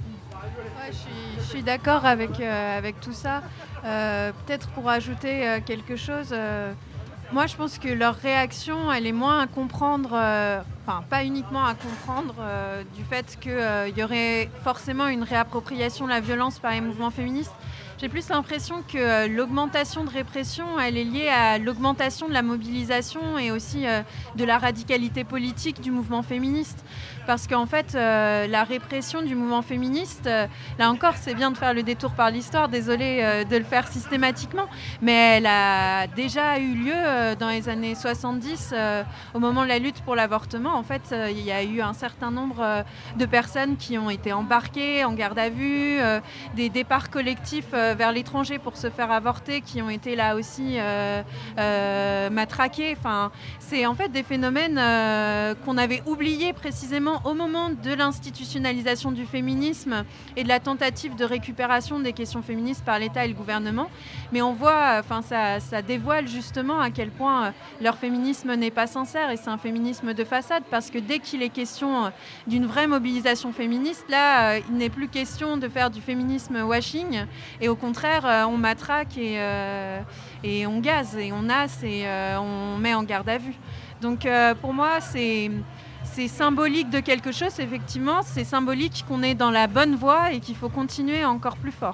S21: Ouais, je, suis, je suis d'accord avec, euh, avec tout ça. Euh, peut-être pour ajouter euh, quelque chose... Euh, Moi, je pense que leur réaction, elle est moins à comprendre, euh, enfin, pas uniquement à comprendre euh, du fait qu'il euh, y aurait forcément une réappropriation de la violence par les mouvements féministes. J'ai plus l'impression que euh, l'augmentation de répression, elle est liée à l'augmentation de la mobilisation et aussi euh, de la radicalité politique du mouvement féministe. Parce qu'en fait, euh, la répression du mouvement féministe, euh, là encore, c'est bien de faire le détour par l'histoire, désolée euh, de le faire systématiquement, mais elle a déjà eu lieu euh, dans les années soixante-dix, euh, au moment de la lutte pour l'avortement. En fait, euh, il y a eu un certain nombre euh, de personnes qui ont été embarquées en garde à vue, euh, des départs collectifs euh, vers l'étranger pour se faire avorter qui ont été là aussi euh, euh, matraqués. Enfin, c'est en fait des phénomènes euh, qu'on avait oubliés précisément au moment de l'institutionnalisation du féminisme et de la tentative de récupération des questions féministes par l'État et le gouvernement. Mais on voit, enfin, ça, ça dévoile justement à quel point leur féminisme n'est pas sincère et c'est un féminisme de façade, parce que dès qu'il est question d'une vraie mobilisation féministe, là, il n'est plus question de faire du féminisme washing et au contraire, on matraque et, euh, et on gaze et on nasse et euh, on met en garde à vue. Donc euh, pour moi, c'est... C'est symbolique de quelque chose, effectivement, c'est symbolique qu'on est dans la bonne voie et qu'il faut continuer encore plus fort.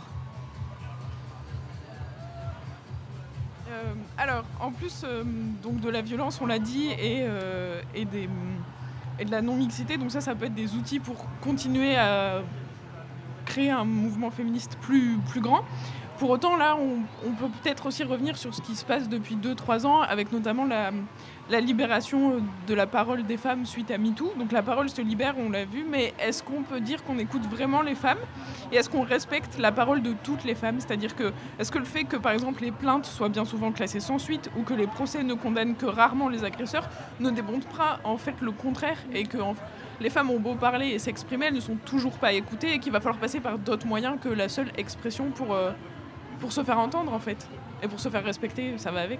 S20: Euh, alors, en plus euh, donc de la violence, on l'a dit, et, euh, et, des, et de la non-mixité, donc ça, ça peut être des outils pour continuer à créer un mouvement féministe plus, plus grand. Pour autant, là, on, on peut peut-être aussi revenir sur ce qui se passe depuis deux trois ans, avec notamment la, la libération de la parole des femmes suite à MeToo. Donc la parole se libère, on l'a vu, mais est-ce qu'on peut dire qu'on écoute vraiment les femmes ? Et est-ce qu'on respecte la parole de toutes les femmes ? C'est-à-dire que, est-ce que le fait que, par exemple, les plaintes soient bien souvent classées sans suite, ou que les procès ne condamnent que rarement les agresseurs, ne démontre pas en fait le contraire, et que en, les femmes ont beau parler et s'exprimer, elles ne sont toujours pas écoutées, et qu'il va falloir passer par d'autres moyens que la seule expression pour... Euh, pour se faire entendre, en fait, et pour se faire respecter, ça va avec.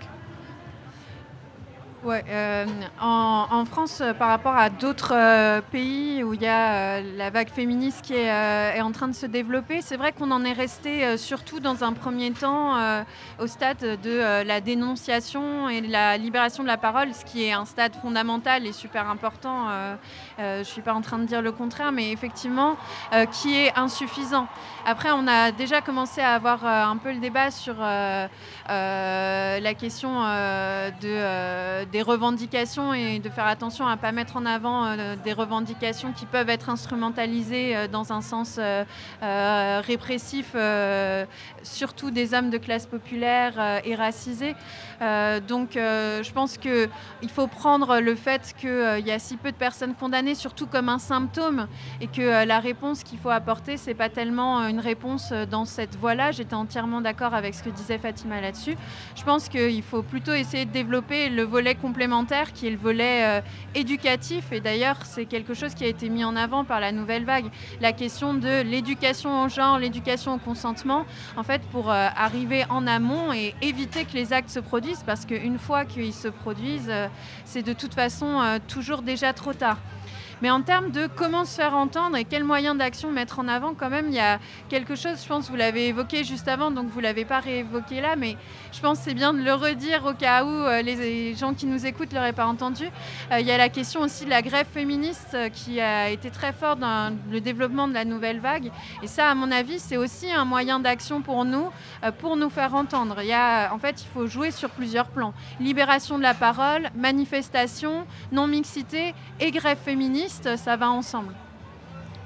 S21: Ouais, euh, en, en France, euh, par rapport à d'autres euh, pays où il y a euh, la vague féministe qui est, euh, est en train de se développer, c'est vrai qu'on en est resté euh, surtout dans un premier temps euh, au stade de euh, la dénonciation et de la libération de la parole, ce qui est un stade fondamental et super important. Euh, euh, je ne suis pas en train de dire le contraire, mais effectivement, euh, qui est insuffisant. Après, on a déjà commencé à avoir euh, un peu le débat sur euh, euh, la question euh, de... Euh, des revendications et de faire attention à ne pas mettre en avant euh, des revendications qui peuvent être instrumentalisées euh, dans un sens euh, euh, répressif, euh, surtout des hommes de classe populaire euh, et racisés. Euh, donc euh, je pense qu'il faut prendre le fait qu'il euh, y a si peu de personnes condamnées, surtout comme un symptôme, et que euh, la réponse qu'il faut apporter, ce n'est pas tellement une réponse dans cette voie-là. J'étais entièrement d'accord avec ce que disait Fatima là-dessus. Je pense qu'il faut plutôt essayer de développer le volet complémentaire qui est le volet euh, éducatif, et d'ailleurs c'est quelque chose qui a été mis en avant par la nouvelle vague, la question de l'éducation au genre, l'éducation au consentement, en fait pour euh, arriver en amont et éviter que les actes se produisent, parce qu'une fois qu'ils se produisent, euh, c'est de toute façon euh, toujours déjà trop tard. Mais en termes de comment se faire entendre et quels moyens d'action mettre en avant, quand même, il y a quelque chose, je pense, vous l'avez évoqué juste avant, donc vous ne l'avez pas réévoqué là, mais je pense que c'est bien de le redire au cas où euh, les gens qui nous écoutent ne l'auraient pas entendu. Euh, il y a la question aussi de la grève féministe euh, qui a été très forte dans le développement de la nouvelle vague. Et ça, à mon avis, c'est aussi un moyen d'action pour nous, euh, pour nous faire entendre. Il y a, en fait, il faut jouer sur plusieurs plans. Libération de la parole, manifestation, non-mixité et grève féministe. Ça va ensemble.
S8: Fatima ?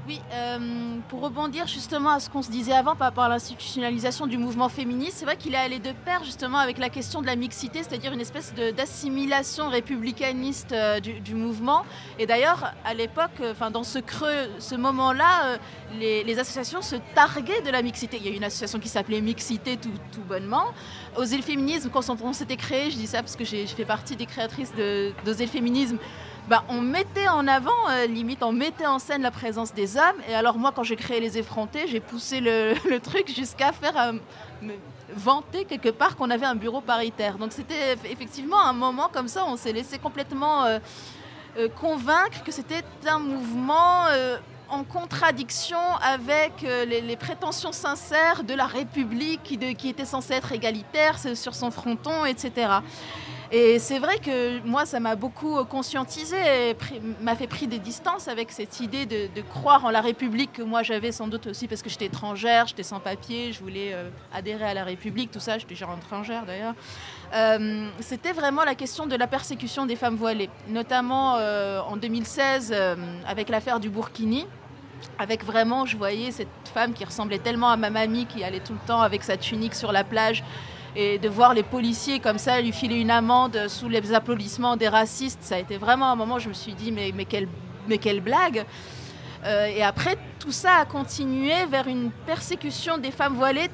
S19: Oui, euh, pour rebondir justement à ce qu'on se disait avant par rapport à l'institutionnalisation du mouvement féministe, c'est vrai qu'il est allé de pair justement avec la question de la mixité, c'est-à-dire une espèce de, d'assimilation républicaniste euh, du, du mouvement. Et d'ailleurs, à l'époque, enfin dans ce creux, ce moment-là, euh, les, les associations se targuaient de la mixité. Il y a une association qui s'appelait Mixité tout, tout bonnement. Oser le féminisme, quand on s'était créé, je dis ça parce que j'ai, je fais partie des créatrices de, d'Oser le féminisme, bah, on mettait en avant, euh, limite on mettait en scène la présence des hommes. Et alors moi, quand j'ai créé Les Effrontés, j'ai poussé le, le truc jusqu'à faire euh, me vanter quelque part qu'on avait un bureau paritaire. Donc c'était effectivement un moment comme ça, on s'est laissé complètement euh, euh, convaincre que c'était un mouvement euh, en contradiction avec euh, les, les prétentions sincères de la République qui, de, qui était censée être égalitaire sur son fronton, et cetera. Et c'est vrai que moi, ça m'a beaucoup conscientisé et pris, m'a fait pris des distances avec cette idée de, de croire en la République que moi j'avais sans doute aussi parce que j'étais étrangère, j'étais sans papier, je voulais euh, adhérer à la République, tout ça, j'étais déjà étrangère d'ailleurs. Euh, c'était vraiment la question de la persécution des femmes voilées, notamment euh, en deux mille seize euh, avec l'affaire du Burkini. Avec vraiment, je voyais cette femme qui ressemblait tellement à ma mamie, qui allait tout le temps avec sa tunique sur la plage. Et de voir les policiers comme ça lui filer une amende sous les applaudissements des racistes, ça a été vraiment un moment où je me suis dit mais, mais, quelle, mais quelle blague. Euh, et après, tout ça a continué vers une persécution des femmes voilées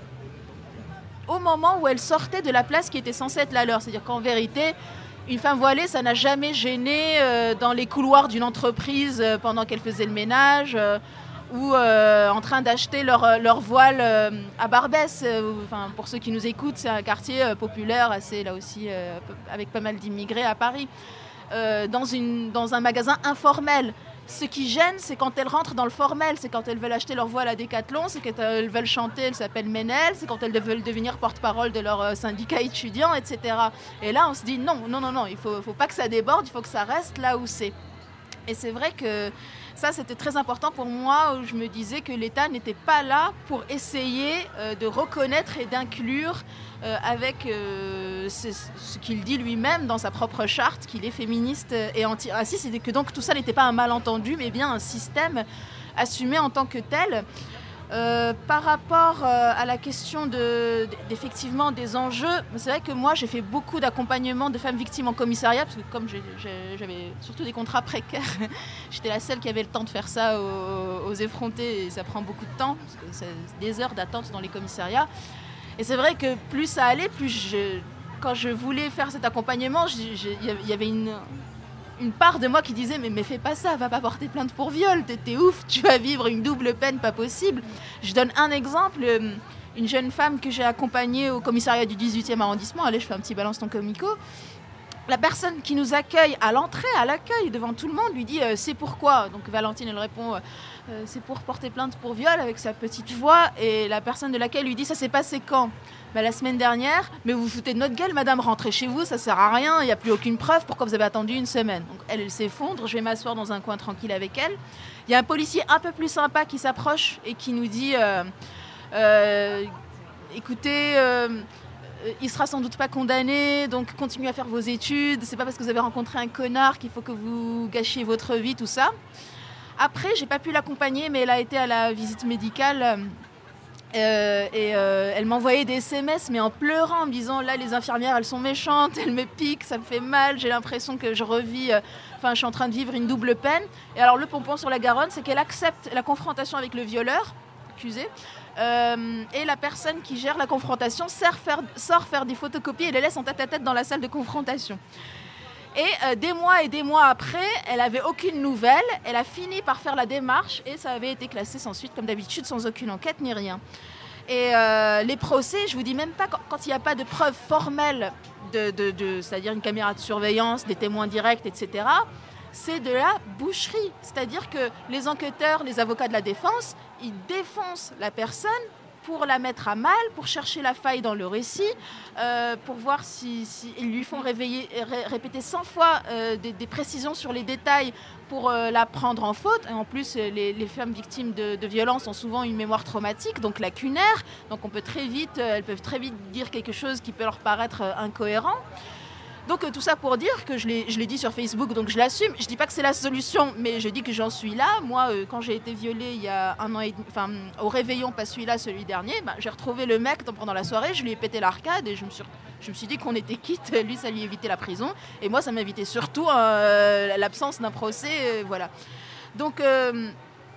S19: au moment où elles sortaient de la place qui était censée être la leur. C'est-à-dire qu'en vérité, une femme voilée, ça n'a jamais gêné euh, dans les couloirs d'une entreprise euh, pendant qu'elle faisait le ménage. Euh, ou euh, en train d'acheter leur, leur voile euh, à Barbès. Euh, enfin, pour ceux qui nous écoutent, c'est un quartier euh, populaire, assez, là aussi, euh, avec pas mal d'immigrés à Paris, euh, dans, une, dans un magasin informel. Ce qui gêne, c'est quand elles rentrent dans le formel, c'est quand elles veulent acheter leur voile à Decathlon, c'est quand elles veulent chanter, elles s'appellent Ménel, c'est quand elles veulent devenir porte-parole de leur euh, syndicat étudiant, et cetera. Et là, on se dit non, non, non, non, il ne faut, faut pas que ça déborde, il faut que ça reste là où c'est. Et c'est vrai que ça, c'était très important pour moi, où je me disais que l'État n'était pas là pour essayer euh, de reconnaître et d'inclure euh, avec euh, ce, ce qu'il dit lui-même dans sa propre charte, qu'il est féministe et antiraciste, et que donc tout ça n'était pas un malentendu, mais bien un système assumé en tant que tel. Euh, par rapport euh, à la question de, d'effectivement des enjeux, c'est vrai que moi j'ai fait beaucoup d'accompagnement de femmes victimes en commissariat parce que comme j'ai, j'ai, j'avais surtout des contrats précaires, j'étais la seule qui avait le temps de faire ça aux, aux effrontés et ça prend beaucoup de temps parce que c'est des heures d'attente dans les commissariats. Et c'est vrai que plus ça allait, plus je, quand je voulais faire cet accompagnement, il y avait une... une part de moi qui disait mais, mais fais pas ça, va pas porter plainte pour viol, t'es, t'es ouf, tu vas vivre une double peine pas possible. Je donne un exemple, une jeune femme que j'ai accompagnée au commissariat du dix-huitième arrondissement, allez je fais un petit balance ton comico, la personne qui nous accueille à l'entrée, à l'accueil, devant tout le monde, lui dit euh, c'est pourquoi. Donc Valentine elle répond euh, c'est pour porter plainte pour viol avec sa petite voix, et la personne de l'accueil lui dit ça s'est passé quand? Bah, la semaine dernière. Mais vous vous foutez de notre gueule, madame, rentrez chez vous, ça sert à rien, il n'y a plus aucune preuve, pourquoi vous avez attendu une semaine? Donc elle, elle s'effondre, je vais m'asseoir dans un coin tranquille avec elle. Il y a un policier un peu plus sympa qui s'approche et qui nous dit euh, euh, écoutez, euh, il sera sans doute pas condamné, donc continuez à faire vos études, c'est pas parce que vous avez rencontré un connard qu'il faut que vous gâchiez votre vie, tout ça. Après, j'ai pas pu l'accompagner, mais elle a été à la visite médicale. Euh, et euh, elle m'envoyait des S M S mais en pleurant, en me disant là les infirmières elles sont méchantes, elles me piquent, ça me fait mal, j'ai l'impression que je revis, enfin euh, je suis en train de vivre une double peine. Et alors le pompon sur la Garonne, c'est qu'elle accepte la confrontation avec le violeur accusé, euh, et la personne qui gère la confrontation sort faire, sort faire des photocopies et les laisse en tête à tête dans la salle de confrontation. Et euh, des mois et des mois après, elle n'avait aucune nouvelle. Elle a fini par faire la démarche et ça avait été classé sans suite, comme d'habitude, sans aucune enquête ni rien. Et euh, les procès, je vous dis même pas, quand, quand il n'y a pas de preuves formelles, de, de, de, c'est-à-dire une caméra de surveillance, des témoins directs, et cetera, c'est de la boucherie. C'est-à-dire que les enquêteurs, les avocats de la défense, ils défoncent la personne pour la mettre à mal, pour chercher la faille dans le récit, euh, pour voir si, si ils lui font réveiller, ré, répéter cent fois euh, des, des précisions sur les détails pour euh, la prendre en faute. Et en plus, les, les femmes victimes de, de violences ont souvent une mémoire traumatique, donc lacunaire. Donc on peut très vite, elles peuvent très vite dire quelque chose qui peut leur paraître incohérent. Donc euh, tout ça pour dire que je l'ai, je l'ai dit sur Facebook, donc je l'assume. Je dis pas que c'est la solution, mais je dis que j'en suis là. Moi, euh, quand j'ai été violée il y a un an et demi, enfin au réveillon, pas celui-là, celui dernier, bah, j'ai retrouvé le mec pendant la soirée, je lui ai pété l'arcade et je me suis, je me suis dit qu'on était quitte. Lui, ça lui évitait la prison et moi, ça m'évitait surtout euh, l'absence d'un procès, euh, voilà. Donc euh,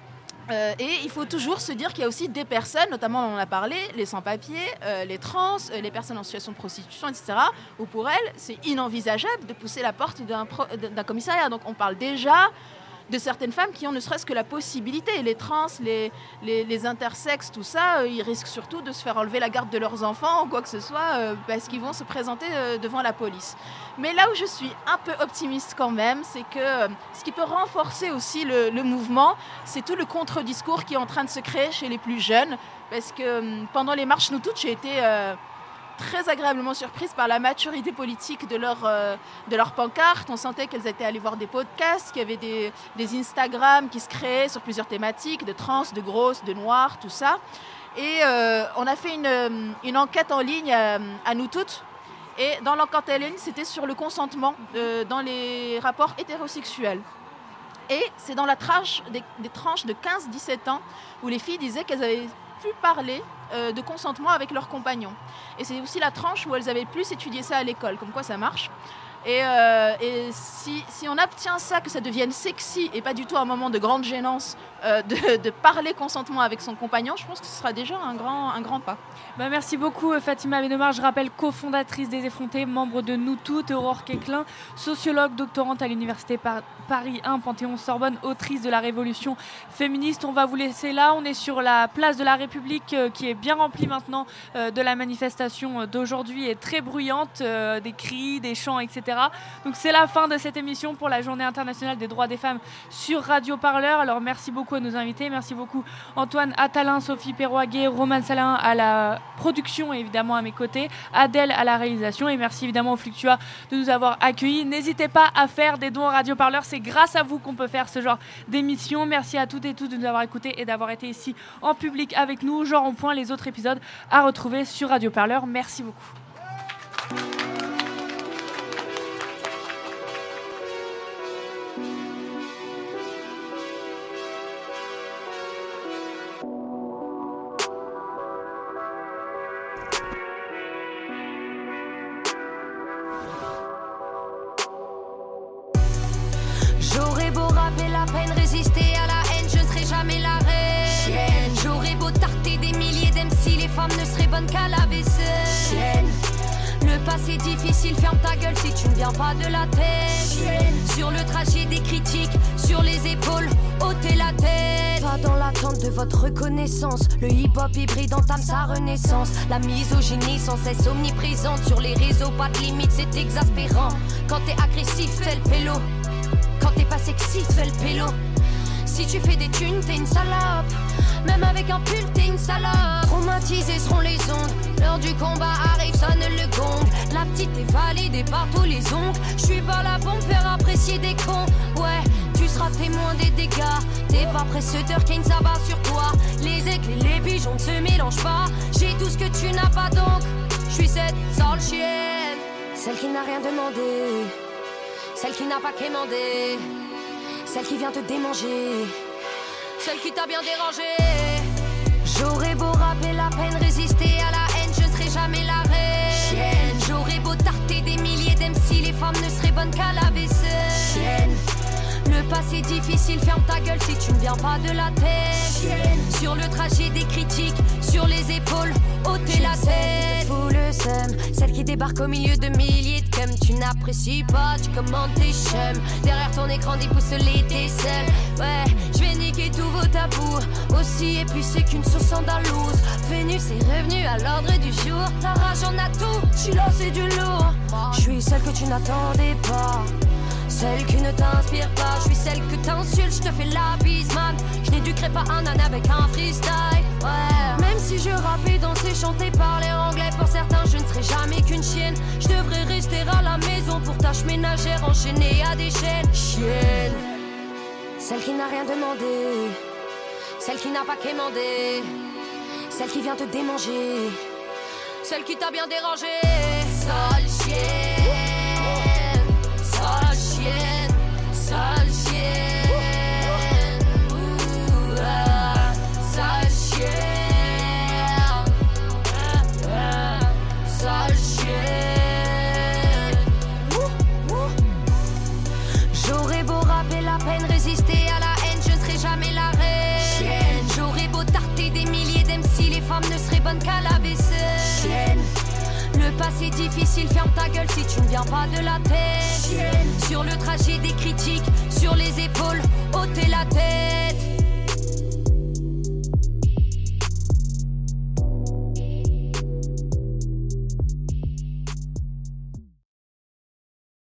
S19: Euh, et il faut toujours se dire qu'il y a aussi des personnes, notamment on en a parlé, les sans-papiers, euh, les trans, euh, les personnes en situation de prostitution, et cetera, où pour elles, c'est inenvisageable de pousser la porte d'un, pro- d'un commissariat. Donc on parle déjà de certaines femmes qui ont ne serait-ce que la possibilité. Les trans, les, les, les intersexes, tout ça, euh, ils risquent surtout de se faire enlever la garde de leurs enfants ou quoi que ce soit euh, parce qu'ils vont se présenter euh, devant la police. Mais là où je suis un peu optimiste quand même, c'est que euh, ce qui peut renforcer aussi le, le mouvement, c'est tout le contre-discours qui est en train de se créer chez les plus jeunes. Parce que euh, pendant les marches Nous Toutes, j'ai été... Euh, très agréablement surprise par la maturité politique de leur, euh, de leur pancarte. On sentait qu'elles étaient allées voir des podcasts, qu'il y avait des, des Instagram qui se créaient sur plusieurs thématiques, de trans, de grosses, de noires, tout ça. Et euh, on a fait une, une enquête en ligne à, à Nous Toutes. Et dans l'enquête en ligne, c'était sur le consentement euh, dans les rapports hétérosexuels. Et c'est dans la tranche des, des tranches de quinze à dix-sept ans où les filles disaient qu'elles avaient plus parlé euh, de consentement avec leurs compagnons. Et c'est aussi la tranche où elles avaient plus étudié ça à l'école, comme quoi ça marche. Et, euh, et si, si on obtient ça, que ça devienne sexy et pas du tout un moment de grande gênance euh, de, de parler consentement avec son compagnon, je pense que ce sera déjà un grand, un grand pas.
S8: Bah merci beaucoup Fatima Benomar, je rappelle cofondatrice des Effrontés, membre de Nous Toutes, Aurore Quéclin, sociologue, doctorante à l'université Par- Paris un, Panthéon-Sorbonne, autrice de la Révolution féministe. On va vous laisser là, on est sur la place de la République euh, qui est bien remplie maintenant euh, de la manifestation d'aujourd'hui et très bruyante, euh, des cris, des chants, et cetera. Donc c'est la fin de cette émission pour la Journée internationale des droits des femmes sur Radio Parleur. Alors merci beaucoup à nos invités, merci beaucoup Antoine Attalin, Sophie Perroguet, Roman Salin à la production et évidemment à mes côtés, Adèle à la réalisation et merci évidemment au Fluctua de nous avoir accueillis. N'hésitez pas à faire des dons à Radio Parleur, c'est grâce à vous qu'on peut faire ce genre d'émission. Merci à toutes et tous de nous avoir écoutés et d'avoir été ici en public avec nous. Genre en point, les autres épisodes à retrouver sur Radio Parleur. Merci beaucoup.
S5: J'aurais beau rapper la peine, résister à la haine, je ne serai jamais la reine. J'aurais beau tarter des milliers d'M C, les femmes ne seraient bonnes qu'à la vaisselle. Le passé difficile, ferme ta gueule si tu ne viens pas de la tête. Sur le trajet des critiques, sur les épaules, ôtez la tête. Pas dans l'attente de votre reconnaissance, le hip-hop hybride entame sa renaissance. La misogynie sans cesse omniprésente, sur les réseaux pas de limite, c'est exaspérant. Quand t'es agressif, fais le pélo. Quand t'es pas sexy, fais le pélo. Si tu fais des thunes, t'es une salope. Même avec un pull, t'es une salope. Traumatisés seront les ondes. L'heure du combat arrive, sonne le gong. La petite est validée par tous les oncles. J'suis pas là pour me faire apprécier des cons. Ouais, tu seras témoin des dégâts. T'es pas précédeur, Kane s'abat sur toi. Les éclats, les pigeons ne se mélangent pas. J'ai tout ce que tu n'as pas donc. J'suis cette sale chienne. Celle qui n'a rien demandé. Celle qui n'a pas quémandé. Celle qui vient te démanger. Celle qui t'a bien dérangé. J'aurais beau rapper la peine, résister à la haine, je ne serai jamais la reine. J'aurais beau tarter des milliers d'M C, les femmes ne seraient bonnes qu'à la vaisselle. Le passé difficile, ferme ta gueule si tu ne viens pas de la tête. Sur le trajet des critiques, sur les épaules, ôtez la tête. Fous le seum, celle qui débarque au milieu de milliers de cums. Tu n'apprécies pas, tu commandes tes chums. Derrière ton écran déboussolé, t'es seul. Ouais, je vais niquer tous vos tabous. Aussi épuisé qu'une sauce andalouse. Vénus est revenue à l'ordre du jour. La rage en a tout, j'suis là c'est du lourd. J'suis celle que tu n'attendais pas. Celle qui ne t'inspire pas, je suis celle que t'insultes, je te fais la bise, man. Je n'éduquerai pas un âne avec un freestyle, ouais. Même si je rappais, danser, chanter, parler anglais, pour certains je ne serai jamais qu'une chienne. Je devrais rester à la maison pour tâches ménagères, enchaînées à des chaînes. Chienne. Celle qui n'a rien demandé, celle qui n'a pas quémandé, celle qui vient te démanger, celle qui t'a bien dérangé. Sale chienne. c'est difficile, ferme ta gueule si tu ne viens pas de la tête. Chienne. Sur le trajet des critiques,